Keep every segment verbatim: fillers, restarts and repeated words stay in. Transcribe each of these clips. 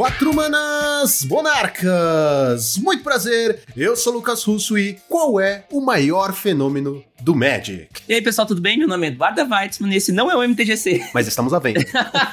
Quatro manas monarcas! Muito prazer, eu sou o Lucas Russo e qual é o maior fenômeno do Magic? E aí pessoal, tudo bem? Meu nome é Eduardo Weitzman e esse não é o M T G C. Mas estamos à venda.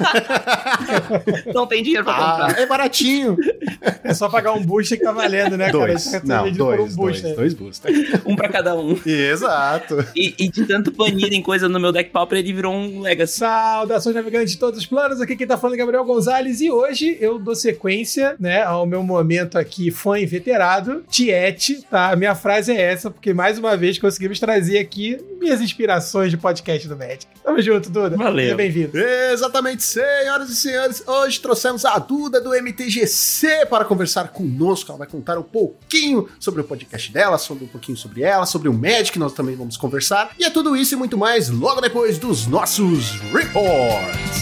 Não tem dinheiro pra comprar. Ah, é baratinho. É só pagar um booster que tá valendo, né, dois. cara? Não, dois, por um dois, booster. dois boosters. Um pra cada um. Exato. E, e de tanto banir em coisa no meu deck pauper, ele virou um Legacy. Saudações navegantes de todos os planos, aqui quem tá falando é Gabriel Gonzalez e hoje eu dou sequência, né, ao meu momento aqui fã inveterado, Tiete, tá? A minha frase é essa, porque mais uma vez conseguimos trazer aqui minhas inspirações de podcast do Magic. Tamo junto, Duda. Valeu. Seja bem-vindo. Exatamente, senhoras e senhores, hoje trouxemos a Duda do M T G C para conversar conosco. Ela vai contar um pouquinho sobre o podcast dela, sobre um pouquinho sobre ela, sobre o Magic, nós também vamos conversar. E é tudo isso e muito mais logo depois dos nossos reports.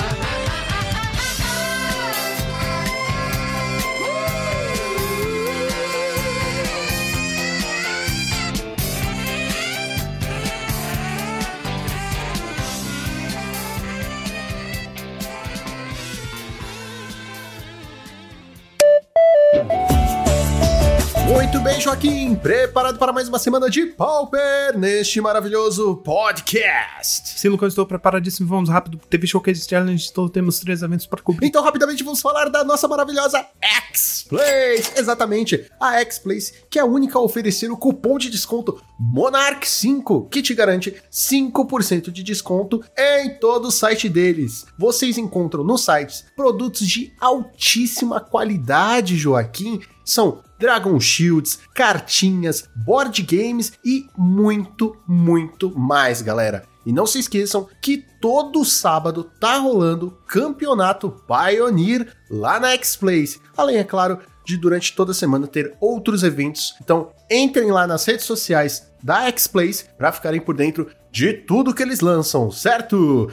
Muito bem, Joaquim, preparado para mais uma semana de Pauper neste maravilhoso podcast. Sim, Lucas, estou preparadíssimo, vamos rápido. Teve Showcase Challenge, então temos três eventos para cobrir. Então, rapidamente, vamos falar da nossa maravilhosa X-Place. Exatamente, a X-Place, que é a única a oferecer o cupom de desconto Monarch cinco, que te garante cinco por cento de desconto em todo o site deles. Vocês encontram nos sites produtos de altíssima qualidade, Joaquim. São Dragon Shields, cartinhas, board games e muito, muito mais, galera. E não se esqueçam que todo sábado tá rolando Campeonato Pioneer lá na X-Place. Além, é claro, de durante toda a semana ter outros eventos. Então, entrem lá nas redes sociais da X-Place para ficarem por dentro de tudo que eles lançam, certo?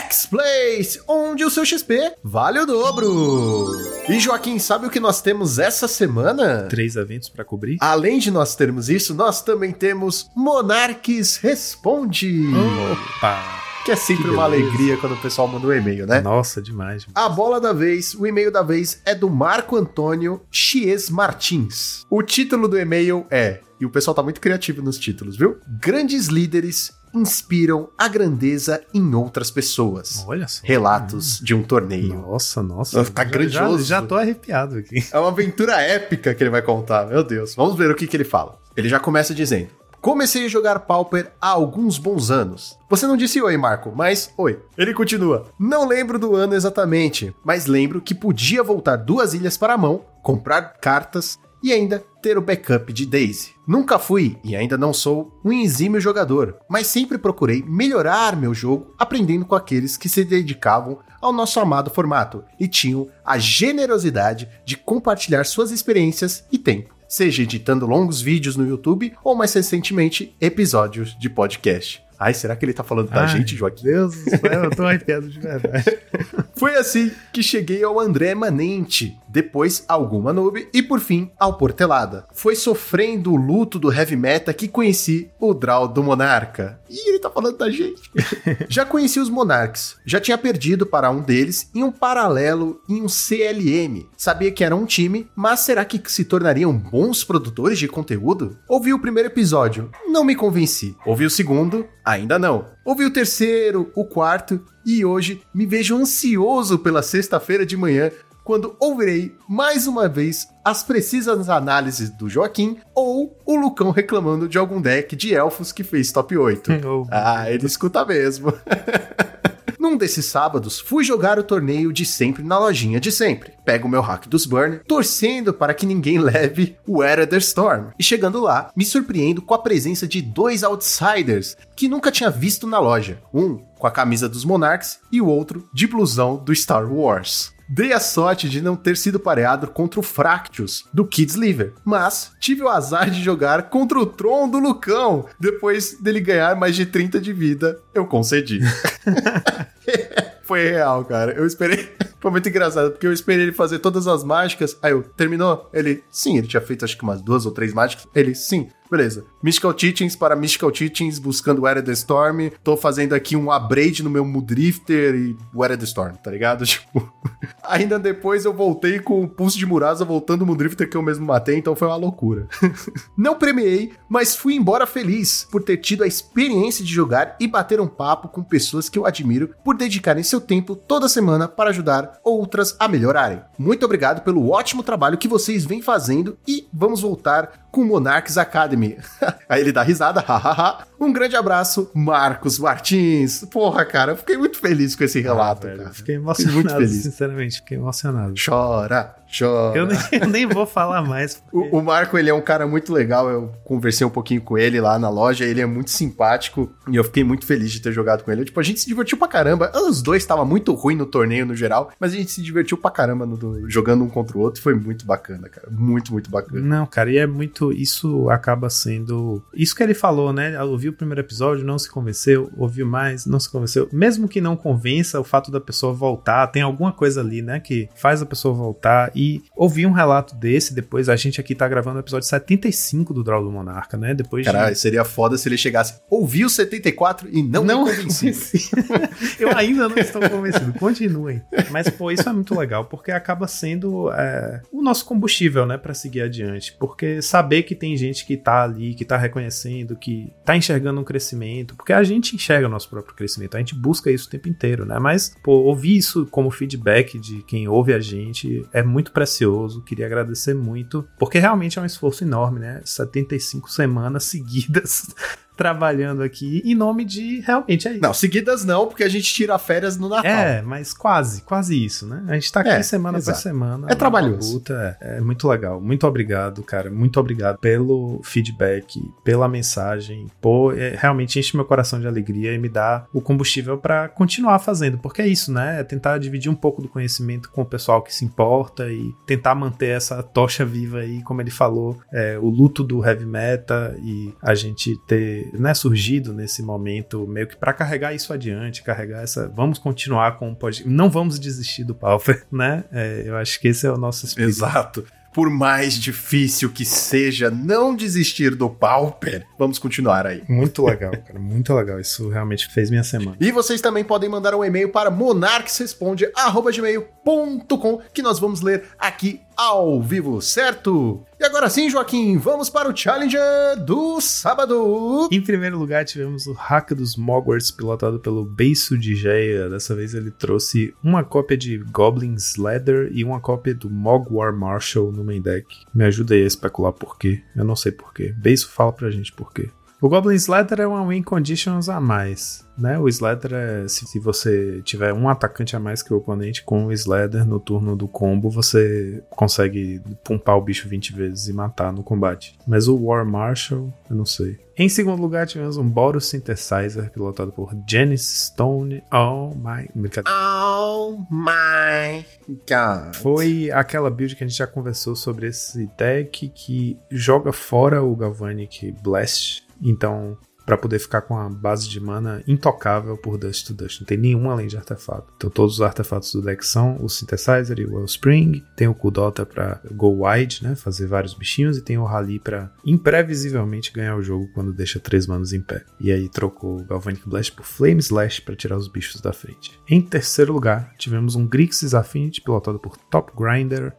X-Place, onde o seu X P vale o dobro. E Joaquim, sabe o que nós temos essa semana? Três eventos para cobrir. Além de nós termos isso, nós também temos Monarques Responde. Opa! Que é sempre Que uma beleza. alegria quando o pessoal manda um e-mail, né? Nossa, demais. A bola da vez, o e-mail da vez é do Marco Antônio Chies Martins. O título do e-mail é, e o pessoal tá muito criativo nos títulos, viu? Grandes líderes inspiram a grandeza em outras pessoas. Olha só. Relatos de um torneio. Nossa, nossa. Vai ficar Já- grandioso. Já, já tô arrepiado aqui. É uma aventura épica que ele vai contar, meu Deus. Vamos ver o que, que ele fala. Ele já começa dizendo: comecei a jogar Pauper há alguns bons anos. Você não disse oi, Marco, mas oi. Ele continua: não lembro do ano exatamente, mas lembro que podia voltar duas ilhas para a mão, comprar cartas e ainda ter o backup de Daisy. Nunca fui, e ainda não sou, um exímio jogador, mas sempre procurei melhorar meu jogo aprendendo com aqueles que se dedicavam ao nosso amado formato e tinham a generosidade de compartilhar suas experiências e tempo, seja editando longos vídeos no YouTube ou, mais recentemente, episódios de podcast. Ai, será que ele tá falando da Ai, gente, Joaquim? Deus do céu, eu tô arrepiado de verdade. Foi assim que cheguei ao André Manente, depois ao Guma Noob e por fim ao Portelada. Foi sofrendo o luto do heavy metal que conheci o Draw do Monarca. Ih, ele tá falando da gente. Já conheci os Monarchs, já tinha perdido para um deles em um paralelo em um C L M. Sabia que era um time, mas será que se tornariam bons produtores de conteúdo? Ouvi o primeiro episódio, não me convenci. Ouvi o segundo, ainda não. Ouvi o terceiro, o quarto e hoje me vejo ansioso pela sexta-feira de manhã, quando ouvirei mais uma vez as precisas análises do Joaquim ou o Lucão reclamando de algum deck de elfos que fez top oito. Oh, Ah, ele escuta mesmo. Num desses sábados, fui jogar o torneio de sempre na lojinha de sempre. Pego o meu hack dos Burn, torcendo para que ninguém leve o Erether Storm. E chegando lá, me surpreendo com a presença de dois outsiders que nunca tinha visto na loja. Um com a camisa dos Monarchs e o outro de blusão do Star Wars. Dei a sorte de não ter sido pareado contra o Fractus, do Kidsliver, mas tive o azar de jogar contra o Tron do Lucão. Depois dele ganhar mais de trinta de vida, eu concedi. Foi real, cara. Eu esperei... Foi muito engraçado, porque eu esperei ele fazer todas as mágicas. Aí eu, terminou? Ele, sim. Ele tinha feito acho que umas duas ou três mágicas. Ele, sim. Beleza. Mystical Teachings para Mystical Teachings, buscando Era the Storm. Tô fazendo aqui um upgrade no meu Mudrifter e o Era the Storm, tá ligado? Tipo... Ainda depois eu voltei com o Pulso de Murasa voltando o Mudrifter que eu mesmo matei, então foi uma loucura. Não premiei, mas fui embora feliz por ter tido a experiência de jogar e bater um papo com pessoas que eu admiro por dedicarem seu tempo toda semana para ajudar outras a melhorarem. Muito obrigado pelo ótimo trabalho que vocês vêm fazendo e vamos voltar com Monarchs Academy. Aí ele dá risada, hahaha. Um grande abraço, Marcos Martins. Porra, cara, eu fiquei muito feliz com esse relato, ah, velho, cara. Fiquei emocionado, fiquei muito feliz. Sinceramente, fiquei emocionado. Chora, chora. Eu nem, eu nem vou falar mais. Porque... O, o Marco, ele é um cara muito legal, eu conversei um pouquinho com ele lá na loja, ele é muito simpático e eu fiquei muito feliz de ter jogado com ele. Tipo, a gente se divertiu pra caramba. Os dois estavam muito ruim no torneio no geral, mas a gente se divertiu pra caramba no, no, jogando um contra o outro. Foi muito bacana, cara. Muito, muito bacana. Não, cara, e é muito... Isso acaba sendo... Isso que ele falou, né? Ouviu o primeiro episódio, não se convenceu. Ouviu mais, não se convenceu. Mesmo que não convença, o fato da pessoa voltar, tem alguma coisa ali, né? Que faz a pessoa voltar e ouvir um relato desse. Depois, a gente aqui tá gravando o episódio setenta e cinco do Draw do Monarca, né? Depois Caralho, de... seria foda se ele chegasse, ouviu setenta e quatro e não, não me convenci. Eu ainda não estou convencido. Continuem. Mas, pô, isso é muito legal, porque acaba sendo é, o nosso combustível, né? Pra seguir adiante. Porque saber que tem gente que tá ali, que tá reconhecendo, que tá enxergando um crescimento, porque a gente enxerga o nosso próprio crescimento, a gente busca isso o tempo inteiro, né? Mas, pô, ouvir isso como feedback de quem ouve a gente é muito precioso, queria agradecer muito, porque realmente é um esforço enorme, né? setenta e cinco semanas seguidas trabalhando aqui em nome de realmente é isso. Não, seguidas não, porque a gente tira férias no Natal. É, mas quase, quase isso, né? A gente tá aqui é, semana exato. por semana. É trabalhoso. Luta, é, é muito legal. Muito obrigado, cara. Muito obrigado pelo feedback, pela mensagem. Pô, é, realmente enche meu coração de alegria e me dá o combustível pra continuar fazendo, porque é isso, né? É tentar dividir um pouco do conhecimento com o pessoal que se importa e tentar manter essa tocha viva aí, como ele falou, é, o luto do heavy metal e a gente ter, né, surgido nesse momento meio que pra carregar isso adiante, carregar essa... Vamos continuar com o podcast. Não vamos desistir do Pauper, né? É, eu acho que esse é o nosso espírito. Exato. Por mais difícil que seja não desistir do Pauper, vamos continuar aí. Muito legal, cara. Muito legal. Isso realmente fez minha semana. E vocês também podem mandar um e-mail para monarquesresponde arroba gmail ponto com que nós vamos ler aqui ao vivo, certo? E agora sim, Joaquim, vamos para o Challenger do sábado. Em primeiro lugar, tivemos o Hack dos Mogwarts, pilotado pelo Beiso Digeia. Dessa vez ele trouxe uma cópia de Goblin Slather e uma cópia do Mogwar Marshal no main deck. Me ajuda aí a especular por quê. Eu não sei por quê. Beiso, fala pra gente por quê. O Goblin Slather é uma win conditions a mais, né? O Slather é se, se você tiver um atacante a mais que o oponente com o Slather no turno do combo, você consegue pumpar o bicho vinte vezes e matar no combate. Mas o War Marshal, eu não sei. Em segundo lugar, tivemos um Boros Synthesizer, pilotado por Janice Stone. Oh my... Oh my God. Foi aquela build que a gente já conversou sobre esse deck que joga fora o Galvanic Blast. Então, pra poder ficar com a base de mana intocável por Dust to Dust. Não tem nenhum além de artefato. Então todos os artefatos do deck são o Synthesizer e o Wellspring. Tem o Kudota pra go wide, né? Fazer vários bichinhos. E tem o Rally pra imprevisivelmente ganhar o jogo quando deixa três manos em pé. E aí trocou o Galvanic Blast por Flame Slash pra tirar os bichos da frente. Em terceiro lugar, tivemos um Grixis Affinity pilotado por Top Grinder.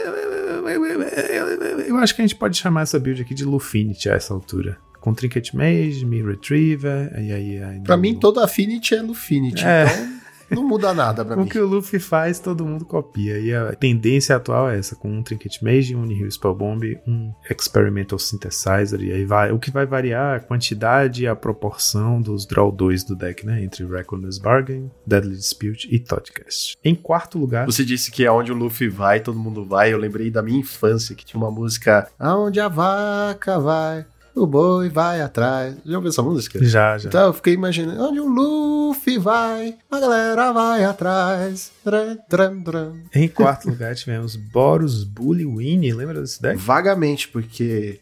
Eu acho que a gente pode chamar essa build aqui de Lufinity a essa altura. Com Trinket Mage, Me Retriever, e aí... aí pra mim, toda Affinity é Lufinity, é. Então não muda nada pra o mim. O que o Luffy faz, todo mundo copia, e a tendência atual é essa, com um Trinket Mage, um Nihil Spellbomb, um Experimental Synthesizer, e aí vai... O que vai variar é a quantidade e a proporção dos Draw dois do deck, né? Entre Reckless Bargain, Deadly Dispute e Thoughtcast. Em quarto lugar... Você disse que é onde o Luffy vai, todo mundo vai. Eu lembrei da minha infância, que tinha uma música... Aonde a vaca vai... O boi vai atrás. Já ouviu essa música? Já, já. Então eu fiquei imaginando. Onde o Luffy vai, a galera vai atrás. Tram, tram, tram. Em quarto lugar tivemos Boros Bully Winnie. Lembra desse deck? Vagamente, porque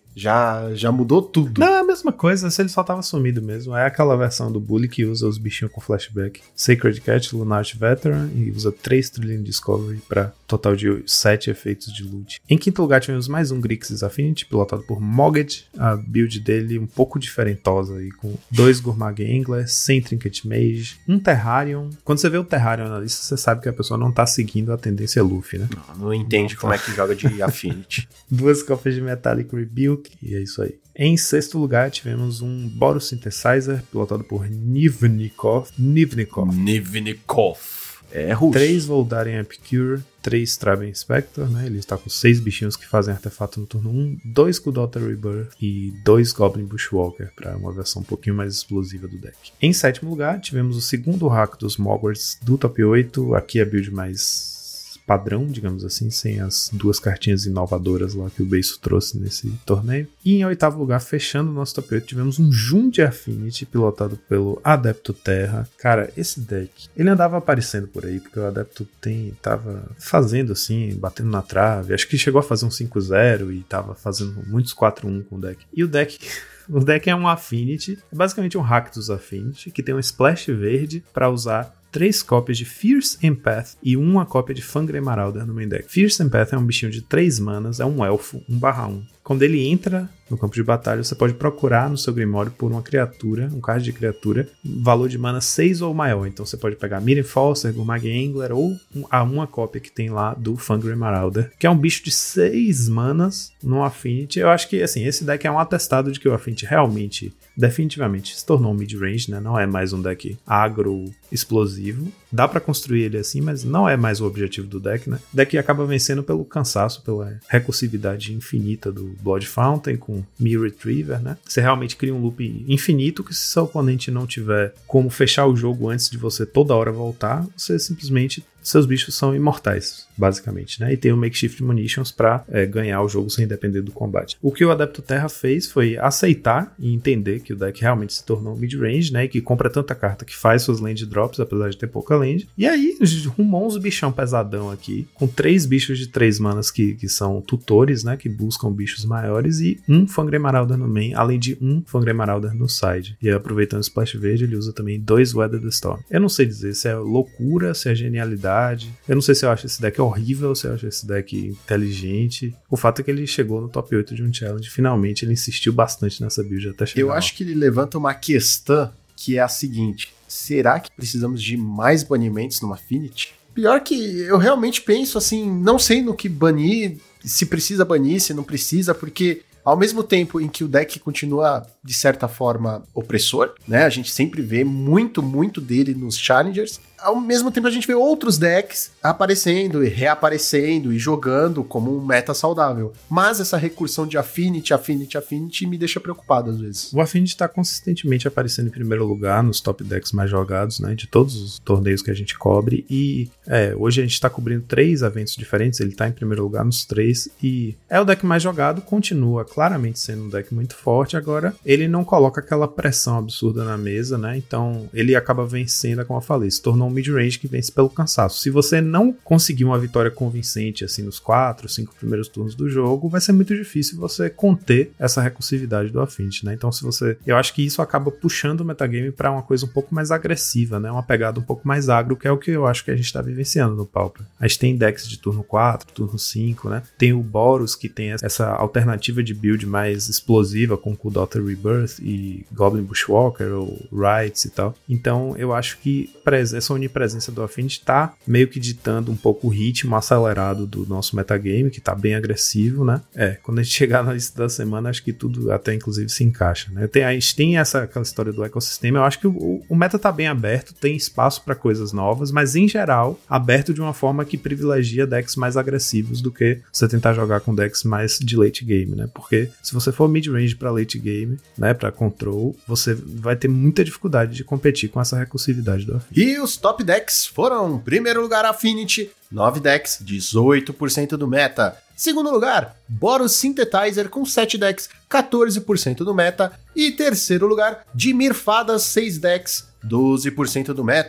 Já, já mudou tudo. Não, é a mesma coisa, se ele só tava sumido mesmo. É aquela versão do Bully que usa os bichinhos com flashback. Sacred Cat, Lunart Veteran, e usa três Trillion Discovery pra total de sete efeitos de loot. Em quinto lugar tivemos mais um Grixis Affinity, pilotado por Mogged. A build dele um pouco diferentosa aí, com dois Gourmag Angler, cem Trinket Mage, um Terrarion. Quando você vê o Terrarion na lista, você sabe que a pessoa não tá seguindo a tendência Luffy, né? Não, não entende não, como tá. é que joga de Affinity. Duas cópias de Metallic Rebuke, e é isso aí. Em sexto lugar, tivemos um Boros Synthesizer, pilotado por Nivnikov. Nivnikov. Nivnikov. É russo. Três Voldaren Epicure, três Traben Spectre, né? Ele está com seis bichinhos que fazem artefato no turno um, dois Kudota Rebirth e dois Goblin Bushwalker, para uma versão um pouquinho mais explosiva do deck. Em sétimo lugar, tivemos o segundo hack dos Mogwarts do top oito, aqui a build mais padrão, digamos assim, sem as duas cartinhas inovadoras lá que o Beiso trouxe nesse torneio. E em oitavo lugar, fechando o nosso top oito, tivemos um Jund Affinity pilotado pelo Adepto Terra. Cara, esse deck, ele andava aparecendo por aí, porque o Adepto tem, tava fazendo assim, batendo na trave, acho que chegou a fazer um cinco zero e tava fazendo muitos quatro um com o deck. E o deck... O deck é um Affinity, é basicamente um hack dos Affinity, que tem um splash verde para usar três cópias de Fierce Empath e uma cópia de Fangren Marauder no main deck. Fierce Empath é um bichinho de três manas, é um elfo, um barra um. Quando ele entra no campo de batalha, você pode procurar no seu Grimório por uma criatura, um card de criatura, valor de mana seis ou maior. Então você pode pegar Mirren Foster, Gourmag Angler ou a uma cópia que tem lá do Fangren Marauder, que é um bicho de seis manas no Affinity. Eu acho que assim, esse deck é um atestado de que o Affinity realmente, definitivamente, se tornou um mid-range, né? Não é mais um deck agro explosivo. Dá pra construir ele assim, mas não é mais o objetivo do deck, né? O deck acaba vencendo pelo cansaço, pela recursividade infinita do Blood Fountain com Mirror Retriever, né? Você realmente cria um loop infinito que, se seu oponente não tiver como fechar o jogo antes de você toda hora voltar, você simplesmente... seus bichos são imortais, basicamente, né? E tem o Makeshift Munitions pra é, ganhar o jogo sem depender do combate. O que o Adepto Terra fez foi aceitar e entender que o deck realmente se tornou mid-range, né? E que compra tanta carta que faz suas land drops, apesar de ter pouca land. E aí, rumou uns bichão pesadão aqui, com três bichos de três manas que, que são tutores, né? Que buscam bichos maiores, e um Fangren Marauder no main, além de um Fangren Marauder no side. E aí, aproveitando o Splash Verde, ele usa também dois Weather the Storm. Eu não sei dizer se é loucura, se é genialidade. Eu não sei se eu acho esse deck horrível, se eu acho esse deck inteligente. O fato é que ele chegou no top oito de um challenge. Finalmente, ele insistiu bastante nessa build até chegar. Eu lá. acho que ele levanta uma questão que é a seguinte: será que precisamos de mais banimentos no Affinity? Pior que eu realmente penso assim, não sei no que banir, se precisa banir, se não precisa, porque ao mesmo tempo em que o deck continua, de certa forma, opressor, né? A gente sempre vê muito, muito dele nos Challengers. Ao mesmo tempo a gente vê outros decks aparecendo e reaparecendo e jogando como um meta saudável. Mas essa recursão de Affinity, Affinity, Affinity me deixa preocupado às vezes. O Affinity está consistentemente aparecendo em primeiro lugar nos top decks mais jogados, né? De todos os torneios que a gente cobre. E é, hoje a gente está cobrindo três eventos diferentes, ele está em primeiro lugar nos três. E é o deck mais jogado, continua claramente sendo um deck muito forte. Agora, ele não coloca aquela pressão absurda na mesa, né? Então, ele acaba vencendo, como eu falei, se tornou um mid-range que vence pelo cansaço. Se você não conseguir uma vitória convincente assim nos quatro, cinco primeiros turnos do jogo, vai ser muito difícil você conter essa recursividade do Affinity, né? Então, se você... eu acho que isso acaba puxando o metagame para uma coisa um pouco mais agressiva, né? Uma pegada um pouco mais agro, que é o que eu acho que a gente tá vivenciando no Pauper. A gente tem decks de turno quatro, turno cinco, né? Tem o Boros, que tem essa alternativa de build mais explosiva com Kudota Rebirth e Goblin Bushwalker ou Rights e tal. Então, eu acho que essa onipresença do Affinity tá meio que ditando um pouco o ritmo acelerado do nosso metagame, que tá bem agressivo, né? É, quando a gente chegar na lista da semana, acho que tudo até inclusive se encaixa, né? Tem, a gente tem essa aquela história do ecossistema, eu acho que o, o meta tá bem aberto, tem espaço para coisas novas, mas em geral, aberto de uma forma que privilegia decks mais agressivos do que você tentar jogar com decks mais de late game, né? Porque se você for mid-range para late game, né, para control, você vai ter muita dificuldade de competir com essa recursividade do Affinity. E os top decks foram: primeiro lugar Affinity, nove decks, dezoito por cento do meta. Segundo lugar, Boros Synthesizer com sete decks, quatorze por cento do meta. E terceiro lugar, Dimir Fadas, seis decks, doze por cento do meta.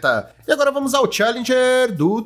E agora vamos ao Challenger do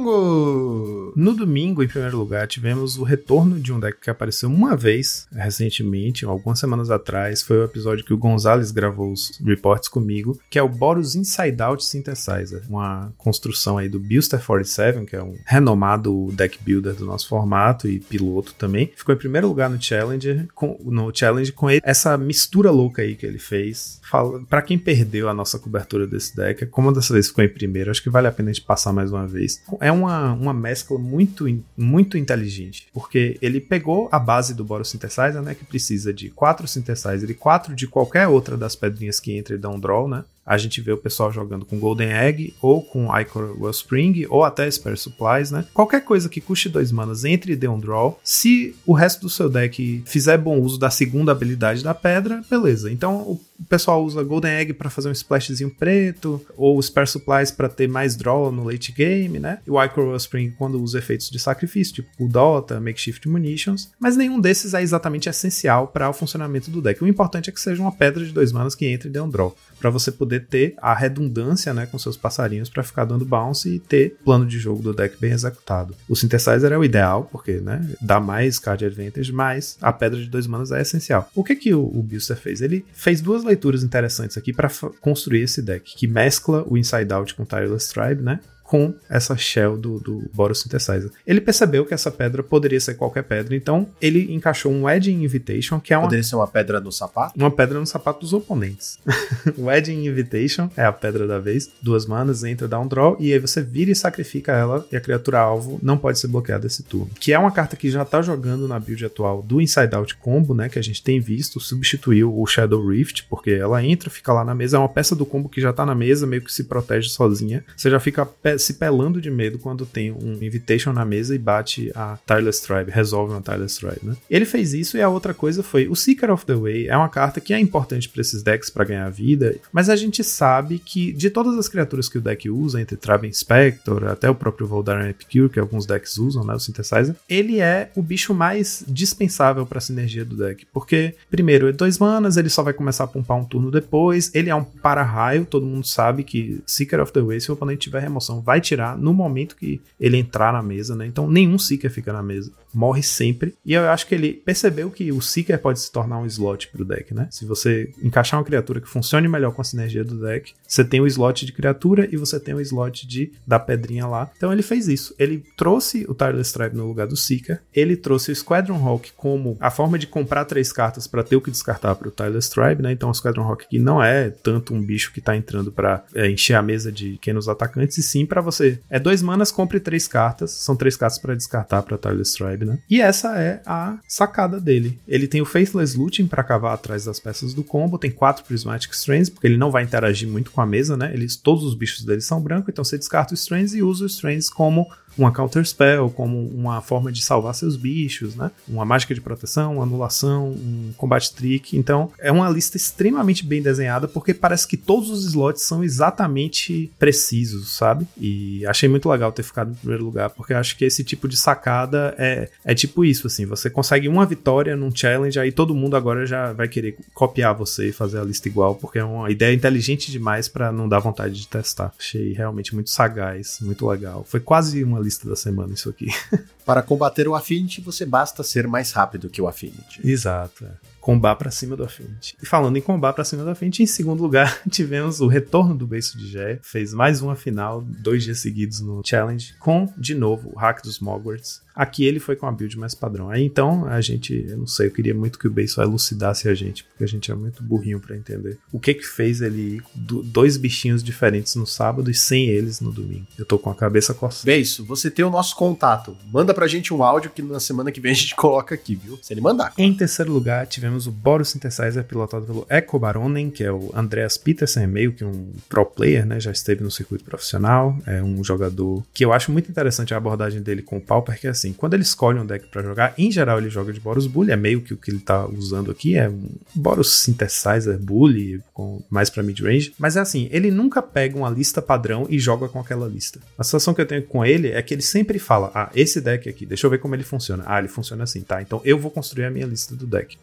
domingo. No domingo, em primeiro lugar, tivemos o retorno de um deck que apareceu uma vez recentemente, algumas semanas atrás. Foi o episódio que o Gonzalez gravou os reports comigo, que é o Boros Inside Out Synthesizer, uma construção aí do Builster quarenta e sete, que é um renomado deck builder do nosso formato e piloto também. Ficou em primeiro lugar no Challenger, com, no Challenge com ele, essa mistura louca aí que ele fez. Fala, pra quem perdeu a nossa cobertura desse deck, como dessa vez ficou em primeiro, acho que vale a pena a gente passar mais uma vez. É uma, uma mescla muito, muito inteligente, porque ele pegou a base do Boros Synthesizer, né, que precisa de quatro Synthesizer e quatro de qualquer outra das pedrinhas que entra e dá um draw, né? A gente vê o pessoal jogando com Golden Egg, ou com Ichor Wellspring, ou até Spare Supplies, né? Qualquer coisa que custe dois manas, entre e dê um draw. Se o resto do seu deck fizer bom uso da segunda habilidade da pedra, beleza. Então o pessoal usa Golden Egg para fazer um splashzinho preto, ou Spare Supplies para ter mais draw no late game, né? E o Ichor Wellspring quando usa efeitos de sacrifício, tipo o Dota, Makeshift Munitions. Mas nenhum desses é exatamente essencial para o funcionamento do deck. O importante é que seja uma pedra de dois manas que entre e dê um draw, para você poder ter a redundância, né, com seus passarinhos para ficar dando bounce e ter plano de jogo do deck bem executado. O Synthesizer é o ideal, porque, né, dá mais card advantage, mas a pedra de dois manas é essencial. O que que o, o Builster fez? Ele fez duas leituras interessantes aqui para construir esse deck, que mescla o Inside Out com Tireless Tribe, né, com essa shell do, do Boros Synthesizer. Ele percebeu que essa pedra poderia ser qualquer pedra, então ele encaixou um Wedding Invitation, que é uma... Poderia ser uma pedra no sapato? Uma pedra no sapato dos oponentes. Wedding Invitation é a pedra da vez, duas manas, entra, dá um draw, e aí você vira e sacrifica ela, e a criatura alvo não pode ser bloqueada esse turno. Que é uma carta que já tá jogando na build atual do Inside Out Combo, né, que a gente tem visto, substituiu o Shadow Rift, porque ela entra, fica lá na mesa, é uma peça do combo que já tá na mesa, meio que se protege sozinha. Você já fica pe- se pelando de medo quando tem um Invitation na mesa e bate a Tireless Tribe, resolve uma Tireless Tribe, né? Ele fez isso, e a outra coisa foi o Seeker of the Way. É uma carta que é importante para esses decks para ganhar vida, mas a gente sabe que de todas as criaturas que o deck usa, entre Traven Spector, até o próprio Voldaren Epicure, que alguns decks usam, né, o Synthesizer, ele é o bicho mais dispensável para a sinergia do deck, porque primeiro é dois manas, ele só vai começar a pumpar um turno depois, ele é um para-raio, todo mundo sabe que Seeker of the Way, se o oponente tiver remoção, vai tirar no momento que ele entrar na mesa, né? Então nenhum Seeker fica na mesa, morre sempre. E eu acho que ele percebeu que o Seeker pode se tornar um slot pro deck, né? Se você encaixar uma criatura que funcione melhor com a sinergia do deck, você tem o slot de criatura e você tem o slot de da pedrinha lá. Então ele fez isso. Ele trouxe o Tireless Tribe no lugar do Seeker, ele trouxe o Squadron Hawk como a forma de comprar três cartas para ter o que descartar pro Tireless Tribe, né? Então o Squadron Hawk aqui não é tanto um bicho que tá entrando para é, encher a mesa de pequenos atacantes, e sim para você. É dois manas, compre três cartas. São três cartas para descartar para Tireless Tribe, né? E essa é a sacada dele. Ele tem o Faithless Looting para cavar atrás das peças do combo. Tem quatro Prismatic Strands, porque ele não vai interagir muito com a mesa, né? Eles, todos os bichos dele são brancos, então você descarta os Strands e usa os Strands como uma counter spell, como uma forma de salvar seus bichos, né? Uma mágica de proteção, uma anulação, um combate trick. Então é uma lista extremamente bem desenhada, porque parece que todos os slots são exatamente precisos, sabe? E achei muito legal ter ficado em primeiro lugar, porque eu acho que esse tipo de sacada é, é tipo isso, assim, você consegue uma vitória num challenge, aí todo mundo agora já vai querer copiar você e fazer a lista igual, porque é uma ideia inteligente demais pra não dar vontade de testar. Achei realmente muito sagaz, muito legal. Foi quase uma lista da semana isso aqui. Para combater o Affinity, você basta ser mais rápido que o Affinity. Exato, é. Combar pra cima do Affinity. E falando em combar pra cima do Affinity, em segundo lugar, tivemos o retorno do Beiço de Géia. Fez mais uma final, dois dias seguidos no Challenge, com, de novo, o Hack dos Mogwarts. Aqui ele foi com a build mais padrão. Aí então, a gente, eu não sei, eu queria muito que o Beiço elucidasse a gente, porque a gente é muito burrinho pra entender. O que que fez ele ir do, dois bichinhos diferentes no sábado e sem eles no domingo? Eu tô com a cabeça coçando. Beiço, você tem o nosso contato. Manda pra gente um áudio que na semana que vem a gente coloca aqui, viu? Se ele mandar. Em terceiro lugar, tivemos o Boros Synthesizer, pilotado pelo Echo Baronen, que é o Andreas Petersen, meio que um pro player, né? Já esteve no circuito profissional. É um jogador que eu acho muito interessante a abordagem dele com o Pauper, que é assim, quando ele escolhe um deck pra jogar, em geral ele joga de Boros Bully, é meio que o que ele tá usando aqui, é um Boros Synthesizer Bully, com mais pra mid-range, mas é assim, ele nunca pega uma lista padrão e joga com aquela lista. A sensação que eu tenho com ele é que ele sempre fala, ah, esse deck aqui, deixa eu ver como ele funciona. Ah, ele funciona assim, tá? Então eu vou construir a minha lista do deck. Então sempre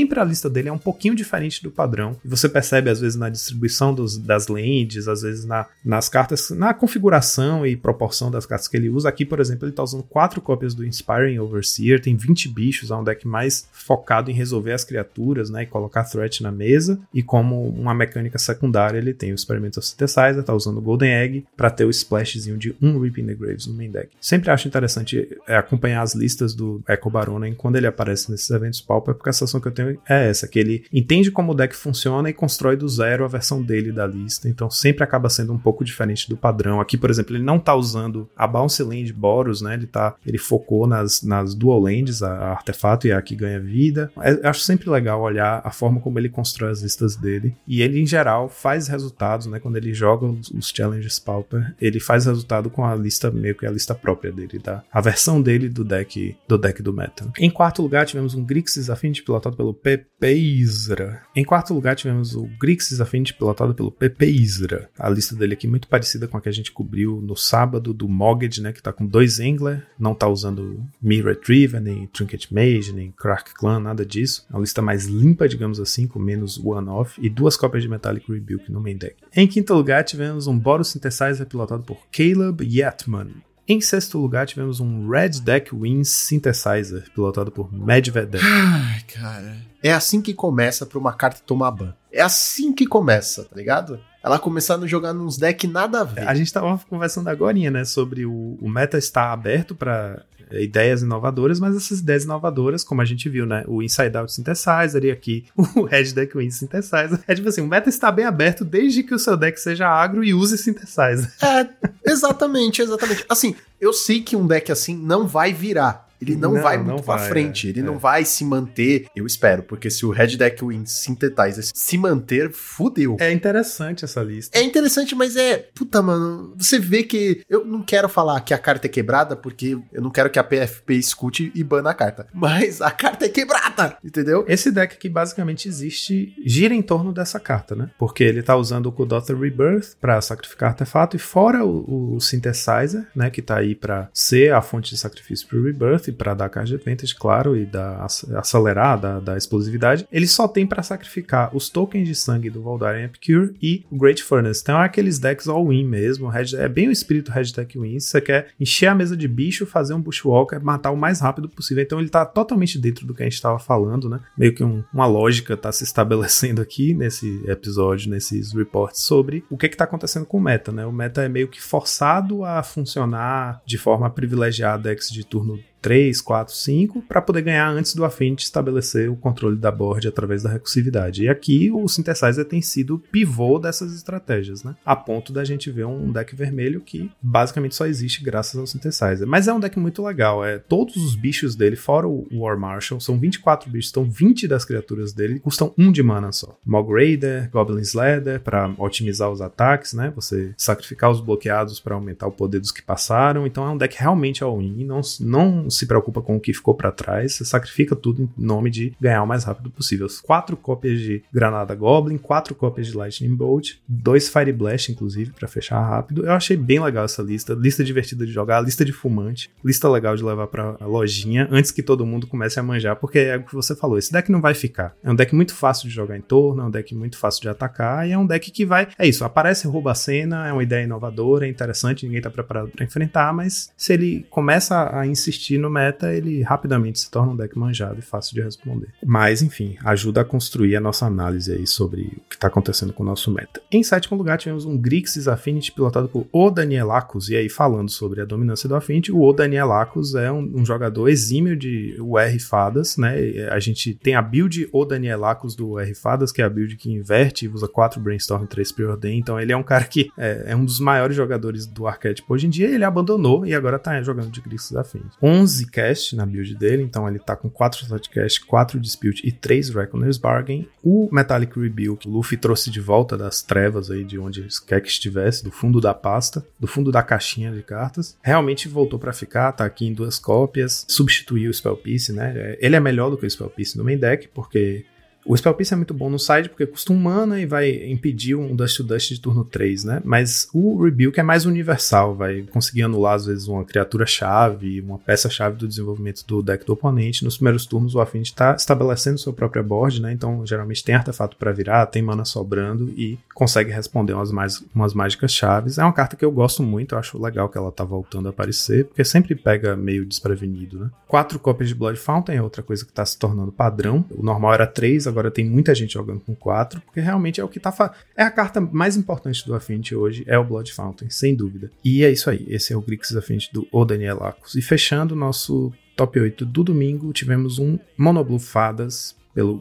sempre a lista dele é um pouquinho diferente do padrão. E você percebe, às vezes, na distribuição dos, das lands, às vezes na, nas cartas, na configuração e proporção das cartas que ele usa. Aqui, por exemplo, ele tá usando quatro cópias do Inspiring Overseer, tem vinte bichos, é um deck mais focado em resolver as criaturas, né, e colocar threat na mesa, e como uma mecânica secundária ele tem o Experimental Synthesizer, tá usando o Golden Egg para ter o splashzinho de um Reaping the Graves no main deck. Sempre acho interessante é, acompanhar as listas do Echo Baronen quando ele aparece nesses eventos Pauper, porque a sensação que eu tenho é essa, que ele entende como o deck funciona e constrói do zero a versão dele da lista, então sempre acaba sendo um pouco diferente do padrão. Aqui, por exemplo, ele não tá usando a Bounce Land Boros, né, ele, tá, ele focou nas, nas Dual Lands, a, a Artefato e a que ganha vida. Eu acho sempre legal olhar a forma como ele constrói as listas dele, e ele, em geral, faz resultados, né, quando ele joga os, os Challenges Pauper, ele faz resultado com a lista, meio que a lista própria dele, tá? A versão dele do deck do deck do meta. Em quarto lugar, tivemos um Grixis Affinity pilotado pelo Pepeisra. Em quarto lugar, tivemos o Grixis Affinity pilotado pelo Pepeisra. A lista dele aqui muito parecida com a que a gente cobriu no sábado do Mogged, né, que tá com dois Angler, não tá usando Mirror Retriever, nem Trinket Mage, nem Crack Clan, nada disso. É uma lista mais limpa, digamos assim, com menos one-off, e duas cópias de Metallic Rebuke no main deck. Em quinto lugar, tivemos um Boros Synthesizer pilotado por Caleb Yatman. Em sexto lugar, tivemos um Red Deck Wins Synthesizer pilotado por Medvedev. Ai, cara. É assim que começa pra uma carta tomar ban. É assim que começa, tá ligado? Ela começando a jogar nos decks nada a ver. A gente tava conversando agorinha, né, sobre o, o meta estar aberto pra ideias inovadoras, mas essas ideias inovadoras, como a gente viu, né, o Inside Out Synthesizer e aqui o Red Deck Wins Synthesizer, é tipo assim, o meta está bem aberto desde que o seu deck seja agro e use Synthesizer. É, exatamente, exatamente. Assim, eu sei que um deck assim não vai virar. Ele não, não vai muito não pra vai, frente, ele é. não vai se manter, eu espero, porque se o Red Deck Wins Synthesizer se manter, fudeu. É interessante essa lista. É interessante, mas é, puta, mano, você vê que, eu não quero falar que a carta é quebrada, porque eu não quero que a P F P escute e bana a carta, mas a carta é quebrada, entendeu? Esse deck aqui basicamente existe, gira em torno dessa carta, né? Porque ele tá usando o Kuldotha Rebirth pra sacrificar artefato, e fora o, o Synthesizer, né, que tá aí pra ser a fonte de sacrifício pro Rebirth, para dar card advantage, claro, e dar, acelerar, dar, dar explosividade, ele só tem para sacrificar os tokens de sangue do Voldaren Epicure e o Great Furnace. Então é aqueles decks all-in mesmo, Red, é bem o espírito Red Deck Wins, você quer encher a mesa de bicho, fazer um Bushwalker, matar o mais rápido possível, então ele tá totalmente dentro do que a gente tava falando, né, meio que um, uma lógica tá se estabelecendo aqui nesse episódio, nesses reports sobre o que que tá acontecendo com o meta, né, o meta é meio que forçado a funcionar de forma a privilegiar decks de turno três, quatro, cinco, para poder ganhar antes do Affinity estabelecer o controle da board através da recursividade. E aqui o Synthesizer tem sido pivô dessas estratégias, né? A ponto da gente ver um deck vermelho que basicamente só existe graças ao Synthesizer. Mas é um deck muito legal. É, todos os bichos dele, fora o War Marshal, são vinte e quatro bichos, então vinte das criaturas dele custam um de mana só. Mog Raider, Goblin Slather, para otimizar os ataques, né? Você sacrificar os bloqueados para aumentar o poder dos que passaram. Então é um deck realmente all-in, não, não se preocupa com o que ficou pra trás, você sacrifica tudo em nome de ganhar o mais rápido possível. Quatro cópias de Granada Goblin, quatro cópias de Lightning Bolt, dois Fire Blast, inclusive, pra fechar rápido. Eu achei bem legal essa lista, lista divertida de jogar, lista de fumante, lista legal de levar pra lojinha, antes que todo mundo comece a manjar, porque é o que você falou, esse deck não vai ficar. É um deck muito fácil de jogar em torno, é um deck muito fácil de atacar, e é um deck que vai, é isso, aparece, rouba a cena, é uma ideia inovadora, é interessante, ninguém tá preparado pra enfrentar, mas se ele começa a insistir no meta, ele rapidamente se torna um deck manjado e fácil de responder. Mas, enfim, ajuda a construir a nossa análise aí sobre o que está acontecendo com o nosso meta. Em sétimo lugar, tivemos um Grixis Affinity pilotado por O Danielakos, e aí falando sobre a dominância do Affinity, o O Danielakos é um, um jogador exímio de U R Fadas, né? A gente tem a build O Danielakos do U R Fadas, que é a build que inverte e usa quatro Brainstorm e três Preordain, então ele é um cara que é, é um dos maiores jogadores do arquétipo hoje em dia, ele abandonou e agora tá jogando de Grixis Affinity. onze cast na build dele, então ele tá com quatro slot cast, quatro dispute e três Reckoner's Bargain. O Metallic Rebuke, o Luffy trouxe de volta das trevas aí, de onde quer que estivesse, do fundo da pasta, do fundo da caixinha de cartas. Realmente voltou pra ficar, tá aqui em duas cópias, substituiu o Spell Piece, né? Ele é melhor do que o Spell Piece no main deck, porque O Spell Pierce é muito bom no side porque custa um mana e vai impedir um Dust to Dust de turno três, né? Mas o Rebuke é mais universal, vai conseguir anular às vezes uma criatura-chave, uma peça-chave do desenvolvimento do deck do oponente. Nos primeiros turnos o Affinity está estabelecendo sua própria board, né? Então geralmente tem artefato para virar, tem mana sobrando e consegue responder umas, mais, umas mágicas chaves. É uma carta que eu gosto muito, eu acho legal que ela tá voltando a aparecer, porque sempre pega meio desprevenido, né? Quatro cópias de Blood Fountain é outra coisa que tá se tornando padrão. O normal era três, agora tem muita gente jogando com quatro, porque realmente é o que tá fa... é a carta mais importante do Affinity hoje, é o Blood Fountain, sem dúvida. E é isso aí, esse é o Grixis Affinity do O Daniel Lacos. E fechando o nosso top oito do domingo, tivemos um Monoblue Fadas pelo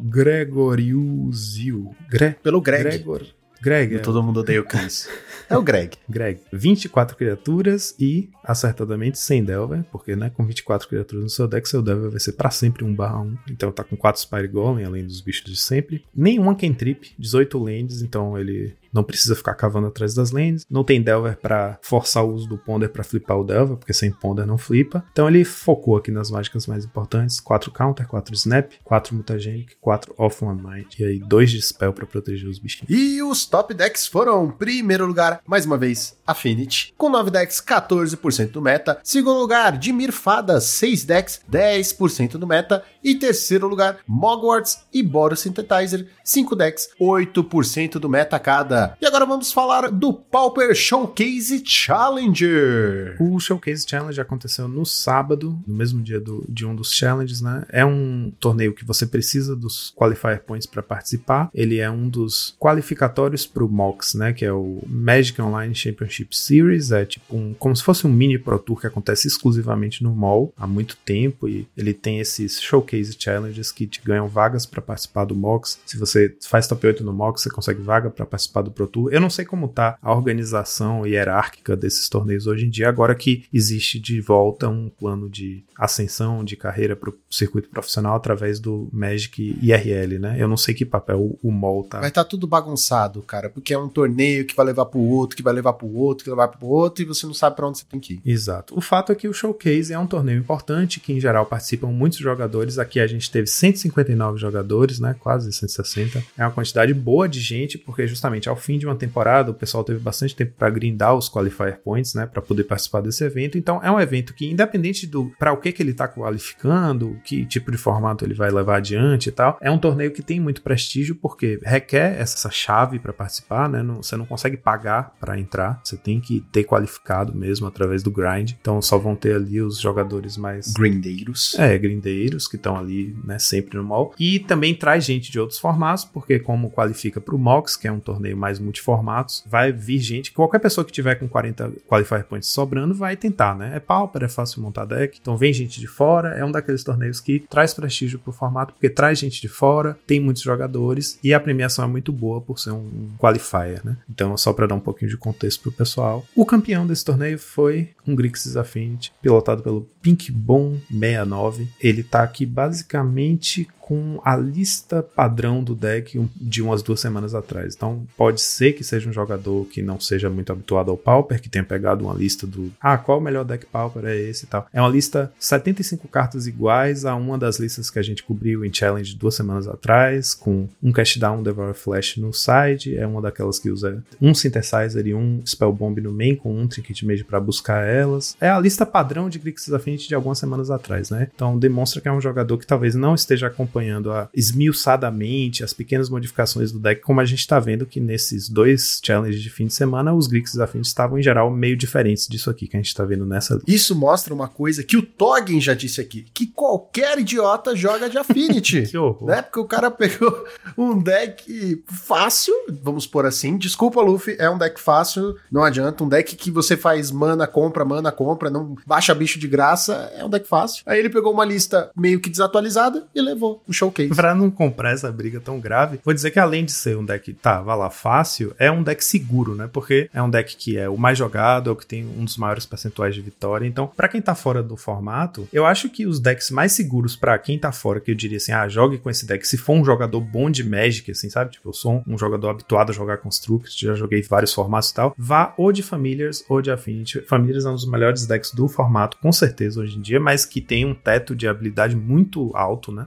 Gregoriuzio. Gre... Pelo Greg. Gregor... Greg. É. Todo mundo odeia o Chris. É o Greg. Greg. vinte e quatro criaturas e, acertadamente, sem Delver, porque, né, com vinte e quatro criaturas no seu deck, seu Delver vai ser pra sempre um barra um. Então tá com quatro Spire Golem, além dos bichos de sempre. Nenhuma Cantrip, dezoito lands, então ele não precisa ficar cavando atrás das lands. Não tem Delver pra forçar o uso do Ponder pra flipar o Delver, porque sem Ponder não flipa. Então ele focou aqui nas mágicas mais importantes. quatro Counter, quatro Snap, quatro Mutagenic, quatro Off One Mind. E aí dois de Spell pra proteger os bichinhos. E os top decks foram, primeiro lugar, mais uma vez, Affinity, com nove decks, quatorze por cento do meta. Segundo lugar, Dimir Fadas, seis decks, dez por cento do meta. E terceiro lugar, Mogwarts e Boros Synthetizer, cinco decks, oito por cento do meta cada. E agora vamos falar do Pauper Showcase Challenger. O Showcase Challenge aconteceu no sábado, no mesmo dia do, de um dos challenges, né? É um torneio que você precisa dos Qualifier Points para participar. Ele é um dos qualificatórios pro M O X, né? Que é o Magic Online Championship Series. É tipo um, como se fosse um mini Pro Tour que acontece exclusivamente no M O L há muito tempo. E ele tem esses Showcase Challenges que te ganham vagas para participar do M O X. Se você faz top oito no M O X, você consegue vaga para participar do Pro Tour. Eu não sei como tá a organização hierárquica desses torneios hoje em dia, agora que existe de volta um plano de ascensão de carreira pro circuito profissional através do Magic I R L, né? Eu não sei que papel o M O L tá. Vai estar tá tudo bagunçado, cara, porque é um torneio que vai levar pro outro, que vai levar pro outro, que vai levar pro outro, e você não sabe pra onde você tem que ir. Exato. O fato é que o Showcase é um torneio importante, que em geral participam muitos jogadores. Aqui a gente teve cento e cinquenta e nove jogadores, né? Quase cento e sessenta. É uma quantidade boa de gente, porque justamente ao fim de uma temporada, o pessoal teve bastante tempo para grindar os Qualifier Points, né, para poder participar desse evento. Então é um evento que, independente do para o que que ele tá qualificando, que tipo de formato ele vai levar adiante e tal, é um torneio que tem muito prestígio, porque requer essa chave para participar, né, não, você não consegue pagar para entrar, você tem que ter qualificado mesmo através do grind. Então só vão ter ali os jogadores mais grindeiros. É, grindeiros, que estão ali, né, sempre no M O L. E também traz gente de outros formatos, porque como qualifica pro M O X, que é um torneio mais multiformatos, vai vir gente, qualquer pessoa que tiver com quarenta Qualifier Points sobrando vai tentar, né? É Pauper, é fácil montar deck, então vem gente de fora, é um daqueles torneios que traz prestígio pro formato, porque traz gente de fora, tem muitos jogadores, e a premiação é muito boa por ser um Qualifier, né? Então, só para dar um pouquinho de contexto pro pessoal, o campeão desse torneio foi um Grixis Affinity, pilotado pelo Pinkbon sessenta e nove. Ele tá aqui basicamente com a lista padrão do deck de umas duas semanas atrás. Então pode ser que seja um jogador que não seja muito habituado ao Pauper, que tenha pegado uma lista do ah, qual o melhor deck Pauper é esse e tal. É uma lista setenta e cinco cartas iguais a uma das listas que a gente cobriu em Challenge duas semanas atrás, com um Cast Down, um Devour Flash no side. É uma daquelas que usa um Synthesizer e um Spell Bomb no main, com um Trinket Mage para buscar elas. É a lista padrão de Grixis Affinity de algumas semanas atrás, né? Então demonstra que é um jogador que talvez não esteja acompanhando a, esmiuçadamente as pequenas modificações do deck, como a gente tá vendo que nesses dois challenges de fim de semana os Grixis Affinity estavam em geral meio diferentes disso aqui que a gente tá vendo nessa lista. Isso mostra uma coisa que o Toggen já disse aqui, que qualquer idiota joga de Affinity. Que horror. Né? Porque o cara pegou um deck fácil, vamos pôr assim, desculpa Luffy, é um deck fácil, não adianta, um deck que você faz mana, compra, mana, compra, não baixa bicho de graça, é um deck fácil. Aí ele pegou uma lista meio que desatualizada e levou o Showcase. Pra não comprar essa briga tão grave, vou dizer que além de ser um deck, tá, vai lá, fácil, é um deck seguro, né? Porque é um deck que é o mais jogado, é o que tem um dos maiores percentuais de vitória. Então, pra quem tá fora do formato, eu acho que os decks mais seguros pra quem tá fora, que eu diria assim, ah, jogue com esse deck, se for um jogador bom de Magic, assim, sabe? Tipo, eu sou um jogador habituado a jogar Construct, já joguei vários formatos e tal, vá ou de Familiars ou de Affinity. Familiars é um dos melhores decks do formato, com certeza, hoje em dia, mas que tem um teto de habilidade muito alto, né? Tipo,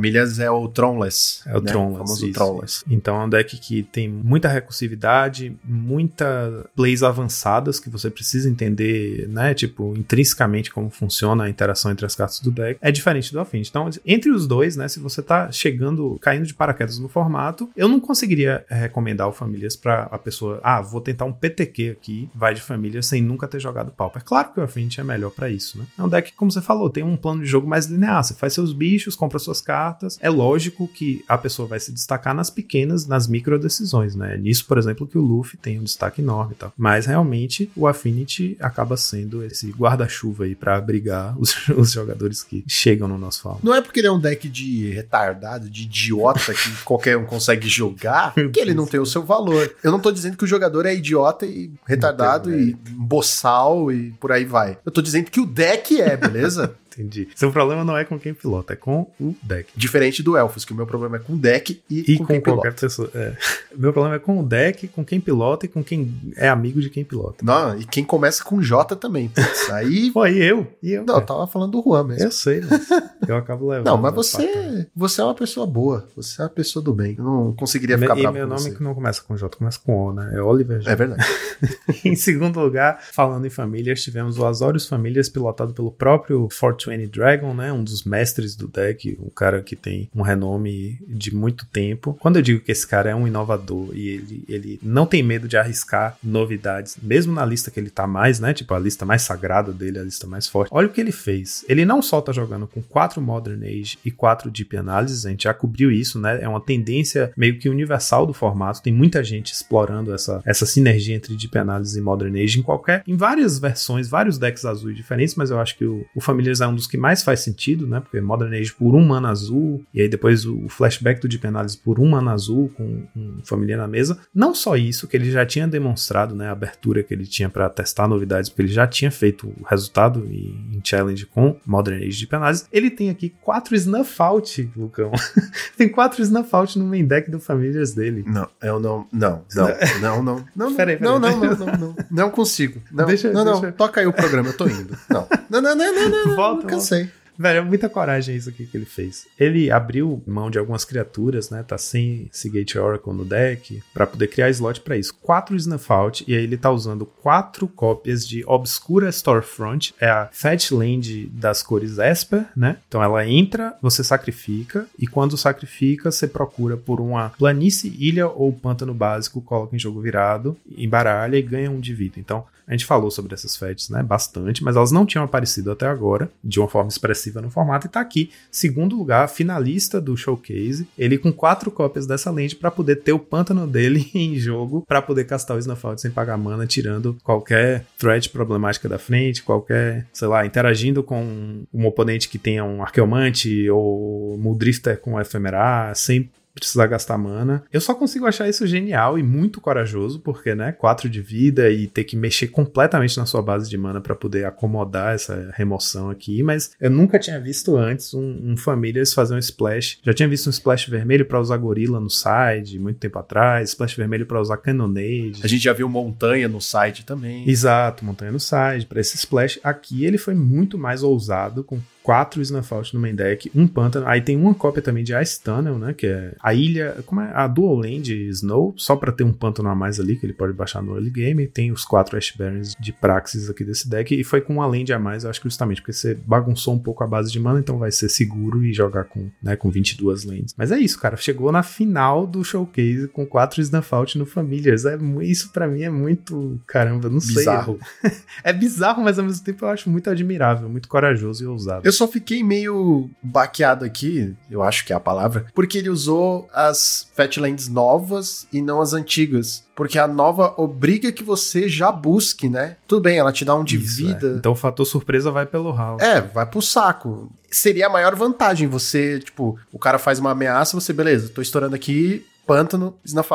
Famílias é o Throneless. É o né? Throneless. O famoso isso, Throneless. isso. Então é um deck que tem muita recursividade, muita plays avançadas que você precisa entender, né? Tipo, intrinsecamente como funciona a interação entre as cartas do deck. É diferente do Affinity. Então, entre os dois, né? Se você tá chegando, caindo de paraquedas no formato, eu não conseguiria recomendar o Famílias pra a pessoa, ah, vou tentar um P T Q aqui, vai de Famílias sem nunca ter jogado Pauper. Claro que o Affinity é melhor pra isso, né? É um deck, como você falou, tem um plano de jogo mais linear. Você faz seus bichos, compra suas cartas. É lógico que a pessoa vai se destacar nas pequenas, nas micro decisões, né? Nisso, por exemplo, que o Luffy tem um destaque enorme e tal. Mas realmente o Affinity acaba sendo esse guarda-chuva aí pra abrigar os, os jogadores que chegam no nosso farm. Não é porque ele é um deck de retardado, de idiota que qualquer um consegue jogar, que ele não tem o seu valor. Eu não tô dizendo que o jogador é idiota e retardado Não, e boçal e por aí vai. Eu tô dizendo que o deck é, beleza? Entendi. Seu problema não é com quem pilota, é com o deck. Diferente do Elfos, que o meu problema é com o deck e, E com, com, quem qualquer pilota. pessoa. É. Meu problema é com o deck, com quem pilota e com quem é amigo de quem pilota. Não, e quem começa com J também. Putz, aí... Pô, e eu? E eu? Não, eu tava falando do Juan mesmo. Eu sei, mas eu acabo levando. Não, mas as patadas. você, você é uma pessoa boa. Você é uma pessoa do bem. Eu não conseguiria ficar E bravo meu com nome você. que não começa com J, começa com O, né? É Oliver J. É verdade. Em segundo lugar, falando em famílias, tivemos o Azorius Famílias, pilotado pelo próprio quatrocentos e vinte Dragon, né? Um dos mestres do deck, um cara que tem um renome de muito tempo. Quando eu digo que esse cara é um inovador e ele, ele não tem medo de arriscar novidades, mesmo na lista que ele tá mais, né? Tipo, a lista mais sagrada dele, a lista mais forte. Olha o que ele fez. Ele não só tá jogando com quatro Modern Age e quatro Deep Analysis, a gente já cobriu isso, né? É uma tendência meio que universal do formato. Tem muita gente explorando essa, essa sinergia entre Deep Analysis e Modern Age em qualquer, em várias versões, vários decks azuis diferentes, mas eu acho que o, o Familiars é um dos que mais faz sentido, né? Porque Modern Age por um mana azul, e aí depois o flashback do Deep Analysis por um mana azul com um Familiar na mesa. Não só isso, que ele já tinha demonstrado, né? A abertura que ele tinha pra testar novidades, porque ele já tinha feito o resultado em, em Challenge com Modern Age Deep Analysis. Ele tem aqui quatro Snuff Out, Lucão. Tem quatro Snuff Out no main deck do Familiars dele. Não, eu não, não, não, não, não, não, Peraí, peraí. não, não, não, não, não, não consigo. Não, Deixa- não, não, deixa- toca aí o programa, eu tô indo. Não, não, não, não, não, não, Volta, não cansei. Velho, é muita coragem isso aqui que ele fez. Ele abriu mão de algumas criaturas, né? Tá sem Seagate Oracle no deck, pra poder criar slot pra isso. Quatro Snuff Out, e aí ele tá usando quatro cópias de Obscura Storefront, é a Fetch Land das cores Esper, né? Então ela entra, você sacrifica, e quando sacrifica, você procura por uma planície, ilha ou pântano básico, coloca em jogo virado, embaralha e ganha um de vida. Então, a gente falou sobre essas fetches, né? Bastante, mas elas não tinham aparecido até agora, de uma forma expressiva no formato, e tá aqui, segundo lugar, finalista do Showcase, ele com quatro cópias dessa lente pra poder ter o pântano dele em jogo, pra poder castar o Snuff Out sem pagar mana, tirando qualquer threat problemática da frente, qualquer, sei lá, interagindo com um oponente que tenha um Arqueomante ou Muldrifter com Ephemerar, sem precisar gastar mana. Eu só consigo achar isso genial e muito corajoso, porque, né, quatro de vida e ter que mexer completamente na sua base de mana pra poder acomodar essa remoção aqui, mas eu nunca tinha visto antes um, um Familiars fazer um splash. Já tinha visto um splash vermelho pra usar gorila no side, muito tempo atrás, splash vermelho pra usar Cannonade. A gente já viu montanha no site também. Exato, montanha no side, pra esse splash. Aqui ele foi muito mais ousado, com quatro Snuff Out no main deck, um pântano, aí tem uma cópia também de Ice Tunnel, né, que é a ilha, como é? A Dual Land Snow, só pra ter um pântano a mais ali, que ele pode baixar no early game, tem os quatro Ash Barrens de Praxis aqui desse deck, e foi com uma land a mais, eu acho que justamente porque você bagunçou um pouco a base de mana, então vai ser seguro e jogar com, né, com vinte e duas lands. Mas é isso, cara, chegou na final do Showcase com quatro Snuff Out no Familiars, é, isso pra mim é muito, caramba, não sei. Bizarro. É bizarro, mas ao mesmo tempo eu acho muito admirável, muito corajoso e ousado. Eu só fiquei meio baqueado aqui, eu acho que é a palavra, porque ele usou as Fatlands novas e não as antigas. Porque a nova obriga que você já busque, né? Tudo bem, ela te dá um de Isso, vida. É. Então o fator surpresa vai pelo ralo. É, vai pro saco. Seria a maior vantagem você, tipo, o cara faz uma ameaça, você, beleza, tô estourando aqui, pântano, Snuff Out.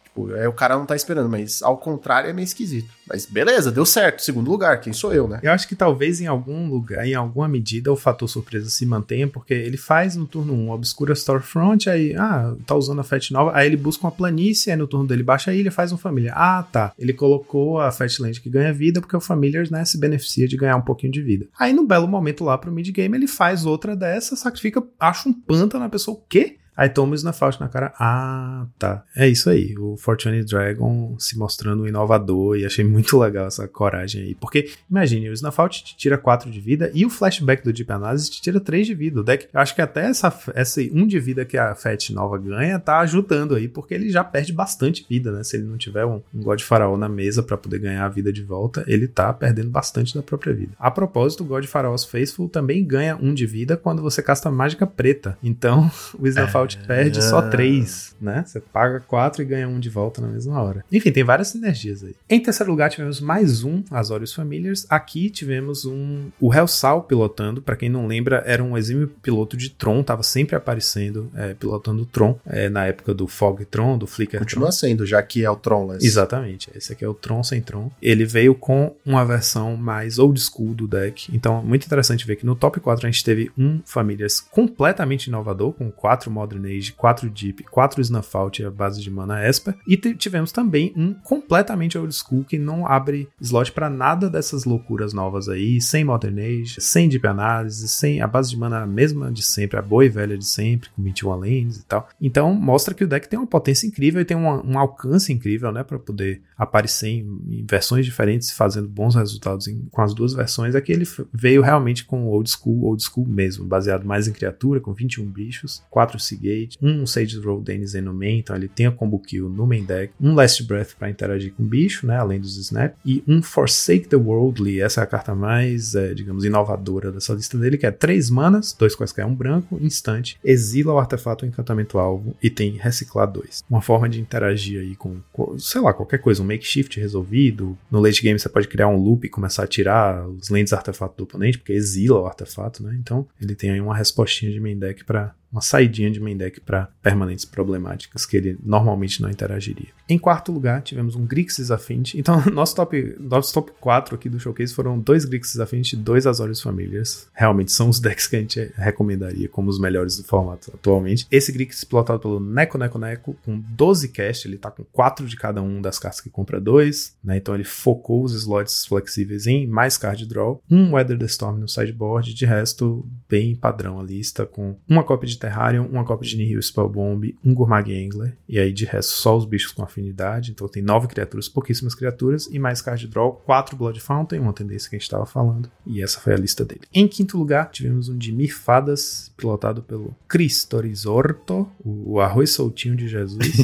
Tipo, aí o cara não tá esperando, mas ao contrário é meio esquisito. Mas beleza, deu certo. Segundo lugar, quem sou eu, né? Eu acho que talvez em algum lugar, em alguma medida, o fator surpresa se mantenha, porque ele faz no turno um, obscura storefront, aí, ah, tá usando a Fat nova, aí ele busca uma planície, aí no turno dele baixa a ilha, faz um Familiar. Ah, tá. Ele colocou a Fatland que ganha vida, porque o Familiar, né, se beneficia de ganhar um pouquinho de vida. Aí, num belo momento lá pro mid-game, ele faz outra dessa, sacrifica, acha um pântano na pessoa, o quê? Aí toma o Snuffalt na cara. Ah, tá. É isso aí. O Fortune Dragon se mostrando um inovador e achei muito legal essa coragem aí. Porque, imagine, o Snuffalt te tira quatro de vida e o flashback do Deep Analysis te tira três de vida. O deck, eu acho que até essa, essa um de vida que a Fat nova ganha tá ajudando aí, porque ele já perde bastante vida, né? Se ele não tiver um, um God Faraó na mesa pra poder ganhar a vida de volta, ele tá perdendo bastante da própria vida. A propósito, o God Faraós Faithful também ganha um de vida quando você casta mágica preta. Então, o Snuffalt perde só três, né? Você paga quatro e ganha um de volta na mesma hora. Enfim, tem várias sinergias aí. Em terceiro lugar, tivemos mais um Azorius Familiars. Aqui tivemos um o Hellsal pilotando. Pra quem não lembra, era um exímio piloto de Tron, tava sempre aparecendo é, pilotando o Tron, é, na época do Fog Tron, do Flicker Continua Tron. sendo, já que é o Tronless. Exatamente, esse aqui é o Tron sem Tron. Ele veio com uma versão mais old school do deck, então muito interessante ver que no top quatro a gente teve um Familiars completamente inovador, com quatro Modern Age, quatro Deep, quatro Snuffalt à base de mana Esper, e tivemos também um completamente old school que não abre slot pra nada dessas loucuras novas aí, sem Modern Age, sem Deep Analysis, sem a base de mana mesma de sempre, a boa e velha de sempre, com vinte e um lanes e tal. Então mostra que o deck tem uma potência incrível e tem uma, um alcance incrível, né, pra poder aparecer em, em versões diferentes, fazendo bons resultados em, com as duas versões. Aqui ele veio realmente com o old school, old school mesmo, baseado mais em criatura, com vinte e um bichos, quatro Seagate, um Sage Roll Denizen no main, então ele tem a combo kill no main deck, um Last Breath para interagir com o bicho, né, além dos snap, e um Forsake the Worldly, essa é a carta mais, é, digamos, inovadora dessa lista dele, que é três manas, dois quaisquer, um branco, instante, exila o artefato ou encantamento alvo e tem reciclar dois. Uma forma de interagir aí com, sei lá, qualquer coisa, um makeshift resolvido. No late game você pode criar um loop e começar a tirar os lands artefato do oponente, porque exila o artefato, né, então ele tem aí uma respostinha de main deck para uma saidinha de main deck para permanentes problemáticas que ele normalmente não interagiria. Em quarto lugar, tivemos um Grixis Affinity. Então, nosso top, nosso top quatro aqui do showcase foram dois Grixis Affinity e dois Azorius Familiars. Realmente são os decks que a gente recomendaria como os melhores do formato atualmente. Esse Grixis pilotado pelo Neko Neko Neko, com doze cast, ele tá com quatro de cada um das cartas que compra dois, né? Então ele focou os slots flexíveis em mais card draw, um Weather the Storm no sideboard, de resto, bem padrão a lista, com uma cópia de Terrarium, uma cópia de Nihil Spellbomb, um Gurmag Angler, e aí de resto só os bichos com afinidade, então tem nove criaturas, pouquíssimas criaturas, e mais card draw, quatro Blood Fountain, uma tendência que a gente estava falando, e essa foi a lista dele. Em quinto lugar, tivemos um de Mirfadas, pilotado pelo Cristorizorto, o, o arroz soltinho de Jesus,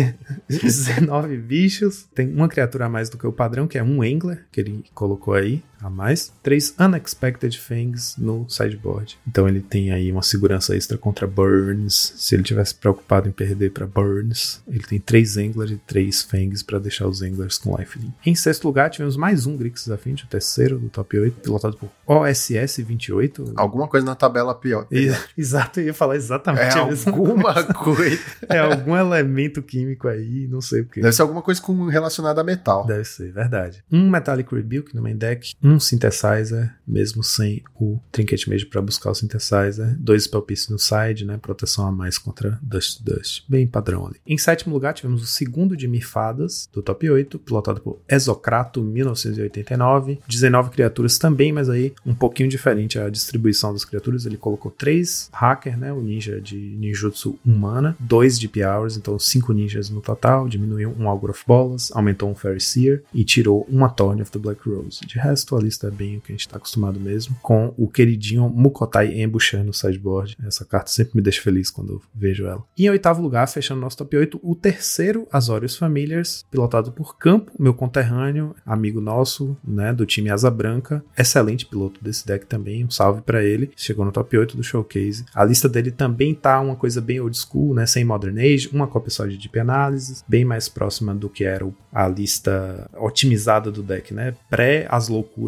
dezenove bichos, tem uma criatura a mais do que o padrão, que é um Angler, que ele colocou aí, a mais, três Unexpected Fangs no sideboard. Então ele tem aí uma segurança extra contra Burns. Se ele tivesse preocupado em perder para Burns, ele tem três Anglers e três Fangs para deixar os Anglers com lifelink. Em sexto lugar, tivemos mais um Grixis Affinity, o terceiro do top oito, pilotado por O S S vinte e oito. Alguma coisa na tabela pior. E, exato, eu ia falar exatamente é a mesma alguma coisa. coisa. É algum elemento químico aí, não sei o que. Deve ser alguma coisa com, relacionada a metal. Deve ser, verdade. Um Metallic Rebuke no main deck, um Synthesizer, mesmo sem o Trinket Mage para buscar o Synthesizer, dois Spell Piece no side, né, proteção a mais contra Dust Dust, bem padrão ali. Em sétimo lugar tivemos o segundo de Mirfadas, do top oito, pilotado por Exocrato mil novecentos e oitenta e nove, dezenove criaturas também, mas aí um pouquinho diferente a distribuição das criaturas, ele colocou três Hacker, né, o ninja de ninjutsu humana, dois Deep Hours, então cinco ninjas no total, diminuiu um Augur of Bolas, aumentou um Fairy Seer e tirou uma Thorn of the Black Rose. De resto, a lista é bem o que a gente está acostumado mesmo, com o queridinho Mukotai Embusher no sideboard. Essa carta sempre me deixa feliz quando eu vejo ela. E em oitavo lugar, fechando nosso top oito, o terceiro Azorius Familiars, pilotado por Campo, meu conterrâneo, amigo nosso, né, do time Asa Branca, excelente piloto desse deck também, um salve pra ele, chegou no top oito do showcase. A lista dele também tá uma coisa bem old school, né, sem Modern Age, uma cópia só de Deep Analysis, bem mais próxima do que era a lista otimizada do deck, né, pré as loucuras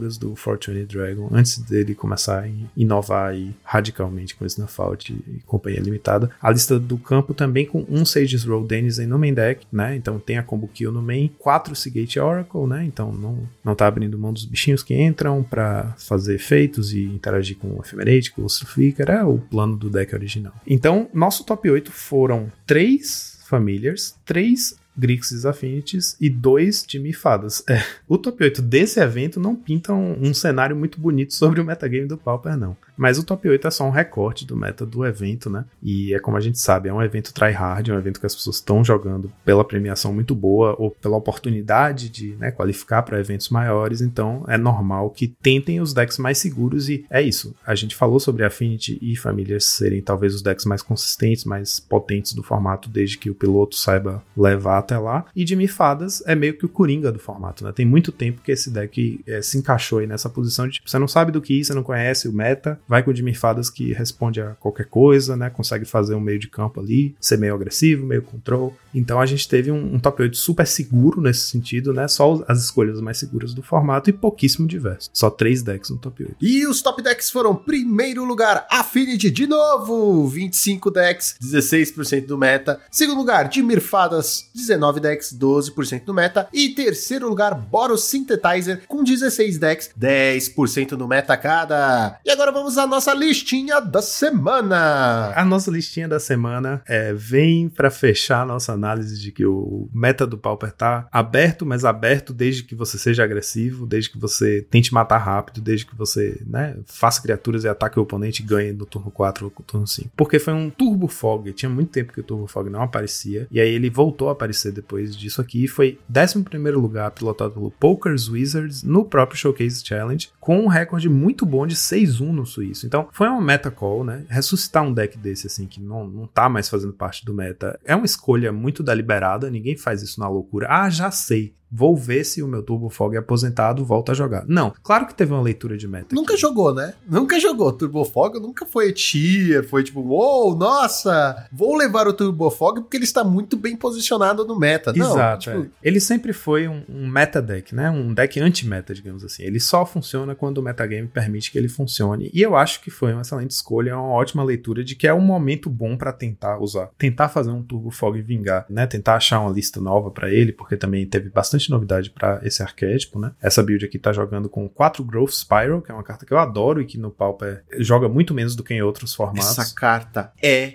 seguras do Fortune Dragon, antes dele começar a inovar aí radicalmente com Snuff Out e companhia limitada. A lista do campo também com um Sage's Roll Denizen no main deck, né? Então tem a Combo Kill no main, quatro Seagate Oracle, né? Então não, não tá abrindo mão dos bichinhos que entram pra fazer efeitos e interagir com o Ephemerate, com o Flicker, é o plano do deck original. Então, nosso top oito foram três Familiars, três Grixis Affinities e dois Time Fadas. É, o top oito desse evento não pinta um, um cenário muito bonito sobre o metagame do Pauper, não. Mas o top oito é só um recorte do meta do evento, né? E é como a gente sabe, é um evento tryhard, é um evento que as pessoas estão jogando pela premiação muito boa ou pela oportunidade de, né, qualificar para eventos maiores, então é normal que tentem os decks mais seguros e é isso. A gente falou sobre Affinity e Familiars serem talvez os decks mais consistentes, mais potentes do formato, desde que o piloto saiba levar até lá, e Jimmy Fadas é meio que o coringa do formato, né? Tem muito tempo que esse deck é, se encaixou aí nessa posição de tipo, você não sabe do que ir, você não conhece o meta, vai com o Jimmy Fadas que responde a qualquer coisa, né? Consegue fazer um meio de campo ali, ser meio agressivo, meio control. Então a gente teve um, um top oito super seguro nesse sentido, né? Só as escolhas mais seguras do formato e pouquíssimo diverso. Só três decks no top oito. E os top decks foram, primeiro lugar, Affinity de novo, vinte e cinco decks, dezesseis por cento do meta. Segundo lugar, Jimmy Fadas, dezenove decks, doze por cento do meta. E terceiro lugar, Boros Synthetizer, com dezesseis decks, dez por cento do meta cada. E agora vamos à nossa listinha da semana. A nossa listinha da semana é, vem pra fechar a nossa análise de que o meta do Pauper tá aberto, mas aberto desde que você seja agressivo, desde que você tente matar rápido, desde que você, né, faça criaturas e ataque o oponente e ganhe no turno quatro ou no turno cinco. Porque foi um Turbo Fog, tinha muito tempo que o Turbo Fog não aparecia, e aí ele voltou a aparecer depois disso aqui, foi décimo primeiro lugar pilotado pelo Poker's Wizards no próprio Showcase Challenge, com um recorde muito bom de seis a um no suíço. Então foi uma meta call, né? Ressuscitar um deck desse assim, que não, não tá mais fazendo parte do meta, é uma escolha muito deliberada, ninguém faz isso na loucura. Ah, já sei, vou ver se o meu Turbo Fog é aposentado, volta a jogar. Não, claro que teve uma leitura de meta. Nunca aqui. jogou, né? Nunca jogou. Turbo Fog nunca foi tier, foi tipo, uou, wow, nossa, vou levar o Turbo Fog porque ele está muito bem posicionado no meta. Não, exato, tipo... é. Ele sempre foi um, um meta deck, né? Um deck anti-meta, digamos assim. Ele só funciona quando o metagame permite que ele funcione. E eu acho que foi uma excelente escolha, uma ótima leitura de que é um momento bom para tentar usar. Tentar fazer um Turbo Fog vingar, né? Tentar achar uma lista nova para ele, porque também teve bastante novidade para esse arquétipo, né? Essa build aqui tá jogando com quatro Growth Spiral, que é uma carta que eu adoro e que no Pauper joga muito menos do que em outros formatos. Essa carta é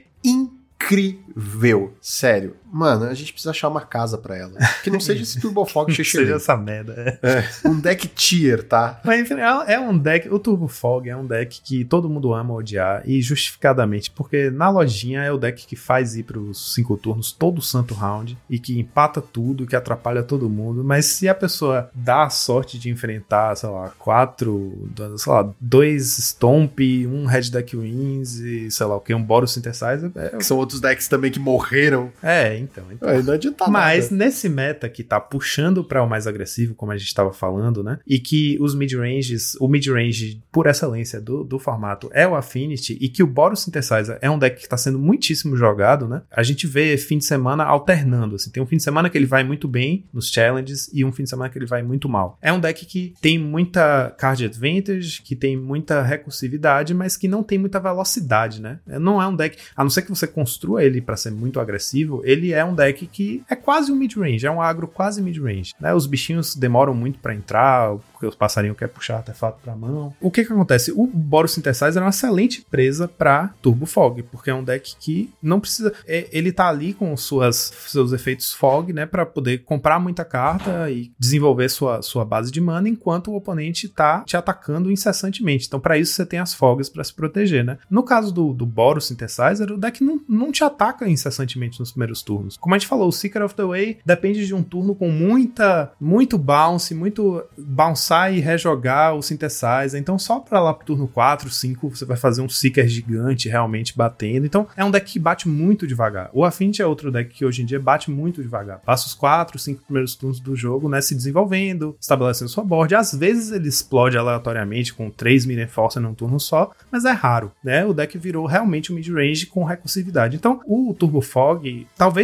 incrível, sério. Mano, a gente precisa achar uma casa pra ela. Que não seja esse Turbo Fog xixi. Seja essa merda. É. É, um deck tier, tá? Mas enfim, é um deck, o Turbo Fog é um deck que todo mundo ama odiar, e justificadamente, porque na lojinha é o deck que faz ir pros cinco turnos todo santo round, e que empata tudo, que atrapalha todo mundo, mas se a pessoa dá a sorte de enfrentar, sei lá, quatro, sei lá, dois Stomp, um Red Deck Wins e, sei lá o que, um Boros Synthesizer... É... Que são outros decks também que morreram. É, então. então. É, não adianta Mas nada. nesse meta que tá puxando para o mais agressivo, como a gente estava falando, né? E que os mid-ranges, o mid-range por excelência do, do formato é o Affinity, e que o Boros Synthesizer é um deck que tá sendo muitíssimo jogado, né? A gente vê fim de semana alternando, assim. Tem um fim de semana que ele vai muito bem nos challenges e um fim de semana que ele vai muito mal. É um deck que tem muita card advantage, que tem muita recursividade, mas que não tem muita velocidade, né? Não é um deck, a não ser que você construa ele para ser muito agressivo, ele é um deck que é quase um mid-range, é um agro quase mid-range, né? Os bichinhos demoram muito para entrar, porque os passarinhos querem puxar artefato pra mão. O que que acontece? O Boros Synthesizer é uma excelente presa pra Turbo Fog, porque é um deck que não precisa... É, ele tá ali com suas, seus efeitos Fog, né? Pra poder comprar muita carta e desenvolver sua, sua base de mana, enquanto o oponente tá te atacando incessantemente. Então, pra isso, você tem as Fogs pra se proteger, né? No caso do, do Boros Synthesizer, o deck não, não te ataca incessantemente nos primeiros turnos. Como a gente falou, o Seeker of the Way depende de um turno com muita, muito bounce, muito bounce e rejogar o Synthesizer. Então só pra lá pro turno quatro, cinco você vai fazer um Seeker gigante realmente batendo. Então é um deck que bate muito devagar. O Affinity é outro deck que hoje em dia bate muito devagar. Passa os quatro, cinco primeiros turnos do jogo, né, se desenvolvendo, estabelecendo sua board. Às vezes ele explode aleatoriamente com três Minion Force num turno só, mas é raro, né? O deck virou realmente um mid-range com recursividade. Então o Turbo Fog talvez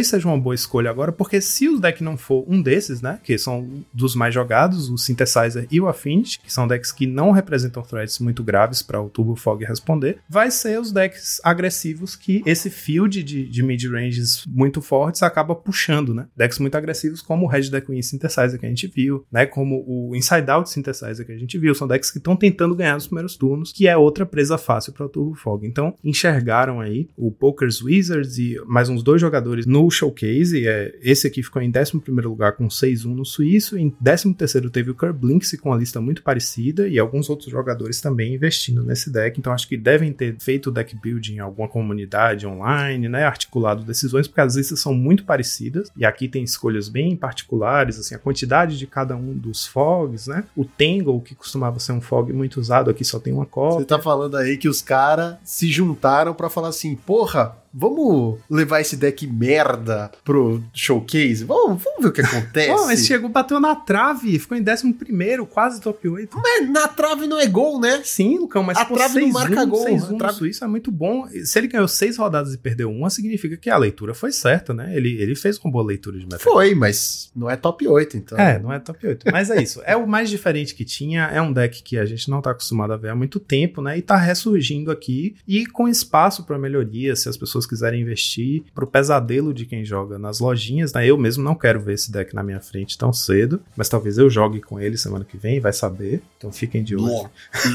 talvez seja uma boa escolha agora, porque se o deck não for um desses, né, que são dos mais jogados, o Synthesizer e o Affinity, que são decks que não representam threats muito graves para o Turbo Fog responder, vai ser os decks agressivos que esse field de, de mid-ranges muito fortes acaba puxando, né? Decks muito agressivos como o Red Deck Queen Synthesizer que a gente viu, né? Como o Inside Out Synthesizer que a gente viu, são decks que estão tentando ganhar nos primeiros turnos, que é outra presa fácil para o Turbo Fog. Então, enxergaram aí o Poker's Wizards e mais uns dois jogadores no Showcase, é, esse aqui ficou em décimo primeiro lugar com seis um no suíço, em décimo terceiro teve o Kerblinks com uma lista muito parecida e alguns outros jogadores também investindo nesse deck, então acho que devem ter feito deck building em alguma comunidade online, né, articulado decisões, porque as listas são muito parecidas, e aqui tem escolhas bem particulares, assim, a quantidade de cada um dos fogs, né, o Tangle, que costumava ser um fog muito usado, aqui só tem uma cópia. Você tá falando aí que os caras se juntaram pra falar assim, porra, vamos levar esse deck merda pro showcase? Vamos, vamos ver o que acontece. Pô, mas chegou, bateu na trave, ficou em décimo primeiro, quase top oito. Mas na trave não é gol, né? Sim, Lucão, mas a por trave não marca gol. seis um a trave... no Suíço é muito bom. Se ele ganhou seis rodadas e perdeu uma, significa que a leitura foi certa, né? Ele, ele fez uma boa leitura de meta. Foi, mas não é top oito, então. É, não é top oito. Mas é isso. É o mais diferente que tinha, é um deck que a gente não tá acostumado a ver há muito tempo, né? E tá ressurgindo aqui e com espaço pra melhoria, se as pessoas quiserem investir pro pesadelo de quem joga nas lojinhas, né? Eu mesmo não quero ver esse deck na minha frente tão cedo, mas talvez eu jogue com ele semana que vem, vai saber. Então fiquem de olho.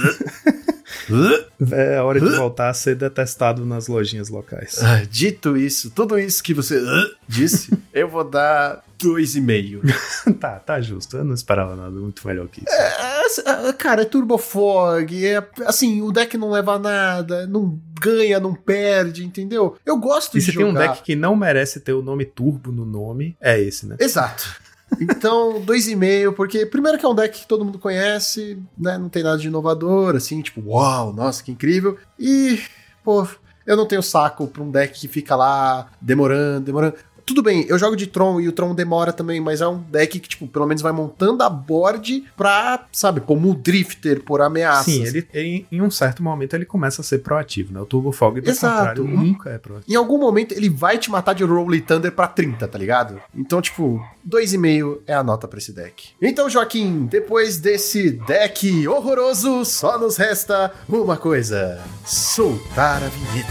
É a hora de voltar a ser detestado nas lojinhas locais. Ah, dito isso, tudo isso que você uh, disse, eu vou dar dois e meio. Tá, tá justo. Eu não esperava nada muito melhor que isso. É, cara, é Turbo Fog, é, assim, o deck não leva a nada, não ganha, não perde, entendeu? Eu gosto e de se jogar. tem um deck que não merece ter o nome Turbo no nome, é esse, né? Exato. Então, dois e meio, porque primeiro que é um deck que todo mundo conhece, né? Não tem nada de inovador, assim, tipo, uau, nossa, que incrível. E, pô, eu não tenho saco pra um deck que fica lá demorando, demorando. Tudo bem, eu jogo de Tron e o Tron demora também, mas é um deck que, tipo, pelo menos vai montando a board pra, sabe, como o Drifter, por ameaças. Sim, ele, ele em um certo momento ele começa a ser proativo, né? O Turbo Fog, do Exato. contrário, nunca é proativo. Em algum momento ele vai te matar de Rolling Thunder pra trinta, tá ligado? Então, tipo, dois e meio é a nota pra esse deck. Então, Joaquim, depois desse deck horroroso, só nos resta uma coisa: soltar a vinheta.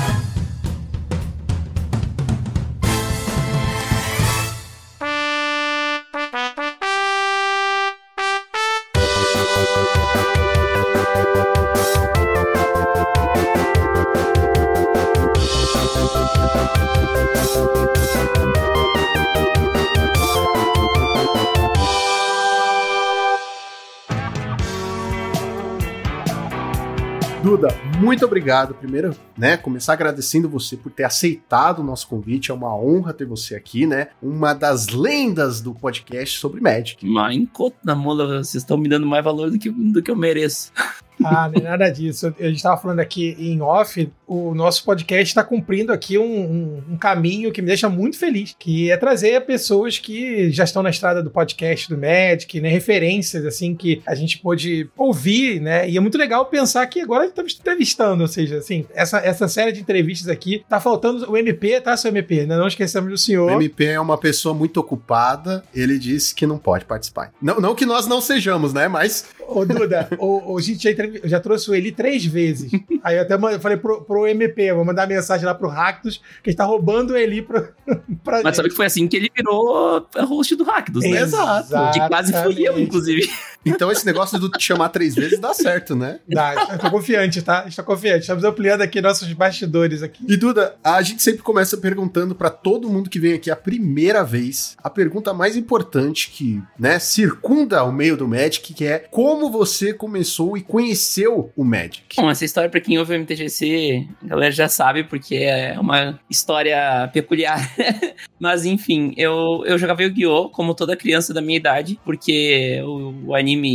Duda, muito obrigado. Primeiro, né, começar agradecendo você por ter aceitado o nosso convite. É uma honra ter você aqui, né? Uma das lendas do podcast sobre Magic. Mas enquanto na mola, vocês estão me dando mais valor do que, do que eu mereço. Ah, nem nada disso. A gente estava falando aqui em off, o nosso podcast está cumprindo aqui um, um, um caminho que me deixa muito feliz, que é trazer pessoas que já estão na estrada do podcast do Magic, né, referências assim que a gente pôde ouvir, né, e é muito legal pensar que agora estamos entrevistando, ou seja, assim, essa, essa série de entrevistas aqui, tá faltando o M P, tá, seu M P, né? Não esqueçamos do senhor. O M P é uma pessoa muito ocupada, ele disse que não pode participar. Não, não que nós não sejamos, né, mas... Ô, Duda, o, o, a gente já, entrev... já trouxe o Eli três vezes. Aí eu até mandei, falei pro, pro M P, vou mandar mensagem lá pro Rakdos, que a gente tá roubando o Eli pro, pra Mas gente. sabe que foi assim que ele virou host do Rakdos, né? Exato. Que quase fui eu, inclusive. Então esse negócio de te chamar três vezes dá certo, né? Dá, eu tô confiante, tá? Estou confiante. Estamos ampliando aqui nossos bastidores aqui. E Duda, a gente sempre começa perguntando pra todo mundo que vem aqui a primeira vez, a pergunta mais importante que, né, circunda o meio do Magic, que é como você começou e conheceu o Magic? Bom, essa história pra quem ouve o M T G C, a galera já sabe, porque é uma história peculiar. Mas enfim, eu, eu jogava Yu-Gi-Oh! Como toda criança da minha idade, porque o, o anime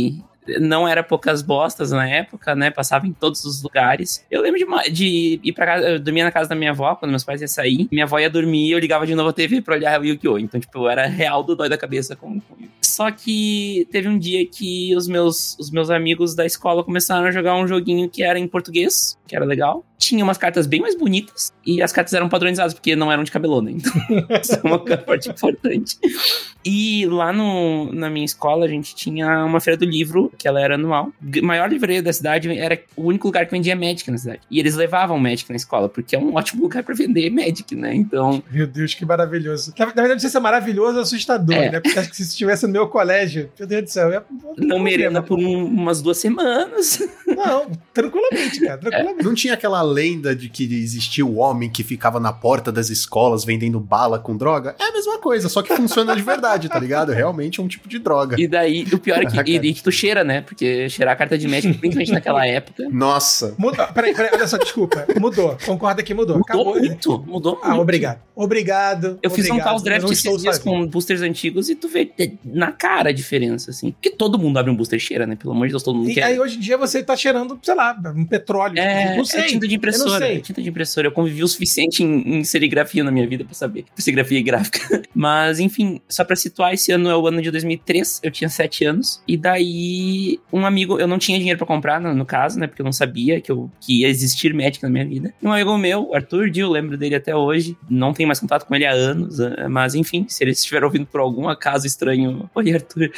não era poucas bostas na época, né? Passava em todos os lugares. Eu lembro de, de ir pra casa, eu dormia na casa da minha avó, quando meus pais iam sair. Minha avó ia dormir e eu ligava de novo a T V pra olhar o Yu-Gi-Oh! Então, tipo, eu era real do dói da cabeça com, com Yu-Gi-Oh! Só que teve um dia que os meus, os meus amigos da escola começaram a jogar um joguinho que era em português, que era legal. Tinha umas cartas bem mais bonitas e as cartas eram padronizadas, porque não eram de cabelona, então isso é uma parte importante. E lá no, na minha escola a gente tinha uma feira do livro, que ela era anual. A maior livraria da cidade era o único lugar que vendia Magic na cidade. E eles levavam Magic na escola, porque é um ótimo lugar pra vender Magic, né? Então... Meu Deus, que maravilhoso. Na verdade, não sei se é maravilhoso ou assustador, é. né? Porque acho que se estivesse no meu colégio, meu Deus do céu, eu ia... Não merenda por um, umas duas semanas. Não, tranquilamente, cara, tranquilamente. É. Não tinha aquela lenda de que existia o homem que ficava na porta das escolas vendendo bala com droga? É a mesma coisa, só que funciona de verdade, tá ligado? Realmente é um tipo de droga. E daí, o pior é que, e, e que tu cheira, né? Porque cheirar a carta de Magic, principalmente naquela época... Nossa. Mudou, peraí, peraí, olha só, desculpa. Mudou, concorda que mudou. Mudou Acabou, muito, né? mudou Ah, muito. obrigado. Obrigado. Eu fiz obrigado. um caos draft Eu não esses estou dias sozinho. com boosters antigos e tu vê na cara a diferença, assim. Porque todo mundo abre um booster e cheira, né? Pelo amor de Deus, todo mundo E quer. aí, hoje em dia, você tá cheirando, sei lá, um petróleo. É, não sei. é tinta de Eu não impressora. sei. É tinta de impressora. Eu convivi o suficiente em, em serigrafia na minha vida pra saber. Serigrafia e gráfica. Mas, enfim, só pra situar, esse ano é o ano de dois mil e três. Eu tinha sete anos. E daí, um amigo... Eu não tinha dinheiro pra comprar, no, no caso, né? Porque eu não sabia que, eu, que ia existir Magic na minha vida. E um amigo meu, Arthur Dio, lembro dele até hoje. Não tenho mais contato com ele há anos. Mas, enfim, se ele estiver ouvindo por algum acaso estranho... Oi, Arthur.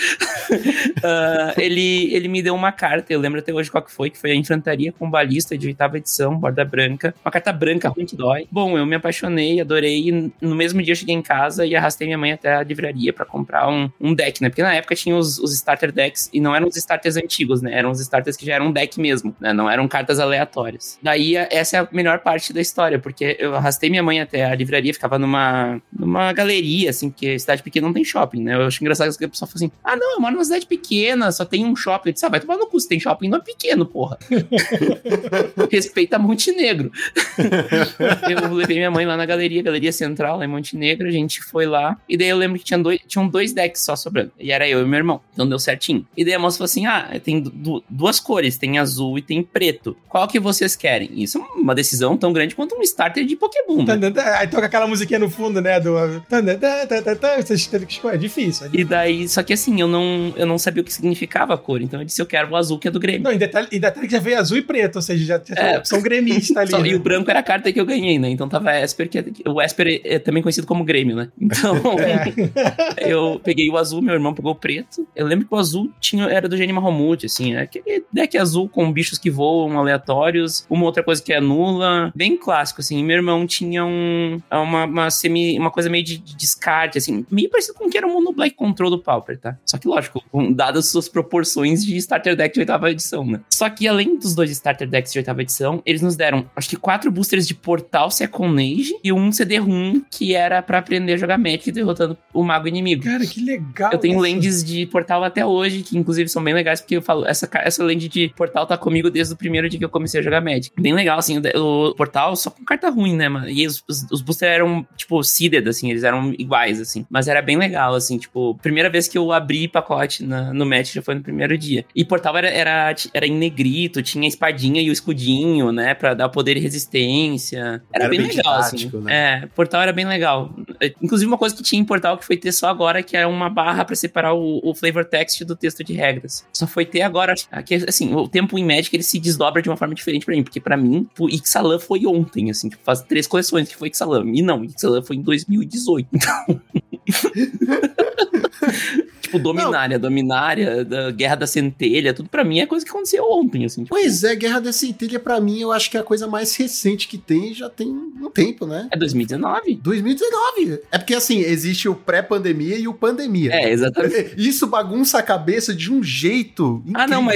uh, ele, ele me deu uma carta. Eu lembro até hoje qual que foi. Que foi a Infantaria com Balista de oitava edição, borda branca. Uma carta branca, ruim que dói. Bom, eu me apaixonei, adorei. E no mesmo dia eu cheguei em casa e arrastei minha mãe até a livraria pra comprar um, um deck, né? Porque na época tinha os, os starter decks e não eram os starters antigos, né? Eram os starters que já eram um deck mesmo, né? Não eram cartas aleatórias. Daí, essa é a melhor parte da história, porque eu arrastei minha mãe até a livraria, ficava numa, numa galeria, assim, porque cidade pequena não tem shopping, né? Eu acho engraçado que a pessoa fala assim, ah, não, eu moro numa cidade pequena, só tem um shopping. Eu disse, ah, vai tomar no cu, se tem shopping, não é pequeno, porra. Respeita Montenegro. Eu levei minha mãe lá na galeria, galeria central, lá em Montenegro, a gente foi lá, e daí eu lembro que tinha dois, tinham dois decks só sobrando, e era eu e meu irmão, então deu certinho. E daí a moça falou assim, ah, tem du- duas cores, tem azul e tem preto, qual que vocês querem? Isso é uma decisão tão grande quanto um starter de Pokémon, né? Aí toca aquela musiquinha no fundo, né? Do... Vocês têm que escolher. É difícil. É difícil. E daí, só que assim, eu não, eu não sabia o que significava a cor, então eu disse, eu quero o azul, que é do Grêmio. Não, em detalhe, em detalhe que já veio azul e preto, ou seja, já, já É. são gremistas ali. Só- né? E o branco era a carta que eu ganhei, né? Então tava Esper, que é, o Esper é também conhecido como Grêmio, né? Então, É. eu peguei o azul, meu irmão pegou o preto. Eu lembro que o azul tinha, era do Gene Mahamud, assim, é aquele deck azul com bichos que voam aleatórios, uma outra coisa que é nula, bem clássico, assim. E meu irmão tinha um, uma, uma semi, uma coisa meio de, de descarte, assim, meio parecido com o que era o Mono Black Control do Pauper, tá? Só que, lógico, com, dadas suas proporções de starter deck de oitava edição, né? Só que, além dos dois starter decks de oitava edição, eles nos deram, acho que quatro boosters de Portal Second Age e um C D ROM que era pra aprender a jogar Magic derrotando o mago inimigo. Cara, que legal. Eu tenho isso. lands de Portal até hoje, que inclusive são bem legais, porque eu falo, essa, ca- essa land de Portal tá comigo desde o primeiro dia que eu comecei a jogar Magic. Bem legal, assim, o, de- o Portal só com carta ruim, né, mano? E os, os, os boosters eram, tipo, seeded, assim, eles eram iguais, assim. Mas era bem legal, assim, tipo, primeira vez que eu abri pacote na, no Magic já foi no primeiro dia. E Portal era, era, era em negrito, tinha a espadinha e o escudinho, né, pra dar poder e resistência. Era, Era bem, bem legal, didático, assim. né? É, Portal era bem legal. É, inclusive, uma coisa que tinha em Portal que foi ter só agora, que era uma barra pra separar o, o flavor text do texto de regras. Só foi ter agora. Aqui, assim, o tempo em Magic, ele se desdobra de uma forma diferente pra mim, porque pra mim, o Ixalan foi ontem, assim, tipo, faz três coleções que foi Ixalan. E não, Ixalan foi em dois mil e dezoito. Então... tipo, Dominária, não. Dominária, da Guerra da Centelha, tudo pra mim é coisa que aconteceu ontem, assim. Tipo... Pois é, Guerra da Centelha pra mim eu acho que é a coisa mais recente que tem, já tem um tempo, né? É dois mil e dezenove. dois mil e dezenove. É porque assim, existe o pré-pandemia e o pandemia. É, exatamente. Isso bagunça a cabeça de um jeito incrível. Ah, não, mas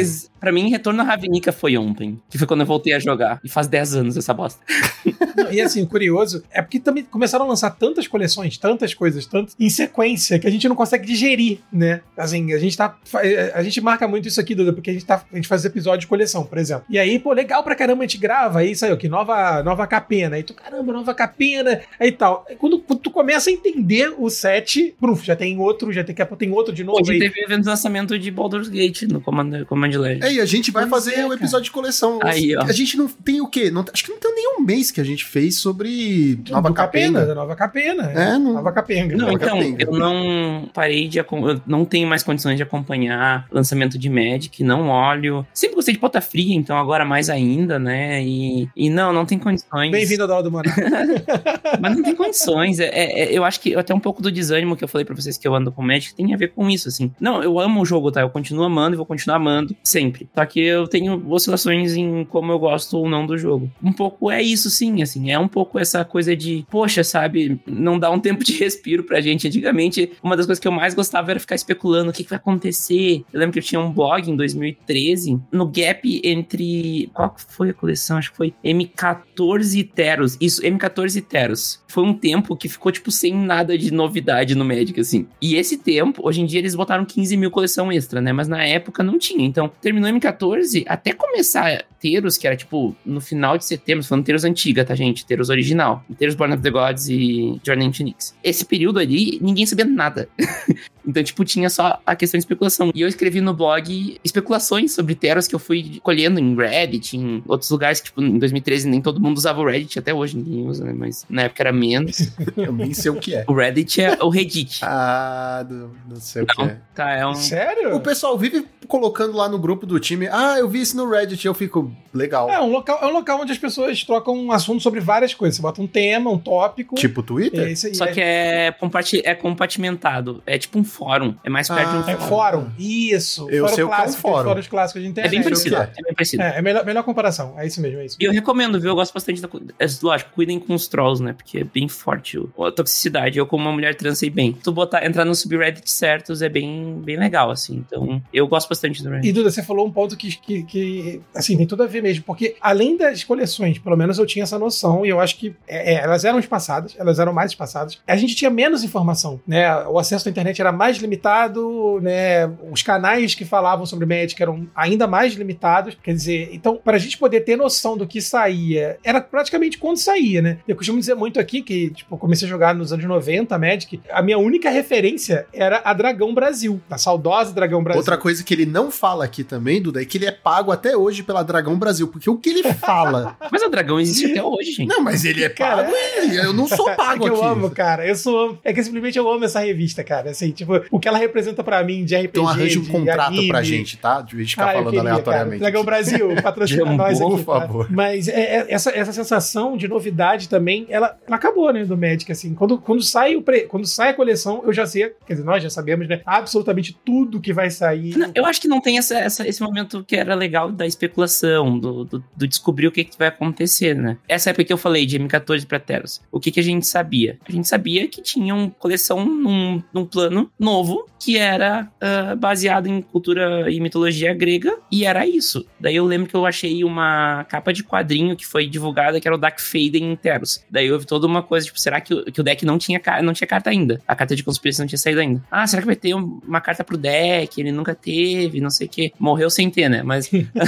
pra mim, Retorno à Ravnica foi ontem, que foi quando eu voltei a jogar. E faz dez anos essa bosta. Não, e assim, curioso, é porque também começaram a lançar tantas coleções, tantas coisas, tanto em sequência, que a gente não consegue digerir, né? Assim, a gente tá... A gente marca muito isso aqui, Duda, porque a gente, tá, a gente faz episódio de coleção, por exemplo. E aí, pô, legal pra caramba, a gente grava, aí saiu que nova, nova capena. Aí tu, caramba, nova capena, aí tal. Aí, quando, quando tu começa a entender o set, bruf, já tem outro, já tem, tem outro de novo. Hoje aí. teve evento de lançamento de Baldur's Gate no Command, Command Legends. É, e a gente vai Pois fazer é, o cara. episódio de coleção. Aí, ó. A gente não tem o quê? Não, acho que não tem nenhum mês que a gente fez sobre Nova Do Capena. da Nova Capena. É, não- Nova Capenga. Não, Nova então, Capenga. eu não parei de... acom- Eu não tenho mais condições de acompanhar lançamento de Magic, não olho. Sempre gostei de pauta fria, então agora mais ainda, né? E, e não, não tem condições. Bem-vindo ao Dó do Monarca. Mas não tem condições. É, é- eu acho que até um pouco do desânimo que eu falei pra vocês que eu ando com Magic tem a ver com isso, assim. Não, eu amo o jogo, tá? Eu continuo amando e vou continuar amando sempre. Só que eu tenho oscilações em como eu gosto ou não do jogo. Um pouco é isso, sim, assim. É um pouco essa coisa de, poxa, sabe? Não dá um tempo de respiro pra gente. Antigamente, uma das coisas que eu mais gostava era ficar especulando o que, que vai acontecer. Eu lembro que eu tinha um blog em dois mil e treze, no gap entre... Qual que foi a coleção? Acho que foi M quatorze e Teros. Isso, M quatorze e Teros. Foi um tempo que ficou, tipo, sem nada de novidade no Magic, assim. E esse tempo, hoje em dia, eles botaram quinze mil coleção extra, né? Mas na época não tinha. Então, terminou M quatorze, até começar Teros, que era, tipo, no final de setembro, falando Teros antiga, tá, gente? Teros original. Teros Born of the Gods e Journey into Nyx. Esse período ali, ninguém sabia nada. Então, tipo, tinha só a questão de especulação. E eu escrevi no blog especulações sobre Teros que eu fui colhendo em Reddit, em outros lugares, que, tipo, em dois mil e treze nem todo mundo usava o Reddit, até hoje ninguém usa, né? Mas na época era menos. Eu nem sei o que é. O Reddit é o Reddit. Ah, do- não sei o que Não, é. tá, é um... Sério? O pessoal vive colocando lá no grupo do time, ah, eu vi isso no Reddit, e eu fico, legal. É um, local, é um local onde as pessoas trocam um assunto sobre várias coisas. Você bota um tema, um tópico. Tipo Twitter? é isso aí. Só que é, comparti- é compartimentado. É tipo um fórum. É mais perto Ah, de um É fórum. fórum. Isso. Eu fórum sei o que é um clássico, fórum. aqueles fóruns clássicos de internet. É bem sei o parecido. que É bem parecido. É, é melhor, melhor comparação. É isso mesmo, é isso. E eu recomendo, viu? Eu gosto bastante da... cu- É, lógico, cuidem com os trolls, né? Porque é bem forte o- a toxicidade. Eu, como uma mulher trans, sei bem. Tu botar, entrar nos subreddits certos é bem, bem legal, assim. Então, eu gosto bastante do Reddit. E Duda, você falou um ponto que, que, que, assim, tem tudo a ver mesmo, porque além das coleções, pelo menos eu tinha essa noção, e eu acho que é, é, elas eram espaçadas, elas eram mais espaçadas, a gente tinha menos informação, né? O acesso à internet era mais limitado, né? Os canais que falavam sobre Magic eram ainda mais limitados, quer dizer, então, para a gente poder ter noção do que saía, era praticamente quando saía, né? Eu costumo dizer muito aqui que, tipo, eu comecei a jogar nos anos noventa, Magic, a minha única referência era a Dragão Brasil, a saudosa Dragão Brasil. Outra coisa que ele não fala aqui também, Duda, é que ele é pago até hoje pela Dragão Brasil, porque o que ele fala... Mas o dragão existe até hoje, gente. Não, mas ele é Cara, pago, e eu não sou É pago que aqui. eu amo, cara. Eu sou. É que simplesmente eu amo essa revista, cara. Assim, tipo, o que ela representa pra mim de R P G. Então arranja um de contrato anime. pra gente, tá? De vez de ficar Ah, eu falando queria, aleatoriamente. cara. Dragão Brasil, patrocina Jambô, nós aqui, por tá? favor. Mas é, é, essa, essa sensação de novidade também, ela, ela acabou, né, do Magic, assim. Quando, quando, sai o pre, quando sai a coleção, eu já sei, quer dizer, nós já sabemos, né, absolutamente tudo que vai sair. Não, eu acho que não tem essa, essa- esse momento que era legal da especulação, do, do, do descobrir o que, que vai acontecer, né? Essa época que eu falei de M quatorze pra Teros, o que, que a gente sabia? A gente sabia que tinha uma coleção num, num plano novo, que era ah, baseado em cultura e mitologia grega, e era isso. Daí eu lembro que eu achei uma capa de quadrinho que foi divulgada, que era o Dark Faden em Teros. Daí houve toda uma coisa, tipo, será que o, que o deck não tinha, ca- não tinha carta ainda? A carta de conspiração não tinha saído ainda. Ah, será que vai ter um- uma carta pro deck? Ele nunca teve, não sei o quê. Morreu sem ter, né? Mas...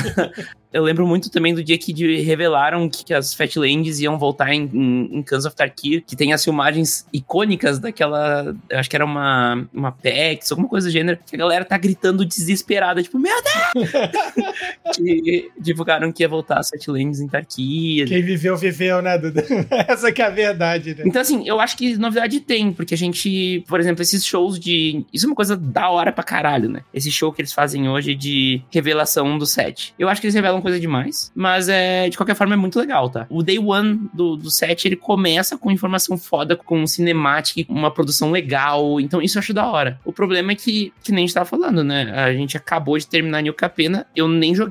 Eu lembro muito também do dia que de- revelaram que, que as Fatlands iam voltar em, em, em Khans of Tarkir, que tem as filmagens icônicas daquela... Eu acho que era uma, uma Pex, alguma coisa do gênero, que a galera tá gritando desesperada, tipo, meu Deus! Que divulgaram que ia voltar as Fatlands em Tarkir. Quem viveu, viveu, né, Duda? Essa que é a verdade, né? Então, assim, eu acho que novidade tem, porque a gente, por exemplo, esses shows de... Isso é uma coisa da hora pra caralho, né? Esse show que eles fazem hoje de revelação do set. Eu acho que eles revelam coisa demais, mas é, de qualquer forma é muito legal, tá? O Day One do, do set, ele começa com informação foda, com cinemática, uma produção legal, então isso eu acho da hora. O problema é que, que nem a gente tava falando, né? A gente acabou de terminar New Capena, eu nem joguei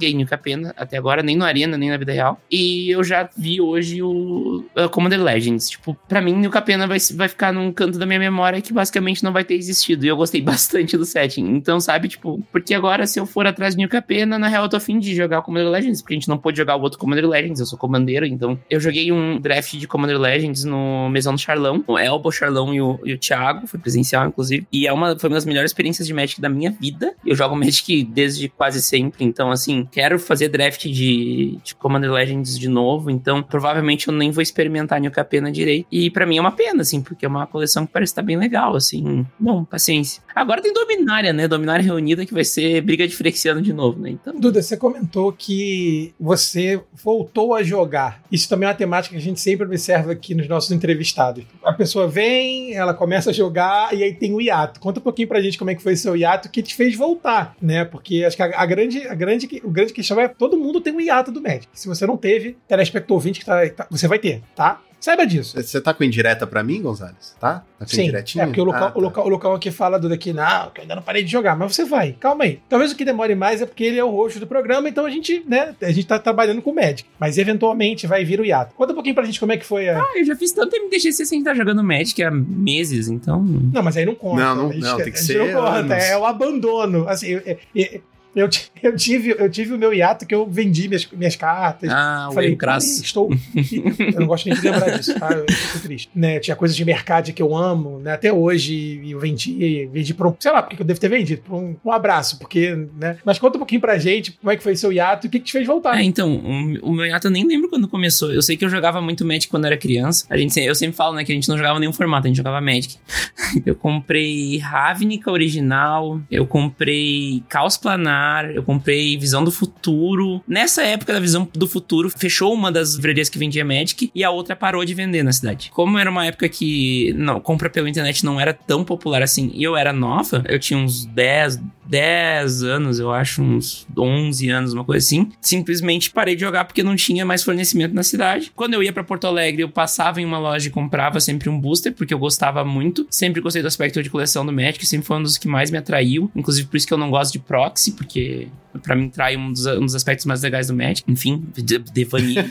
joguei New Capenna até agora, nem no Arena, nem na vida real. E eu já vi hoje o uh, Commander Legends. Tipo, pra mim, New Capenna vai, vai ficar num canto da minha memória que basicamente não vai ter existido. E eu gostei bastante do setting. Então, sabe, tipo, porque agora se eu for atrás de New Capenna, na real eu tô afim de jogar o Commander Legends, porque a gente não pôde jogar o outro Commander Legends, eu sou comandeiro, então eu joguei um draft de Commander Legends no Mesão do Charlão, o Elbo, o Charlão e o, e o Thiago, foi presencial, inclusive, e é uma, foi uma das melhores experiências de Magic da minha vida. Eu jogo Magic desde quase sempre, então, assim, quero fazer draft de, de Commander Legends de novo, então, provavelmente eu nem vou experimentar New Capenna direito, e pra mim é uma pena, assim, porque é uma coleção que parece estar bem legal, assim, bom, paciência. Agora tem Dominária, né, Dominária reunida, que vai ser briga de Phyrexiano de novo, né, então... Duda, você comentou que você voltou a jogar. Isso também é uma temática que a gente sempre observa aqui nos nossos entrevistados. A pessoa vem, ela começa a jogar e aí tem o hiato. Conta um pouquinho pra gente como é que foi o seu hiato que te fez voltar, né? Porque acho que a, a, grande, a grande, o grande questão é todo mundo tem um hiato do Magic. Se você não teve, telespectador ouvinte que tá, tá, você vai ter, tá? Saiba disso. Você tá com indireta pra mim, Gonzalez? Tá? Tá com Sim, indiretinho? é porque o local, ah, tá. o, local, o local aqui fala do daqui, não, que eu ainda não parei de jogar, mas você vai, calma aí. Talvez o que demore mais é porque ele é o host do programa, então a gente, né, a gente tá trabalhando com o Magic, mas eventualmente vai vir o hiato. Conta um pouquinho pra gente como é que foi a... Ah, eu já fiz tanto M T G C sem estar jogando Magic há meses, então... Não, mas aí não conta. Não, não, gente, não tem que a gente ser não conta, anos. é o abandono. Assim, eu, eu, eu, eu, tive, eu tive o meu hiato que eu vendi minhas, minhas cartas. Ah, o falei, erro crasso. estou... Eu não gosto nem de lembrar disso, tá? Eu fico triste. Né? Tinha coisas de mercado que eu amo, né? Até hoje, e eu vendi, vendi por um... Sei lá, porque eu devo ter vendido, por um, um abraço, porque, né? Mas conta um pouquinho pra gente como é que foi seu hiato e o que, que te fez voltar. É, então, o, o meu hiato eu nem lembro quando começou. Eu sei que eu jogava muito Magic quando era criança. A gente, eu sempre falo, né, que a gente não jogava nenhum formato, a gente jogava Magic. Eu comprei Ravnica original, eu comprei Caos Planar, eu comprei Visão do Futuro. Nessa época da Visão do Futuro, fechou uma das livrarias que vendia Magic e a outra parou de vender na cidade. Como era uma época que não, compra pela internet não era tão popular assim e eu era nova, eu tinha uns dez, dez anos, eu acho, uns onze anos, uma coisa assim, simplesmente parei de jogar porque não tinha mais fornecimento na cidade. Quando eu ia pra Porto Alegre, eu passava em uma loja e comprava sempre um booster, porque eu gostava muito, sempre gostei do aspecto de coleção do Magic, sempre foi um dos que mais me atraiu, inclusive por isso que eu não gosto de proxy, porque pra mim trai um dos, um dos aspectos mais legais do Magic, enfim, devaneio.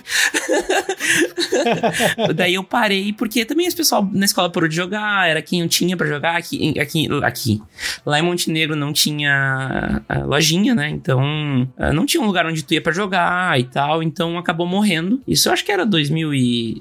Daí eu parei, porque também as pessoas na escola parou de jogar, era quem eu tinha pra jogar aqui, aqui, aqui. Lá em Montenegro não tinha lojinha, né, então não tinha um lugar onde tu ia pra jogar e tal, então acabou morrendo. Isso eu acho que era dois mil e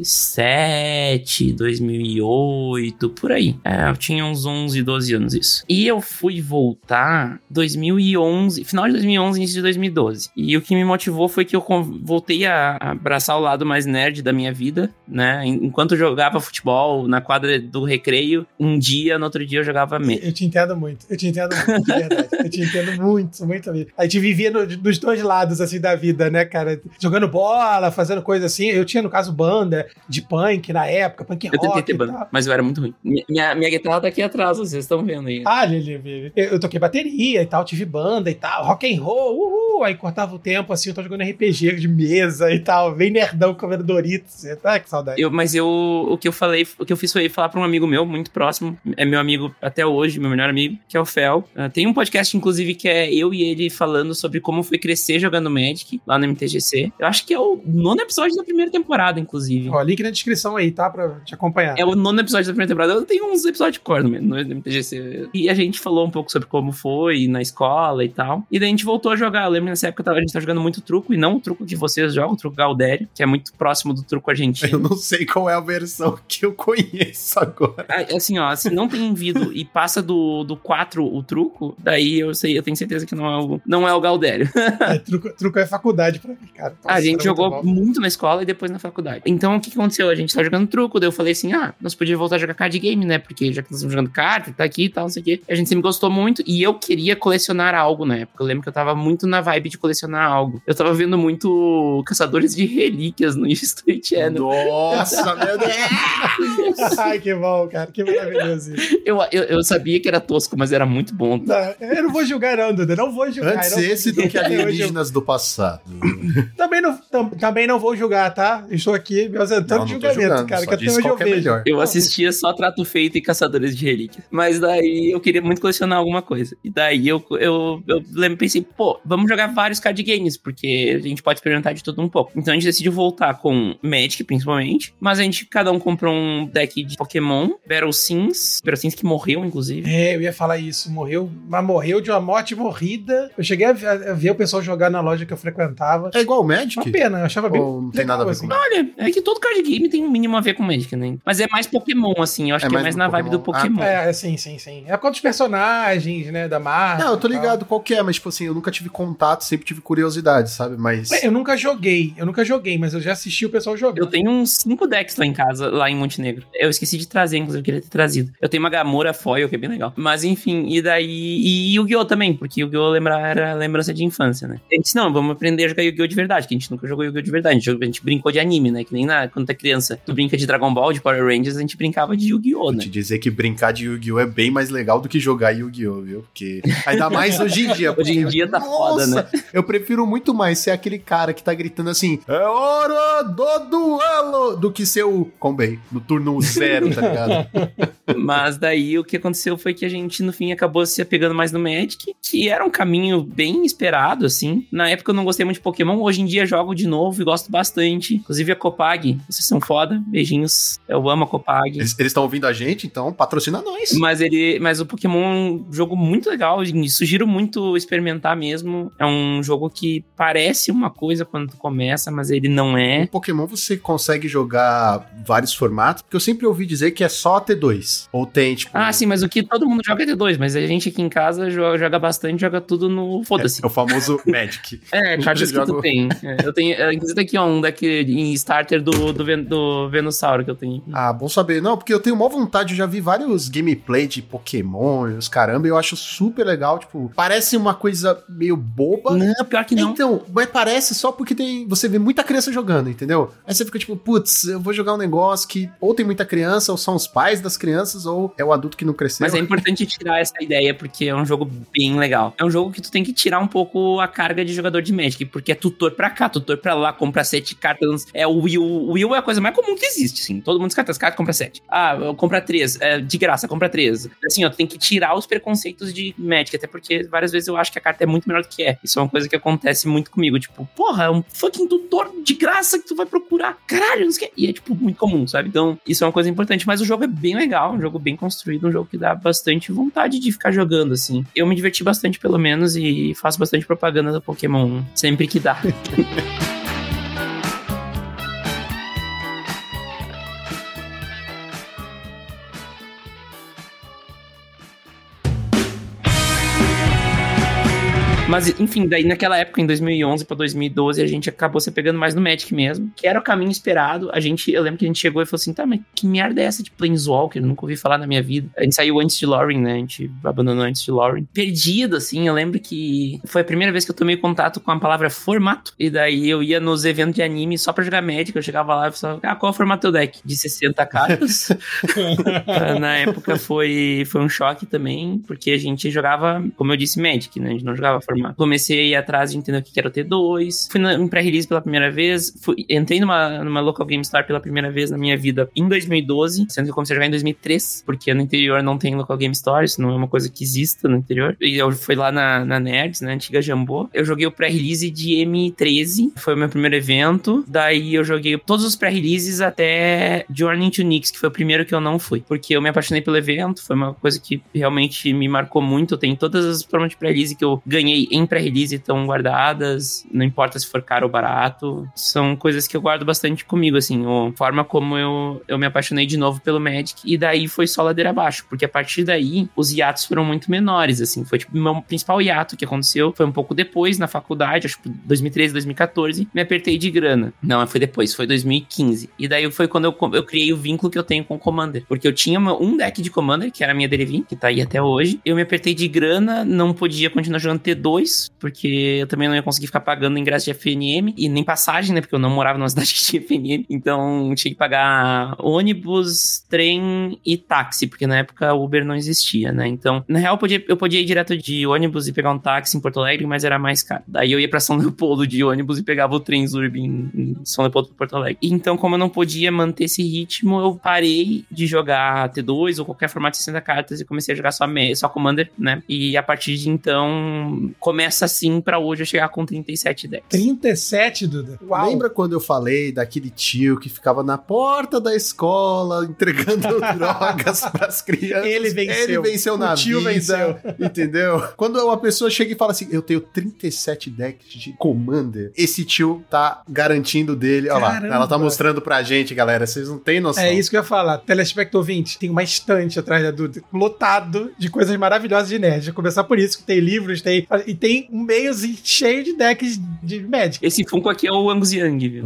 sete, dois mil e oito, por aí. É, eu tinha uns onze, doze anos isso. E eu fui voltar dois mil e onze, final de dois mil e onze, início de dois mil e doze. E o que me motivou foi que eu voltei a abraçar o lado mais nerd da minha vida, né? Enquanto eu jogava futebol na quadra do recreio, um dia, no outro dia eu jogava Magic. Eu te entendo muito, eu te entendo muito, de verdade. Eu te entendo muito, muito mesmo. A gente vivia no, dos dois lados, assim, da vida, né, cara? Jogando bola, fazendo coisa assim. Eu tinha, no caso, banda de punk na época, punk rock. Eu tentei ter banda, mas eu era muito ruim. Minha, minha guitarra tá aqui atrás, vocês estão vendo aí. Ah, Lili, eu, eu toquei bateria e tal, tive banda e tal, rock and roll, uhul, aí cortava o tempo, assim, eu tô jogando R P G de mesa e tal, bem nerdão comendo Doritos, ah, que saudade. Eu, mas eu, o que eu falei, o que eu fiz foi falar pra um amigo meu, muito próximo, é meu amigo até hoje, meu melhor amigo, que é o Fel. Uh, tem um podcast, inclusive, que é eu e ele falando sobre como foi crescer jogando Magic, lá no M T G C. Eu acho que é o nono episódio da primeira temporada, inclusive. Ó, link na descrição aí, tá? Pra te acompanhar. É o nono episódio da primeira temporada. Eu tenho uns episódios de cor no, no M T G C. E a gente falou um pouco sobre como foi na escola e tal. E daí a gente voltou a jogar. Eu lembro nessa época a gente tava jogando muito truco, e não o truco que vocês jogam, o truco Galdério, que é muito próximo do truco argentino. Eu não sei qual é a versão que eu conheço agora. Assim, ó, se não tem vindo e passa do, do quatro o truco, daí eu sei, eu tenho certeza que não é o, não é o Galdério. É, truco, truco é faculdade pra mim, cara. Nossa, a gente jogou muito, muito na escola e depois na faculdade. Então, o que aconteceu? A gente tava jogando truco, daí eu falei assim, ah, nós podíamos voltar a jogar card game, né? Porque já que nós estamos jogando carta, tá aqui e tal, não sei o quê. A gente sempre gostou muito e eu queria colecionar algo na época. Eu lembro que eu tava muito na vibe de colecionar algo. Eu tava vendo muito Caçadores de Relíquias no History Channel. Nossa, meu Deus! Ai, que bom, cara. Que maravilhoso isso. Eu, eu, eu sabia que era tosco, mas era muito bom. Não, eu não vou julgar não, Duda. Não vou julgar. Antes não esse vou do que alienígenas do passado. Também não, tam, também não vou julgar, tá? Estou aqui me ausentando de julgamento, julgando, cara. Que até hoje eu é vejo. melhor. Eu assistia só Trato Feito e Caçadores de Relíquias. Mas daí eu queria muito colecionar alguma coisa. E daí eu, eu, eu pensei, pô, vamos jogar vários card games, porque a gente pode experimentar de tudo um pouco. Então a gente decidiu voltar com Magic, principalmente, mas a gente, cada um comprou um deck de Pokémon, Battle Sims, Battle Sims que morreu, inclusive. É, eu ia falar isso, morreu, mas morreu de uma morte morrida. Eu cheguei a, a ver o pessoal jogar na loja que eu frequentava. É igual o Magic? Uma pena, eu achava bem. Ou não tem nada a ver assim. com Olha, é que todo card game tem um mínimo a ver com Magic, né? Mas é mais Pokémon, assim, eu acho É que é mais mais do na vibe do Pokémon. Pokémon. É, sim, sim, sim. É por causa dos personagens, né, da marca. Não, eu tô e tal. ligado qual que é, mas tipo assim, eu nunca tive contato, sempre tive curiosidade, sabe? Mas... Eu nunca joguei, eu nunca joguei, mas eu já assisti o pessoal jogando. Eu tenho uns cinco decks lá em casa, lá em Montenegro. Eu esqueci de trazer, inclusive, eu queria ter trazido. Eu tenho uma Gamora Foil, que é bem legal. Mas enfim, e daí... E Yu-Gi-Oh! Também, porque Yu-Gi-Oh! Lembra, era lembrança de infância, né? A gente disse, não, vamos aprender a jogar Yu-Gi-Oh! De verdade, que a gente nunca jogou Yu-Gi-Oh! De verdade. A gente, a gente brincou de anime, né? Que nem na, quando tá criança. Tu brinca de Dragon Ball, de Power Rangers, a gente brincava de Yu-Gi-Oh! Vou Né? te dizer que brincar de Yu-Gi-Oh! É bem mais legal do que jogar Yu-Gi-Oh! Viu? Porque ainda mais hoje em dia. Hoje em dia tá foda, né? Eu prefiro muito mais ser aquele cara que tá gritando assim, é hora do duelo, do que ser o Combei, no turno zero, tá ligado? Mas daí o que aconteceu foi que a gente, no fim, acabou se apegando mais no Magic, que era um caminho bem esperado, assim. Na época eu não gostei muito de Pokémon, hoje em dia jogo de novo e gosto bastante. Inclusive a Copag, vocês são foda, beijinhos, eu amo a Copag. Eles estão ouvindo a gente, então patrocina nós. Mas ele, mas o Pokémon é um jogo muito legal, e sugiro muito experimentar mesmo. É um jogo que parece uma coisa quando tu começa, mas ele não é. No Pokémon você consegue jogar vários formatos, porque eu sempre ouvi dizer que é só T dois. Ou tem, tipo... Ah, sim, mas o que todo mundo joga é T dois, mas a gente aqui em casa joga, joga bastante, joga tudo no foda-se. É, é o famoso Magic. É, cartas que jogo... tu tem. É, eu tenho, é, inclusive aqui, ó, um deck em starter do, do, Ven, do Venusaur que eu tenho. Ah, bom saber. Não, porque eu tenho maior vontade, eu já vi vários gameplay de Pokémon e os caramba, e eu acho super legal, tipo, parece uma coisa meio boba. Não, pior que não. Então, mas parece só porque tem, você vê muita criança jogando, entendeu? Aí você fica tipo, putz, eu vou jogar um negócio que ou tem muita criança, ou são os pais das crianças, ou é o adulto que não cresceu. Mas é importante tirar essa ideia, porque é um jogo bem legal. É um jogo que tu tem que tirar um pouco a carga de jogador de Magic, porque é tutor pra cá, tutor pra lá, compra sete cartas. É o Will. O Will é a coisa mais comum que existe, assim. Todo mundo descarta as cartas, compra sete. Ah, compra três. É, de graça, compra três. Assim, ó, tu tem que tirar os preconceitos de Magic, até porque várias vezes eu acho que a carta é muito melhor do que é. Isso é uma coisa que acontece muito comigo. Tipo, porra, é um fucking tutor de graça que tu vai procurar. Caralho, não sei o que. E é, tipo, muito comum, sabe? Então, isso é uma coisa importante. Mas o jogo é bem legal, um jogo bem construído, um jogo que dá bastante vontade de ficar jogando, assim. Eu me diverti bastante, pelo menos, e faço bastante propaganda do Pokémon sempre que dá. Mas, enfim, daí naquela época, em dois mil e onze pra dois mil e doze, a gente acabou se pegando mais no Magic mesmo, que era o caminho esperado. A gente, eu lembro que a gente chegou e falou assim, tá, mas que merda é essa de Planeswalker? Eu nunca ouvi falar na minha vida. A gente saiu antes de Lauren, né? A gente abandonou antes de Lauren. Perdido, assim, eu lembro que foi a primeira vez que eu tomei contato com a palavra formato. E daí eu ia nos eventos de anime só pra jogar Magic. Eu chegava lá e falava, ah, qual é o formato do teu deck? De sessenta cartas. Na época foi, foi um choque também, porque a gente jogava, como eu disse, Magic, né? A gente não jogava formato. Comecei a ir atrás de entender o que era o T dois. Fui em pré-release pela primeira vez. Fui, entrei numa, numa Local Game Store pela primeira vez na minha vida em dois mil e doze, sendo que eu comecei a jogar em dois mil e três, porque no interior não tem Local Game Store, isso não é uma coisa que exista no interior. E eu fui lá na, na Nerds, na antiga Jambô. Eu joguei o pré-release de M treze, foi o meu primeiro evento. Daí eu joguei todos os pré-releases até Journey to Nyx, que foi o primeiro que eu não fui, porque eu me apaixonei pelo evento. Foi uma coisa que realmente me marcou muito. Eu tenho todas as formas de pré-release que eu ganhei em pré-release estão guardadas, não importa se for caro ou barato, são coisas que eu guardo bastante comigo, assim, a forma como eu, eu me apaixonei de novo pelo Magic, e daí foi só ladeira abaixo, porque a partir daí, os hiatos foram muito menores, assim, foi tipo, o meu principal hiato que aconteceu, foi um pouco depois, na faculdade, acho que dois mil e treze, dois mil e quatorze, me apertei de grana, não, foi depois, foi dois mil e quinze, e daí foi quando eu, eu criei o vínculo que eu tenho com o Commander, porque eu tinha uma, um deck de Commander, que era a minha Derevin, que tá aí até hoje, eu me apertei de grana, não podia continuar jogando T dois, porque eu também não ia conseguir ficar pagando ingresso de F N M, e nem passagem, né, porque eu não morava numa cidade que tinha F N M, então tinha que pagar ônibus, trem e táxi, porque na época o Uber não existia, né, então, na real, eu podia, eu podia ir direto de ônibus e pegar um táxi em Porto Alegre, mas era mais caro. Daí eu ia pra São Leopoldo de ônibus e pegava o trem Zurb em, em São Leopoldo pra Porto Alegre. Então, como eu não podia manter esse ritmo, eu parei de jogar T dois ou qualquer formato de sessenta cartas e comecei a jogar só, só Commander, né, e a partir de então, começa assim pra hoje eu chegar com trinta e sete decks. trinta e sete, Duda? Uau! Lembra quando eu falei daquele tio que ficava na porta da escola entregando drogas pras crianças? Ele venceu. Ele venceu na o tio vida, venceu. entendeu? Quando uma pessoa chega e fala assim, eu tenho trinta e sete decks de Commander, esse tio tá garantindo dele. Olha lá, Caramba. ela tá mostrando pra gente, galera, vocês não têm noção. É isso que eu ia falar. Telespecto ouvinte, tem uma estante atrás da Duda, lotado de coisas maravilhosas de nerd. Vou começar por isso, que tem livros, tem... E tem um meiozinho cheio de decks de Magic. Esse Funko aqui é o Angus Young, viu?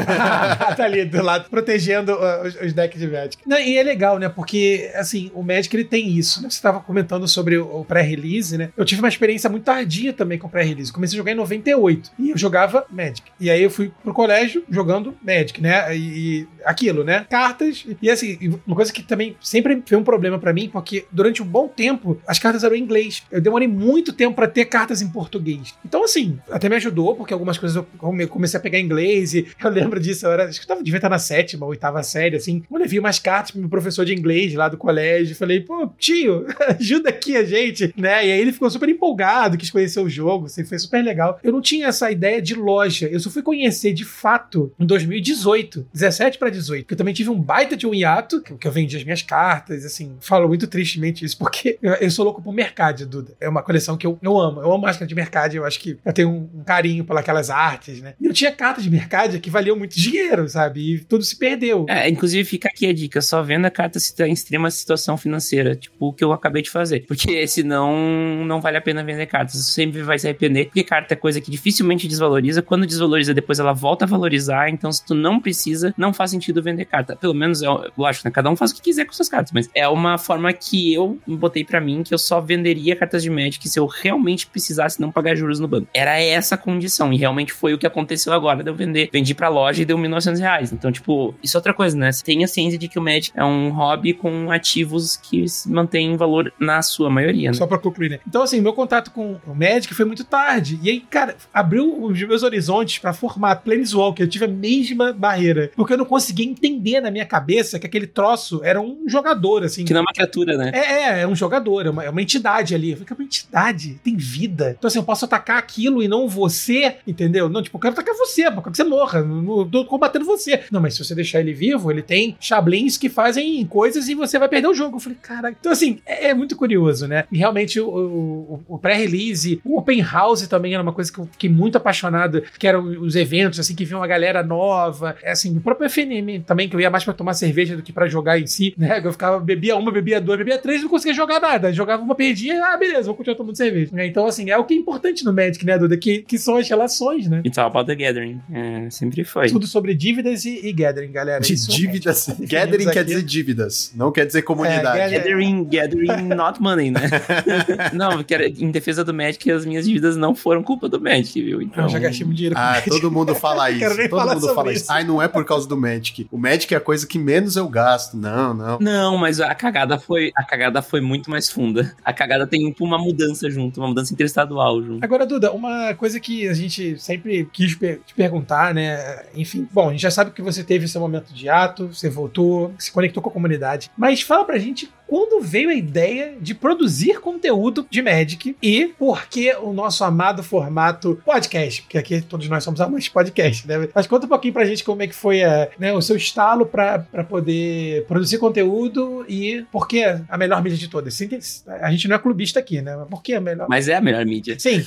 Tá ali do lado, protegendo uh, os, os decks de Magic. Não, e é legal, né? Porque, assim, o Magic, ele tem isso, né? Você tava comentando sobre o, o pré-release, né? Eu tive uma experiência muito tardia também com o pré-release. Comecei a jogar em noventa e oito. E eu jogava Magic. E aí eu fui pro colégio jogando Magic, né? E, e aquilo, né? Cartas. E assim, uma coisa que também sempre foi um problema pra mim, porque durante um bom tempo, as cartas eram em inglês. Eu demorei muito tempo pra ter cartas em português. Então, assim, até me ajudou, porque algumas coisas eu comecei a pegar em inglês e eu lembro disso, eu era, acho que eu tava, devia estar na sétima, oitava série, assim. Eu levei umas cartas pro meu professor de inglês lá do colégio, falei, pô, tio, ajuda aqui a gente, né? E aí ele ficou super empolgado, quis conhecer o jogo, assim, foi super legal. Eu não tinha essa ideia de loja, eu só fui conhecer de fato em dois mil e dezoito, dezessete pra dezoito, porque eu também tive um baita de um hiato, que eu vendi as minhas cartas, assim, falo muito tristemente isso, porque eu, eu sou louco por Mercado, Duda. É uma coleção que eu, eu amo, eu amo máscara de Mercado, eu acho que eu tenho um, um carinho pelas artes, né? E eu tinha cartas de Mercado que valiam muito dinheiro, sabe? E tudo se perdeu. É, inclusive fica aqui a dica, só venda carta se tá em extrema situação financeira, tipo o que eu acabei de fazer, porque senão não vale a pena vender cartas, você sempre vai se arrepender, porque carta é coisa que dificilmente desvaloriza, quando desvaloriza depois ela volta a valorizar, então se tu não precisa, não faz sentido vender carta, pelo menos, é, lógico, né, cada um faz o que quiser com suas cartas, mas é uma forma que eu botei pra mim, que eu só venderia cartas de Magic se eu realmente precisasse não pagar juros no banco, era essa a condição, e realmente foi o que aconteceu agora, de eu vender, vendi pra loja e deu mil e novecentos reais, então tipo, isso é outra coisa, né, você tem a ciência de que o Magic é um hobby com ativos que mantêm valor na sua maioria, né? Só pra concluir, né? Então, assim, meu contato com o Magic foi muito tarde. E aí, cara, abriu os meus horizontes pra formar Planeswalker. Eu tive a mesma barreira. Porque eu não conseguia entender na minha cabeça que aquele troço era um jogador, assim. Que não é uma criatura, né? É, é, é um jogador, é uma, é uma entidade ali. Eu falei, que é uma entidade, tem vida. Então, assim, eu posso atacar aquilo e não você, entendeu? Não, tipo, eu quero atacar você, porque você morra. Eu tô combatendo você. Não, mas se você deixar ele vivo, ele tem chablins que fazem coisas e você vai perder o jogo. Eu falei, caraca. Então, assim, é, é muito curioso, né? E realmente o, o, o pré-release, o Open House também era uma coisa que eu fiquei muito apaixonado, que eram os eventos, assim, que vinha uma galera nova. É, assim, o próprio F N M também, que eu ia mais pra tomar cerveja do que pra jogar em si, né? Eu ficava, bebia uma, bebia duas, bebia três, não conseguia jogar nada. Jogava uma, perdia, ah, beleza, vou continuar tomando cerveja. Então, assim, é o que é importante no Magic, né, Duda? Que, que são as relações, né? It's all about the gathering. É, sempre foi. Tudo sobre dívidas e, e gathering, galera. De Isso dívidas. é Gathering quer aqui. dizer dívidas, não quer dizer comunidade. É, Gathering, gathering, not money, né? Não, porque era, em defesa do Magic, as minhas dívidas não foram culpa do Magic, viu? Então... Eu já gastei muito dinheiro com Ah, Magic. todo mundo fala Quero isso. nem Todo falar mundo sobre fala isso. isso. Ai, não é por causa do Magic. O Magic é a coisa que menos eu gasto. Não, não. Não, mas a cagada foi a cagada foi muito mais funda. A cagada tem uma mudança junto, uma mudança interestadual junto. Agora, Duda, uma coisa que a gente sempre quis per- te perguntar, né? Enfim, bom, a gente já sabe que você teve seu momento de ato, você voltou, se conectou com a comunidade, mas fala pra gente quando veio a ideia de produzir conteúdo de Magic e por que o nosso amado formato podcast, porque aqui todos nós somos amantes de podcast, né? Mas conta um pouquinho pra gente como é que foi a, né, o seu estalo pra, pra poder produzir conteúdo e por que a melhor mídia de todas. A gente não é clubista aqui, né? Mas por que a melhor? Mas é a melhor mídia. Sim.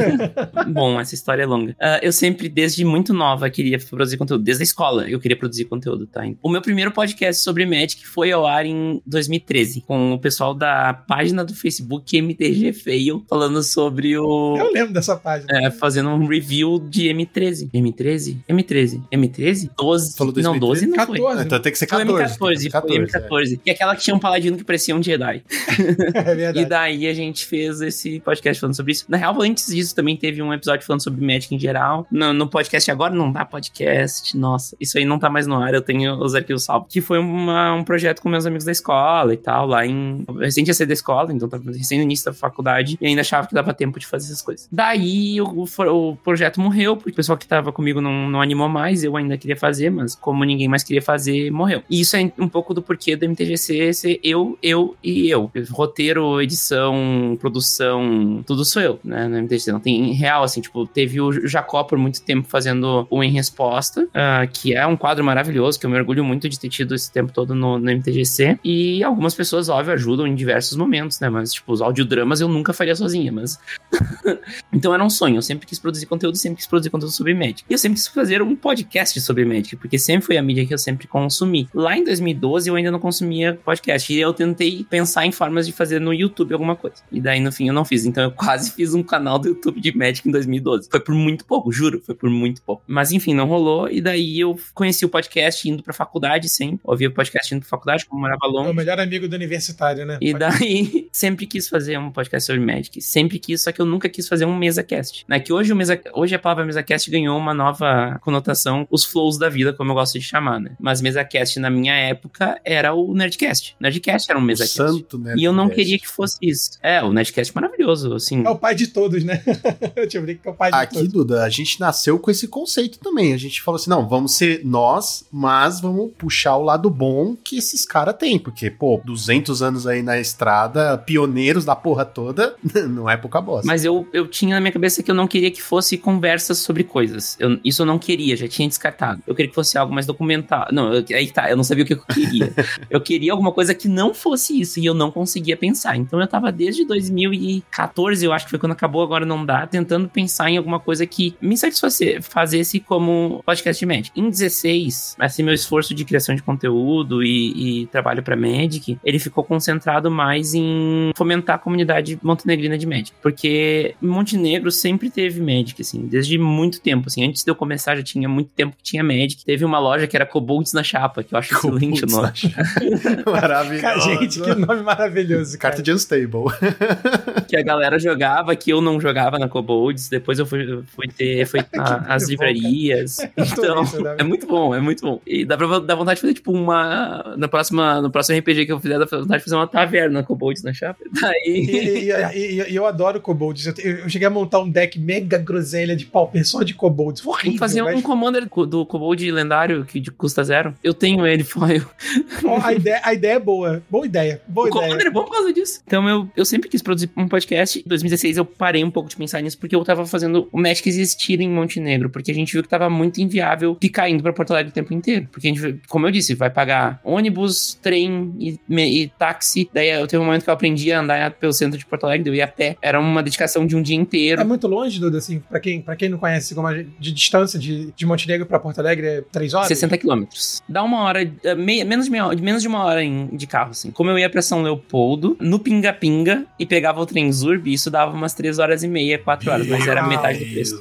Bom, essa história é longa. Uh, eu sempre, desde muito nova, queria produzir conteúdo. Desde a escola, eu queria produzir conteúdo, tá? O meu primeiro podcast sobre Magic foi ao ar em dois mil e treze, com o pessoal da página do Facebook M T G Fail, falando sobre o... Eu lembro dessa página. É, fazendo um review de M treze. M treze? M treze. M treze? doze? Falou Não, doze não foi. quatorze. Então tem que ser Foi quatorze. M quatorze, foi M quatorze. Que é aquela que tinha um paladino que parecia um Jedi. É verdade. E daí a gente fez esse podcast falando sobre isso. Na real, antes disso também teve um episódio falando sobre Magic em geral. No, no podcast agora não dá podcast. Nossa, isso aí não tá mais no ar. Eu tenho os arquivos salvos. Que foi uma, um projeto com meus amigos da escola e tal. tal, lá em... Eu recém tinha saído da escola, então tava recém no início da faculdade, e ainda achava que dava tempo de fazer essas coisas. Daí o, o, o projeto morreu, porque o pessoal que tava comigo não, não animou mais, eu ainda queria fazer, mas como ninguém mais queria fazer, morreu. E isso é um pouco do porquê do M T G C ser eu, eu e eu. Roteiro, edição, produção, tudo sou eu, né, no M T G C. Não tem real, assim, tipo, teve o Jacó por muito tempo fazendo o Em Resposta, uh, que é um quadro maravilhoso, que eu me orgulho muito de ter tido esse tempo todo no, no M T G C. E algumas pessoas, óbvio, ajudam em diversos momentos, né, mas, tipo, os audiodramas eu nunca faria sozinha, mas... Então era um sonho, eu sempre quis produzir conteúdo, sempre quis produzir conteúdo sobre Magic. E eu sempre quis fazer um podcast sobre Magic, porque sempre foi a mídia que eu sempre consumi. Lá em dois mil e doze eu ainda não consumia podcast, e eu tentei pensar em formas de fazer no YouTube alguma coisa. E daí, no fim, eu não fiz. Então eu quase fiz um canal do YouTube de Magic em dois mil e doze. Foi por muito pouco, juro, foi por muito pouco. Mas enfim, não rolou, e daí eu conheci o podcast indo pra faculdade sempre. Ouvia o podcast indo pra faculdade, como morava longe. É o melhor amigo do universitário, né? E daí, sempre quis fazer um podcast sobre Magic. Sempre quis, só que eu nunca quis fazer um MesaCast. Né? Que hoje, o mesa, hoje a palavra MesaCast ganhou uma nova conotação, os flows da vida, como eu gosto de chamar, né? Mas MesaCast, na minha época, era o Nerdcast. Nerdcast era um MesaCast. Santo Nerdcast. E eu não queria que fosse isso. É, o Nerdcast é maravilhoso, assim. É o pai de todos, né? Eu te brinco que é o pai de Aqui, todos. Aqui, Duda, a gente nasceu com esse conceito também. A gente falou assim, não, vamos ser nós, mas vamos puxar o lado bom que esses caras têm. Porque, pô, duzentos anos aí na estrada, pioneiros da porra toda, não é pouca bosta. Mas eu, eu tinha na minha cabeça que eu não queria que fosse conversas sobre coisas. Eu, isso eu não queria, já tinha descartado. Eu queria que fosse algo mais documental. Não, eu, aí tá, eu não sabia o que eu queria. Eu queria alguma coisa que não fosse isso, e eu não conseguia pensar. Então eu tava desde dois mil e catorze, eu acho que foi quando acabou, agora não dá, tentando pensar em alguma coisa que me satisfazesse como podcast de Magic. Em dezesseis, assim, meu esforço de criação de conteúdo e, e trabalho pra Magic, ele ficou concentrado mais em fomentar a comunidade montenegrina de Magic. Porque Montenegro sempre teve Magic, assim, desde muito tempo, assim, antes de eu começar já tinha muito tempo que tinha Magic. Teve uma loja que era Kobolds na Chapa, que eu acho excelente o nome. Maravilhoso. Gente, que nome maravilhoso, cara. Carta de Unstable. Que a galera jogava, que eu não jogava na Kobolds, depois eu fui, fui ter foi a, as livrarias. Então, é muito bom, é muito bom. E dá pra dar vontade de fazer, tipo, uma... Na próxima, no próximo R P G que eu fizer, dá vontade de fazer uma taverna Kobolds na Chapa. Daí... E, e, e, e eu adoro Kobolds. Eu, eu cheguei a montar um deck mega groselha de pauper só de Kobolds. Horrível. Vamos fazer mas... um commander do Kobold lendário que custa zero. Eu tenho ele, foi. Oh, a, ideia, a ideia é boa. Boa ideia. Boa o ideia. commander é bom por causa disso. Então eu, eu sempre quis produzir um podcast. Em dois mil e dezesseis eu parei um pouco de pensar nisso, porque eu tava fazendo o Magic existir em Montenegro, porque a gente viu que tava muito inviável ficar indo pra Porto Alegre o tempo inteiro. Porque a gente, como eu disse, vai pagar ônibus, trem e, e táxi. Daí eu teve um momento que eu aprendi a andar pelo centro de Porto Alegre, eu ia a pé. Era uma dedicação de um dia inteiro. É muito longe, Duda, assim, pra quem, pra quem não conhece, como a, de distância de, de Montenegro pra Porto Alegre é três horas? sessenta quilômetros. Dá uma hora, meia, menos, de meia, menos de uma hora em, de carro, assim. Como eu ia pra São Leopoldo, no Pinga-Pinga, e pegava o trem Zurb, isso dava umas três horas e meia, quatro horas, mas era metade do preço.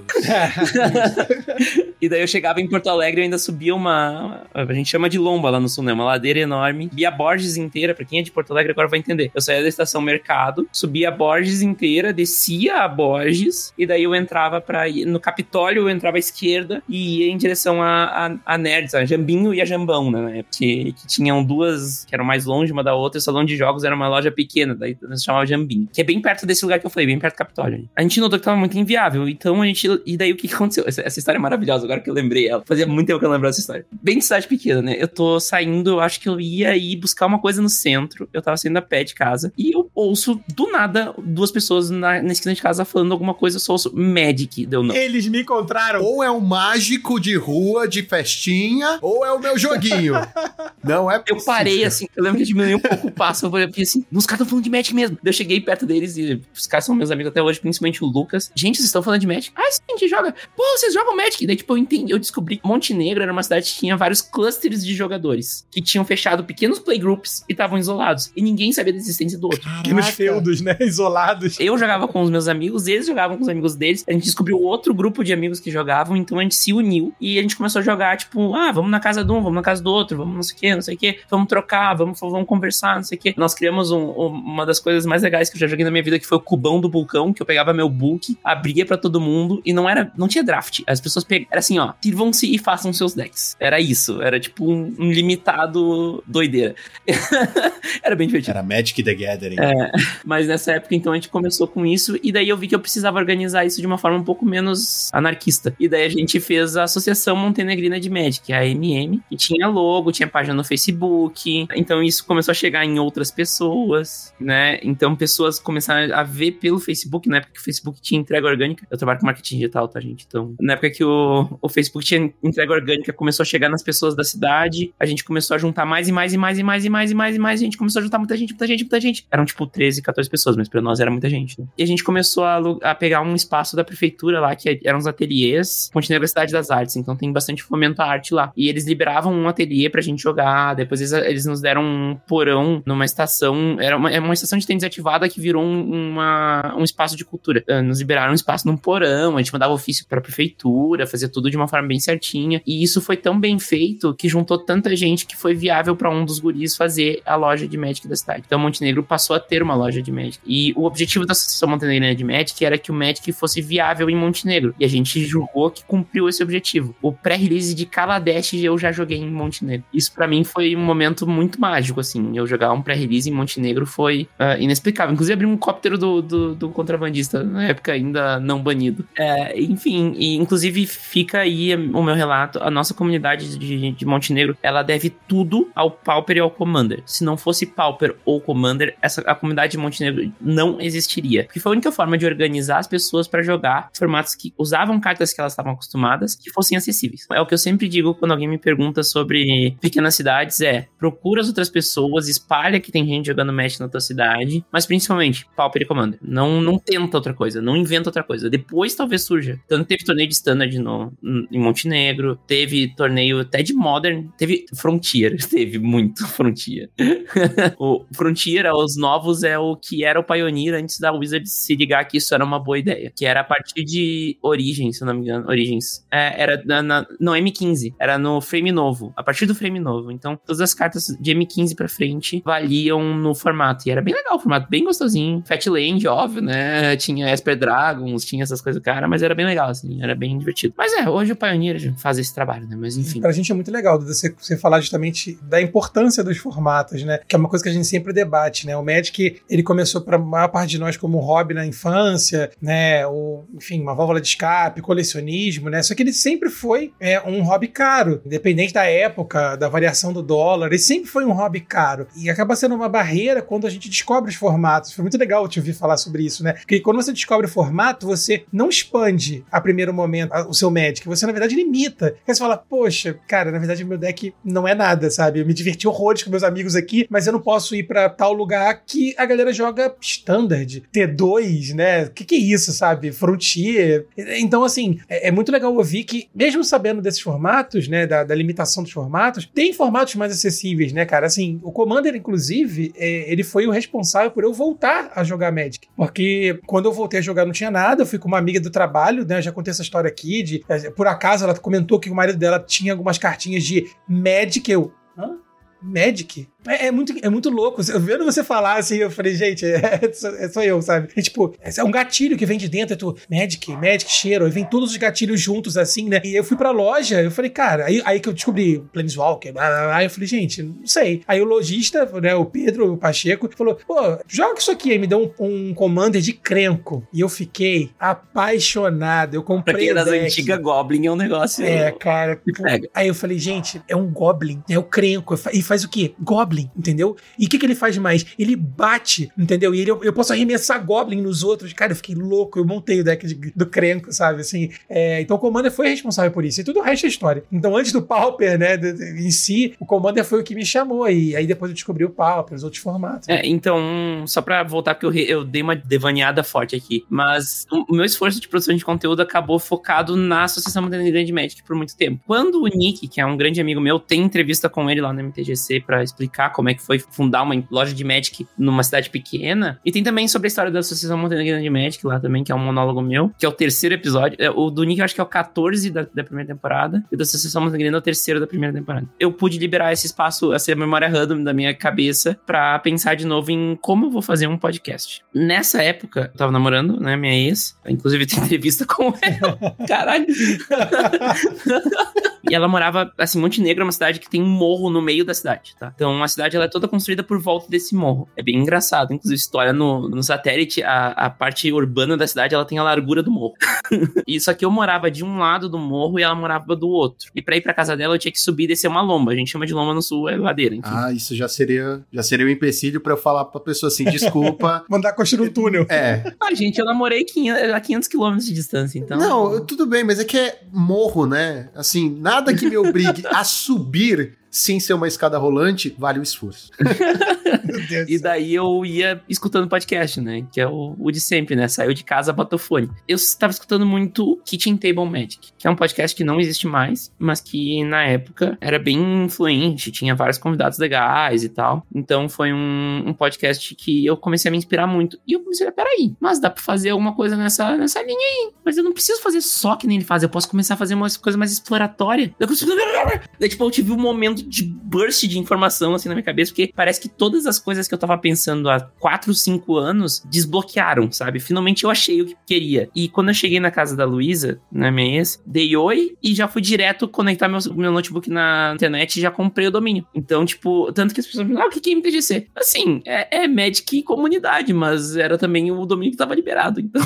E daí eu chegava em Porto Alegre e ainda subia uma... A gente chama de lomba lá no sul, né? Uma ladeira enorme. Subia a Borges inteira, pra quem é de Porto Alegre agora vai entender. Eu saía da estação Mercado, subia a Borges inteira, descia a Borges, e daí eu entrava pra ir... No Capitólio eu entrava à esquerda e ia em direção a, a, a Nerds, a Jambinho e a Jambão, né? Porque que tinham duas que eram mais longe uma da outra, e o salão de jogos era uma loja pequena, daí se chamava Jambinho. Que é bem perto desse lugar que eu falei, bem perto do Capitólio. A gente notou que tava muito inviável, então a gente... E daí o que aconteceu? Essa, essa história é maravilhosa, agora que eu lembrei ela. Fazia muito tempo que eu lembrava dessa história. Bem de cidade pequena, né? Eu tô saindo, eu acho que eu ia ir buscar uma coisa no centro, eu tava saindo a pé de casa, e eu ouço, do nada, duas pessoas na, na esquina de casa falando alguma coisa, eu só ouço Magic, deu não. Eles me encontraram. Ou é um mágico de rua, de festinha, ou é o meu joguinho. Não é possível. Eu parei, assim, eu lembro que eu diminui um pouco o passo, eu falei assim, os caras estão falando de Magic mesmo. Daí eu cheguei perto deles, e os caras são meus amigos até hoje, principalmente o Lucas. Gente, vocês estão falando de Magic? Ah, sim, a gente joga. Pô, vocês jogam Magic? Daí, tipo, eu entendi, eu descobri que Montenegro era uma cidade que tinha vários clusters de jogadores, que tinham fechado pequenos playgroups e estavam isolados. E ninguém sabia da existência do outro. Pequenos feudos, né? Isolados. Eu jogava com os meus amigos, eles jogavam com os amigos deles. A gente descobriu outro grupo de amigos que jogavam, então a gente se uniu e a gente começou a jogar, tipo, ah, vamos na casa de um, vamos na casa do outro, vamos não sei o que, não sei o que, vamos trocar, vamos, vamos conversar, não sei o que. Nós criamos um, um, uma das coisas mais legais que eu já joguei na minha vida, que foi o cubão do Vulcão, que eu pegava meu book, abria pra todo mundo e não era, não tinha draft. As pessoas pegavam, era assim, ó, sirvam-se e façam seus decks. Era isso, era tipo um, um limitado doideira. Era bem divertido. Era Magic the Gathering. É, mas nessa época, então, a gente começou com isso, e daí eu vi que eu precisava organizar isso de uma forma um pouco menos anarquista. E daí a gente fez a Associação Montenegrina de Magic, a A M M, que tinha logo, tinha página no Facebook, então isso começou a chegar em outras pessoas, né? Então pessoas começaram a ver pelo Facebook, na época que o Facebook tinha entrega orgânica. Eu trabalho com marketing digital, tá, gente? Então, na época que o, o Facebook tinha entrega orgânica, começou a chegar nas pessoas da cidade, a gente começou a juntar mais e mais e mais e mais e mais e mais e mais, a gente começou a juntar muita gente, muita gente, muita gente. Eram tipo treze, quatorze pessoas, mas pra nós era muita gente, né? E a gente começou a, a pegar um espaço da prefeitura lá, que eram os ateliês, Montenegro é a cidade das artes, então tem bastante fomento à arte lá. E eles liberavam um ateliê pra gente jogar, depois eles, eles nos deram um porão numa estação, era uma, uma estação de trem desativada que virou um, uma, um espaço de cultura. Uh, nos liberaram um espaço num porão, a gente mandava ofício pra prefeitura, fazia tudo de uma forma bem certinha, e isso foi tão bem feito que juntou tanta gente que foi viável pra um dos guris fazer a loja de Magic da cidade. Então Montenegro passou a ter uma loja de Magic. E o objetivo da Associação Montenegrina de Magic era que o Magic fosse viável em Montenegro. E a gente julgou que cumpriu esse objetivo. O pré-release de Kaladesh eu já joguei em Montenegro. Isso pra mim foi um momento muito mágico, assim. Eu jogar um pré-release em Montenegro foi uh, inexplicável. Inclusive abri um cóptero do, do, do contrabandista, na época ainda não banido. É, enfim, e inclusive fica aí o meu relato. A nossa comunidade de, de Montenegro, ela deve tudo ao Pauper e ao Commander. Se não fosse Pauper ou Commander, essa, a comunidade de Montenegro não existiria. Porque foi a única forma de organizar as pessoas pra jogar formatos que usavam cartas que elas estavam acostumadas, que fossem acessíveis. É o que eu sempre digo quando alguém me pergunta sobre pequenas cidades, é procura as outras pessoas, espalha que tem gente jogando Magic na tua cidade, mas principalmente Pauper e Commander. Não, não tenta outra coisa, não inventa outra coisa. Depois talvez surja. Tanto teve torneio de Standard no, em Montenegro, teve torneio até de Modern, teve Frontier, teve muito Frontier. O Frontier, os novos, é o que era o Pioneer antes da Wizards se ligar que isso era uma boa ideia. Que era a partir de Origins, se eu não me engano. Origins. É, era na, na, no M quinze. Era no frame novo. A partir do frame novo. Então, todas as cartas de M quinze pra frente valiam no formato. E era bem legal o formato. Bem gostosinho. Fatland, óbvio, né? Tinha Esper Dragons, tinha essas coisas, cara. Mas era bem legal, assim. Era bem divertido. Mas é, hoje o Pioneer faz esse trabalho, né? Mas enfim. Pra gente é muito legal você, você falar justamente da importância dos formatos, né? Que é uma coisa que a gente sempre debate, né? O Magic, ele começou pra maior parte de nós como um hobby na infância, né? Ou, enfim, uma válvula de escape, colecionismo, né? Só que ele sempre foi é, um hobby caro, independente da época, da variação do dólar, ele sempre foi um hobby caro. E acaba sendo uma barreira quando a gente descobre os formatos. Foi muito legal te ouvir falar sobre isso, né? Porque quando você descobre o formato, você não expande a primeiro momento o seu Magic, você na verdade limita. Aí você fala, poxa, cara, na verdade meu deck não é nada, sabe? Eu me diverti horrores com meus amigos aqui, mas eu não posso ir pra tal lugar que a galera joga Standard, T dois, né? O que que é isso, sabe? Frontier. Então, assim, é, é muito legal ouvir que, mesmo sabendo desses formatos, né, da, da limitação dos formatos, tem formatos mais acessíveis, né, cara? Assim, o Commander, inclusive, é, ele foi o responsável por eu voltar a jogar Magic. Porque quando eu voltei a jogar não tinha nada, eu fui com uma amiga do trabalho, né? Eu já contei essa história aqui, de, por acaso ela comentou que o marido dela tinha algumas cartinhas de Magic, eu... Hã? Magic? É, é, muito, é muito louco. Eu, vendo você falar assim, eu falei, gente, é, é, sou eu, sabe? É tipo, é um gatilho que vem de dentro, é tu, Magic, Magic, cheiro, aí vem todos os gatilhos juntos, assim, né? E eu fui pra loja, eu falei, cara, aí, aí que eu descobri Planeswalker, aí eu falei, gente, não sei. Aí o lojista, né, o Pedro, o Pacheco, falou, pô, joga isso aqui, aí me deu um, um Commander de Crenco. E eu fiquei apaixonado, eu comprei. Pra quem é das deck. antigas, Goblin é um negócio. É, cara. Que pega. Aí eu falei, gente, é um Goblin, é o Crenco, e faz o quê? Goblin. Entendeu? E o que, que ele faz mais? Ele bate, entendeu? E ele, eu, eu posso arremessar Goblin nos outros. Cara, eu fiquei louco. Eu montei o deck de, do Crenco, sabe? Assim, é, então o Commander foi responsável por isso. E tudo o resto é história. Então antes do Pauper, né, de, de, em si, o Commander foi o que me chamou. E aí depois eu descobri o Pauper, os outros formatos. É, então, só pra voltar, porque eu, eu dei uma devaneada forte aqui. Mas o, o meu esforço de produção de conteúdo acabou focado na Associação Montenegrina de Magic por muito tempo. Quando o Nick, que é um grande amigo meu, tem entrevista com ele lá no M T G C pra explicar como é que foi fundar uma loja de Magic numa cidade pequena. E tem também sobre a história da Associação Montenegrina de Magic lá também, que é um monólogo meu, que é o terceiro episódio. O do Nick eu acho que é o quatorze da, da primeira temporada, e o da Associação Montenegrina é o terceiro da primeira temporada. Eu pude liberar esse espaço, essa memória random da minha cabeça, pra pensar de novo em como eu vou fazer um podcast. Nessa época, eu tava namorando, né, minha ex, inclusive tem entrevista com ela. Caralho! E ela morava, assim, Montenegro é uma cidade que tem um morro no meio da cidade, tá? Então a cidade ela é toda construída por volta desse morro. É bem engraçado. Inclusive, se tu olha no, no satélite, a, a parte urbana da cidade, ela tem a largura do morro. E só que eu morava de um lado do morro e ela morava do outro. E pra ir pra casa dela, eu tinha que subir e descer uma lomba. A gente chama de lomba no sul, é ladeira, enfim. Ah, isso já seria, já seria um empecilho pra eu falar pra pessoa assim, desculpa. Mandar construir um túnel. É. Ah, gente, eu namorei quinhentos, a quinhentos quilômetros de distância, então... Não, tudo bem, mas é que é morro, né? Assim, nada que me obrigue a subir sem ser uma escada rolante, vale o esforço. Meu Deus. E daí eu ia escutando podcast, né? Que é o, o de sempre, né? Saiu de casa, bota o fone. Eu estava escutando muito Kitchen Table Magic, que é um podcast que não existe mais, mas que na época era bem influente, tinha vários convidados legais e tal. Então foi um, um podcast que eu comecei a me inspirar muito. E eu comecei a, peraí, mas dá pra fazer alguma coisa nessa, nessa linha aí. Mas eu não preciso fazer só que nem ele faz, eu posso começar a fazer uma coisa mais exploratória. Eu consigo... Daí, tipo, eu tive um momento de burst de informação, assim, na minha cabeça, porque parece que todas as coisas que eu tava pensando há quatro, cinco anos desbloquearam, sabe? Finalmente eu achei o que queria. E quando eu cheguei na casa da Luísa, na minha ex, dei oi e já fui direto conectar meu, meu notebook na internet e já comprei o domínio. Então, tipo, tanto que as pessoas me falam, ah, o que é M T G C? Assim, é, é Magic comunidade, mas era também o domínio que tava liberado, então...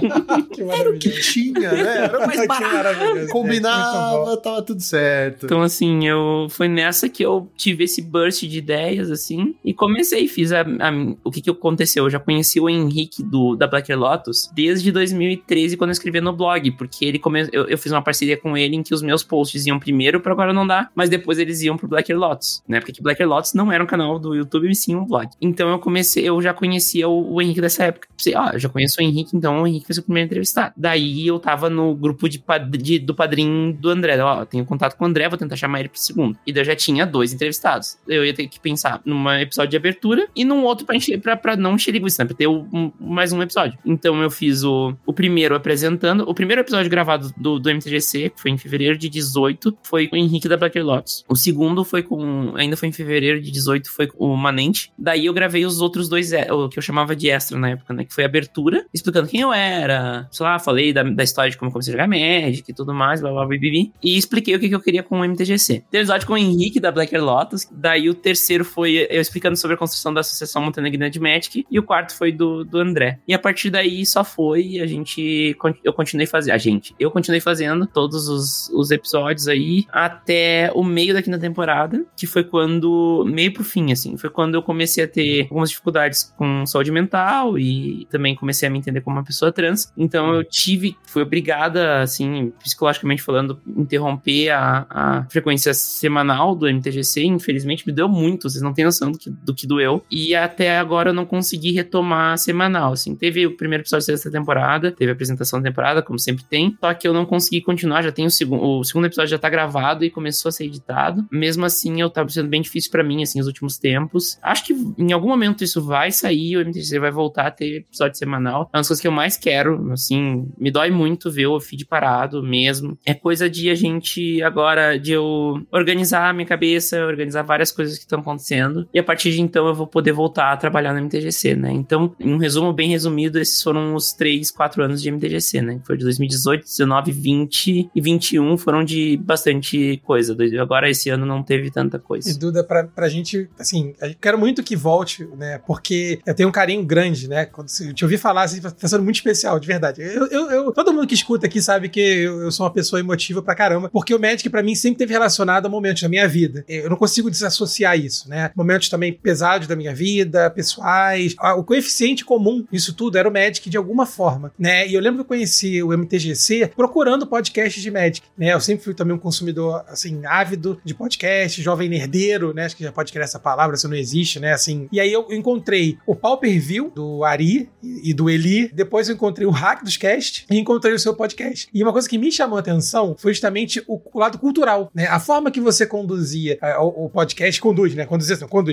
Era o que tinha, né? Era mais barato, combinava, tava tudo certo. Então, assim, eu... Foi nessa que eu tive esse burst de ideias, assim, e comecei, fiz a... a o que que aconteceu? Eu já conheci o Henrique do, da Black Lotus desde dois mil e treze, quando eu escrevia no blog, porque ele come... eu, eu fiz uma parceria com ele em que os meus posts iam primeiro pra Agora Não Dá, mas depois eles iam pro Black Lotus, né? Porque Black Lotus não era um canal do YouTube, e sim um blog. Então eu comecei, eu já conhecia o, o Henrique dessa época. Pensei, ó, eu já conheço o Henrique, então o Henrique foi seu primeiro entrevistado. Daí eu tava no grupo de, pad... de, do padrinho do André. Ó, tenho contato com o André, vou tentar chamar ele pro segundo. E daí eu já tinha dois entrevistados. Eu ia ter que pensar num episódio de abertura e num outro pra, encher, pra, pra não encher linguiça, né? Pra ter o, um, mais um episódio. Então eu fiz o, o primeiro apresentando. O primeiro episódio gravado do, do M T G C, que foi em fevereiro de dezoito, foi com o Henrique da Black Lotus. O segundo foi com... Ainda foi em fevereiro de dezoito, foi com o Manente. Daí eu gravei os outros dois, o que eu chamava de extra na época, né? Que foi a abertura, explicando quem eu era. Sei lá, falei da, da história de como eu comecei a jogar Magic e tudo mais, blá blá blá blá. E expliquei o que, que eu queria com o M T G C. Tem episódio com o Henrique da Black Lotus. Daí o terceiro foi eu explicando sobre a construção da Associação Montenegrina de Magic. E o quarto foi do, do André. E a partir daí só foi a gente... Eu continuei fazendo... A gente... Eu continuei fazendo todos os, os episódios aí até o meio da quinta temporada, que foi quando... Meio pro fim, assim. Foi quando eu comecei a ter algumas dificuldades com saúde mental e também comecei a me entender como uma pessoa trans. Então eu tive... Fui obrigada, assim, psicologicamente falando, interromper a, a frequência semanal do M T G C. Infelizmente me deu muito, vocês não têm noção do que, do que doeu. E até agora eu não consegui retomar semanal, assim. Teve o primeiro episódio dessa temporada, teve a apresentação da temporada, como sempre tem, só que eu não consegui continuar, já tem o segundo, o segundo episódio já tá gravado e começou a ser editado. Mesmo assim, eu tava sendo bem difícil pra mim, assim, os últimos tempos. Acho que em algum momento isso vai sair, o M T G C vai voltar a ter episódio semanal. É uma das coisas que eu mais quero, assim, me dói muito ver o feed parado mesmo. É coisa de a gente agora, de eu organizar a minha cabeça, organizar várias coisas que estão acontecendo, e a partir de então eu vou poder voltar a trabalhar no M T G C, né? Então, em um resumo bem resumido, esses foram os três, quatro anos de M T G C, né? Foi de dois mil e dezoito, dezenove, vinte e vinte e um foram de bastante coisa. Agora, esse ano não teve tanta coisa. E Duda, pra, pra gente, assim, eu quero muito que volte, né? Porque eu tenho um carinho grande, né? Quando eu te ouvi falar, assim, tá sendo muito especial, de verdade. Eu, eu, eu, todo mundo que escuta aqui sabe que eu, eu sou uma pessoa emotiva pra caramba, porque o Magic pra mim sempre teve relacionado a momentos da minha vida. Eu não consigo desassociar isso, né? Momentos também pesados da minha vida, pessoais. O coeficiente comum nisso tudo era o Magic de alguma forma, né? E eu lembro que eu conheci o M T G C procurando podcasts de Magic, né? Eu sempre fui também um consumidor, assim, ávido de podcast, jovem nerdeiro, né? Acho que já pode criar essa palavra, se não existe, né? Assim, e aí eu encontrei o Pauper View do Ari e do Eli, depois eu encontrei o Hack dos Cast e encontrei o seu podcast. E uma coisa que me chamou a atenção foi justamente o, o lado cultural, né? A forma que você conduzia uh, o, o podcast, conduz, né? Conduzia, não, conduz, a gente tá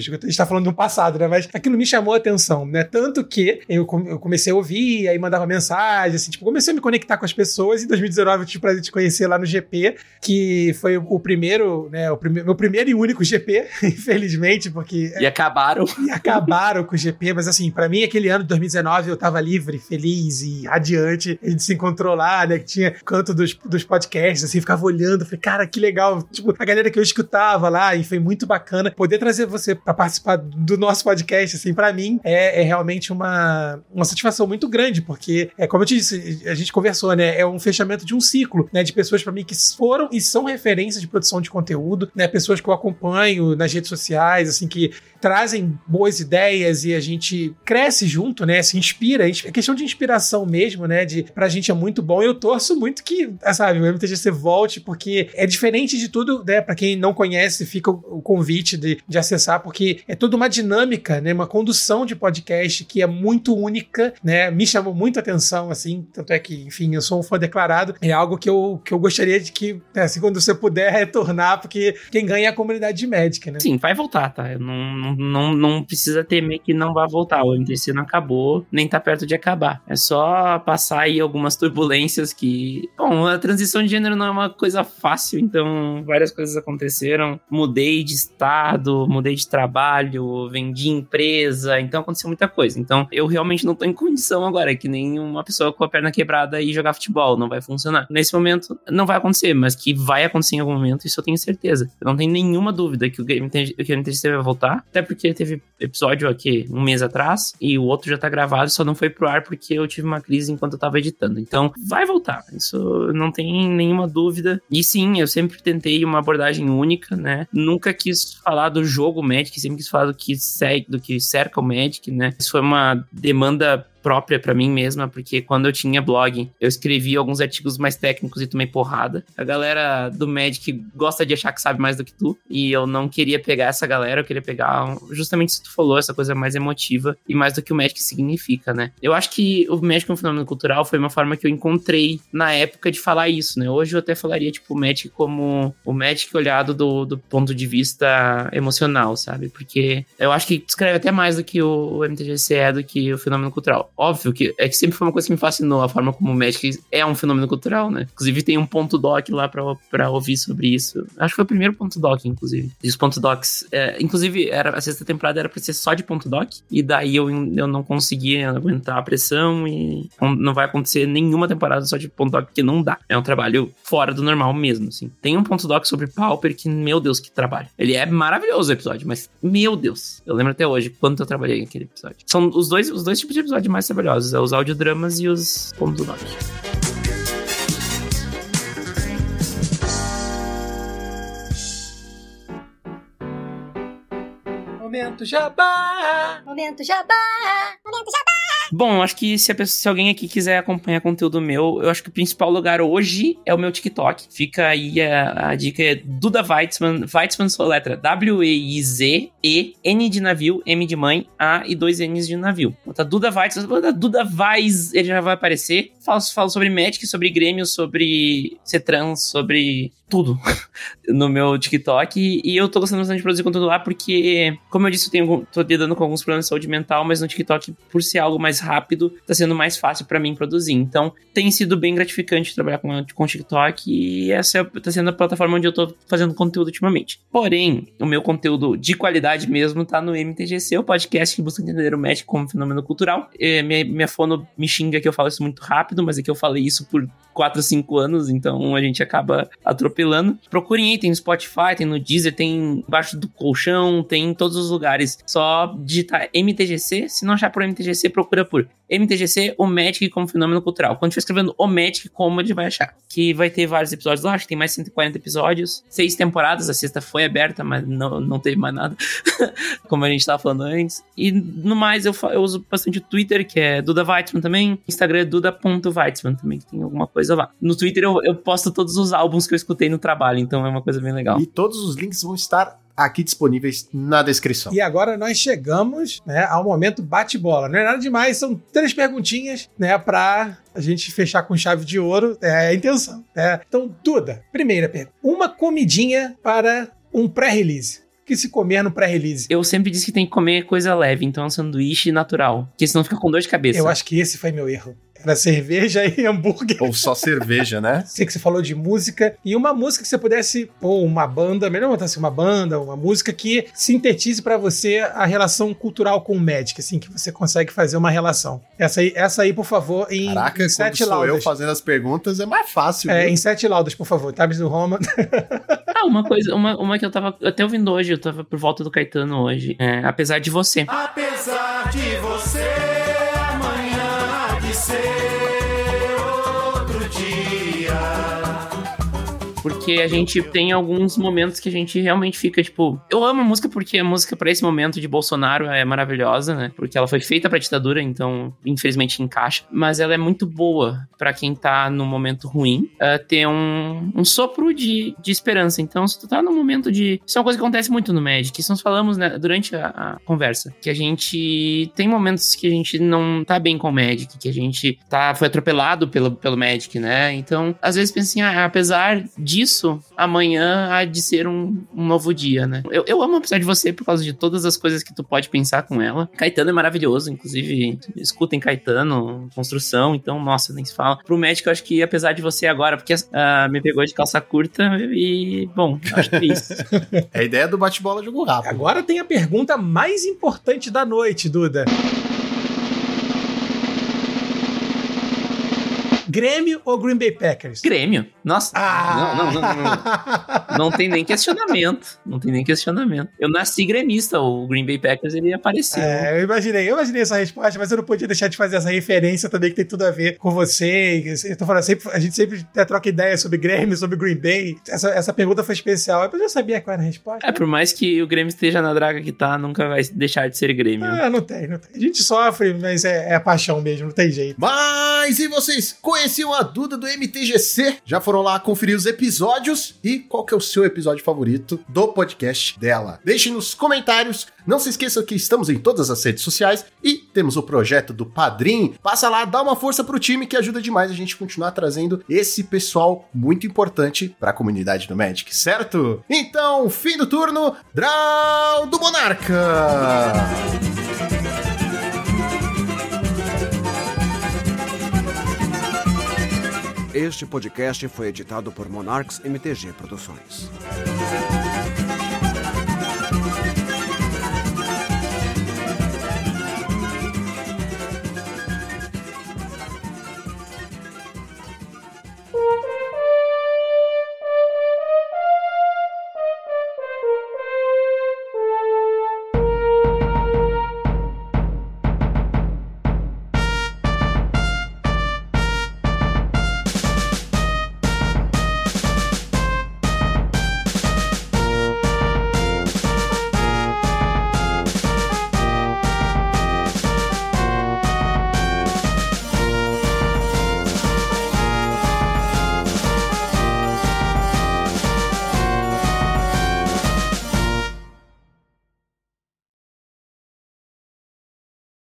tá falando do passado, né? Mas aquilo me chamou a atenção, né? Tanto que eu, eu comecei a ouvir, aí mandava mensagem, assim, tipo, comecei a me conectar com as pessoas. Em dois mil e dezenove eu tive o prazer de te conhecer lá no G P, que foi o primeiro, né? O prime- meu primeiro e único G P, infelizmente, porque... E acabaram. E acabaram com o G P, mas assim, pra mim, aquele ano de dois mil e dezenove, eu tava livre, feliz e radiante. A gente se encontrou lá, né? Que tinha canto dos, dos podcasts, assim, ficava olhando, falei, cara, que legal. Tipo, a galera que eu escutava lá, e foi muito bacana poder trazer você pra participar do nosso podcast, assim, pra mim, é, é realmente uma, uma satisfação muito grande, porque, é como eu te disse, a gente conversou, né? É um fechamento de um ciclo, né? De pessoas pra mim que foram e são referências de produção de conteúdo, né? Pessoas que eu acompanho nas redes sociais, assim, que trazem boas ideias e a gente cresce junto, né? Se inspira. É questão de inspiração mesmo, né? De, pra gente é muito bom. Eu torço muito que, sabe, o M T G C volte, porque é diferente de tudo, né? Pra quem não conhece, fica o, o convite de, de acessar, porque é toda uma dinâmica, né? Uma condução de podcast que é muito única, né? Me chamou muito a atenção, assim. Tanto é que, enfim, eu sou um fã declarado. É algo que eu, que eu gostaria de que, né, assim, quando você puder retornar, porque quem ganha é a comunidade de Magic, né? Sim, vai voltar, tá? Eu não, não, não, não precisa temer que não vai voltar. O M T C não acabou, nem tá perto de acabar. É só passar aí algumas turbulências que... Bom, a transição de gênero não é uma coisa fácil, então várias coisas aconteceram. Mudei de estado, mudei de trabalho, vendi empresa, então aconteceu muita coisa. Então eu realmente não tô em condição agora, que nem uma pessoa com a perna quebrada e jogar futebol, não vai funcionar. Nesse momento não vai acontecer, mas que vai acontecer em algum momento, isso eu tenho certeza. Eu não tenho nenhuma dúvida que o M T C vai voltar, até porque teve episódio aqui um mês atrás e o outro já tá gravado, só não foi pro ar porque eu tive uma crise enquanto eu tava editando. Então vai voltar, isso não tem nenhuma dúvida. E sim, eu sempre tentei uma abordagem única, né? Nunca quis falar do jogo Magic, sempre quis falar do que, segue, do que cerca o Magic, né? Isso foi uma demanda própria pra mim mesma, porque quando eu tinha blog, eu escrevia alguns artigos mais técnicos e tomei porrada. A galera do Magic gosta de achar que sabe mais do que tu, e eu não queria pegar essa galera, eu queria pegar justamente isso que tu falou, essa coisa mais emotiva e mais do que o Magic significa, né? Eu acho que o Magic é um fenômeno cultural, foi uma forma que eu encontrei na época de falar isso, né? Hoje eu até falaria, tipo, o Magic como o Magic olhado do, do ponto de vista emocional, sabe? Porque eu acho que descreve até mais do que o, o M T G C é do que o fenômeno cultural. Óbvio que é que sempre foi uma coisa que me fascinou, a forma como o Magic é um fenômeno cultural, né? Inclusive tem um ponto doc lá pra, pra ouvir sobre isso. Acho que foi o primeiro ponto doc, inclusive. E os ponto docs, é, inclusive era, a sexta temporada era pra ser só de ponto doc, e daí eu, eu não conseguia aguentar a pressão e não, não vai acontecer nenhuma temporada só de ponto doc, porque não dá. É um trabalho fora do normal mesmo, assim. Tem um ponto doc sobre Pauper que, meu Deus, que trabalho. Ele é maravilhoso o episódio, mas, meu Deus, eu lembro até hoje quanto eu trabalhei naquele episódio. São os dois, os dois tipos de episódios mais trabalhosos, é os audiodramas e os pontos doc. Momento Jabá! Momento Jabá! Momento Jabá! Bom, acho que se, a pessoa, se alguém aqui quiser acompanhar conteúdo meu, eu acho que o principal lugar hoje é o meu TikTok. Fica aí a, a dica, é Duda Weitzman. Weitzman sua letra W E I Z E, N de navio, M de mãe, A e dois N's de navio. Tá Duda Weitzman, Duda Weiss, ele já vai aparecer. Falo, falo sobre Magic, sobre Grêmio, sobre ser trans, sobre tudo no meu TikTok. E eu tô gostando bastante de produzir conteúdo lá porque, como eu disse, eu tenho, tô lidando com alguns problemas de saúde mental, mas no TikTok, por ser algo mais rápido, tá sendo mais fácil pra mim produzir. Então, tem sido bem gratificante trabalhar com, com o TikTok e essa tá sendo a plataforma onde eu tô fazendo conteúdo ultimamente. Porém, o meu conteúdo de qualidade mesmo tá no M T G C, o podcast que busca entender o Magic como fenômeno cultural. É, minha, minha fono me xinga que eu falo isso muito rápido, mas é que eu falei isso por quatro, cinco anos, então a gente acaba atropelando. Procurem aí, tem no Spotify, tem no Deezer, tem embaixo do colchão, tem em todos os lugares. Só digitar M T G C, se não achar por M T G C, procura por M T G C, o Magic como fenômeno cultural. Quando estiver escrevendo o Magic, como ele vai achar? Que vai ter vários episódios lá, acho que tem mais cento e quarenta episódios, seis temporadas, a sexta foi aberta, mas não, não teve mais nada, como a gente tava falando antes. E no mais, eu, eu uso bastante o Twitter, que é Duda Weitzman também, Instagram é duda ponto weitzman também, que tem alguma coisa lá. No Twitter eu, eu posto todos os álbuns que eu escutei no trabalho, então é uma coisa bem legal. E todos os links vão estar aqui disponíveis na descrição. E agora nós chegamos, né, ao momento bate-bola. Não é nada demais, são três perguntinhas, né, pra a gente fechar com chave de ouro. É a intenção, né? Então, Duda, primeira pergunta. Uma comidinha para um pré-release. que se comer no pré-release? Eu sempre disse que tem que comer coisa leve, então é um sanduíche natural, porque senão fica com dor de cabeça. Eu acho que esse foi meu erro. Era cerveja e hambúrguer. Ou só cerveja, né? Sei que você falou de música. E uma música que você pudesse pôr uma banda, melhor botar assim, uma banda, uma música que sintetize pra você a relação cultural com o Magic, assim, que você consegue fazer uma relação. Essa aí, essa aí por favor, em, Caraca, em sete quando sou laudas. eu fazendo as perguntas, é mais fácil. É, viu? em sete laudas, por favor. Tabs do Roma. Ah, uma coisa, uma, uma que eu tava até ouvindo hoje, eu tava por volta do Caetano hoje. É, Apesar de Você. Apesar de você, amanhã há de ser outro dia. Porque a gente tem alguns momentos que a gente realmente fica, tipo... Eu amo a música porque a música pra esse momento de Bolsonaro é maravilhosa, né? Porque ela foi feita pra ditadura, então, infelizmente, encaixa. Mas ela é muito boa pra quem tá num momento ruim. Uh, ter um, um sopro de, de esperança. Então, se tu tá num momento de... Isso é uma coisa que acontece muito no Magic. Isso nós falamos, né, durante a, a conversa. Que a gente... Tem momentos que a gente não tá bem com o Magic. Que a gente tá, foi atropelado pelo, pelo Magic, né? Então, às vezes pensa assim, ah, apesar disso, amanhã há de ser um, um novo dia, né? Eu, eu amo Apesar de Você por causa de todas as coisas que tu pode pensar com ela. Caetano é maravilhoso, inclusive, escutem Caetano, construção, então, nossa, nem se fala. Pro Magic, eu acho que Apesar de Você agora, porque uh, me pegou de calça curta e, bom, acho que é isso. É a ideia do bate-bola jogo rápido. Agora tem a pergunta mais importante da noite, Duda. Grêmio ou Green Bay Packers? Grêmio. Nossa. Ah. Não, não, não, não. Não tem nem questionamento. Não tem nem questionamento. Eu nasci gremista. O Green Bay Packers, ele apareceu. É, eu imaginei. Eu imaginei essa resposta, mas eu não podia deixar de fazer essa referência também que tem tudo a ver com você. Eu tô falando, sempre, a gente sempre troca ideias sobre Grêmio, sobre Green Bay. Essa, essa pergunta foi especial. Eu já sabia qual era a resposta. É, por mais que o Grêmio esteja na draga que tá, nunca vai deixar de ser Grêmio. Ah, não tem, não tem. A gente sofre, mas é, é a paixão mesmo, não tem jeito. Mas e vocês conheciam a Duda do M T G C? Já foram lá conferir os episódios? E qual que é o seu episódio favorito do podcast dela? Deixe nos comentários. Não se esqueça que estamos em todas as redes sociais e temos o projeto do Padrim. Passa lá, dá uma força pro time que ajuda demais a gente continuar trazendo esse pessoal muito importante para a comunidade do Magic, certo? Então, fim do turno, Draw do Monarca! Este podcast foi editado por Monarchs M T G Produções.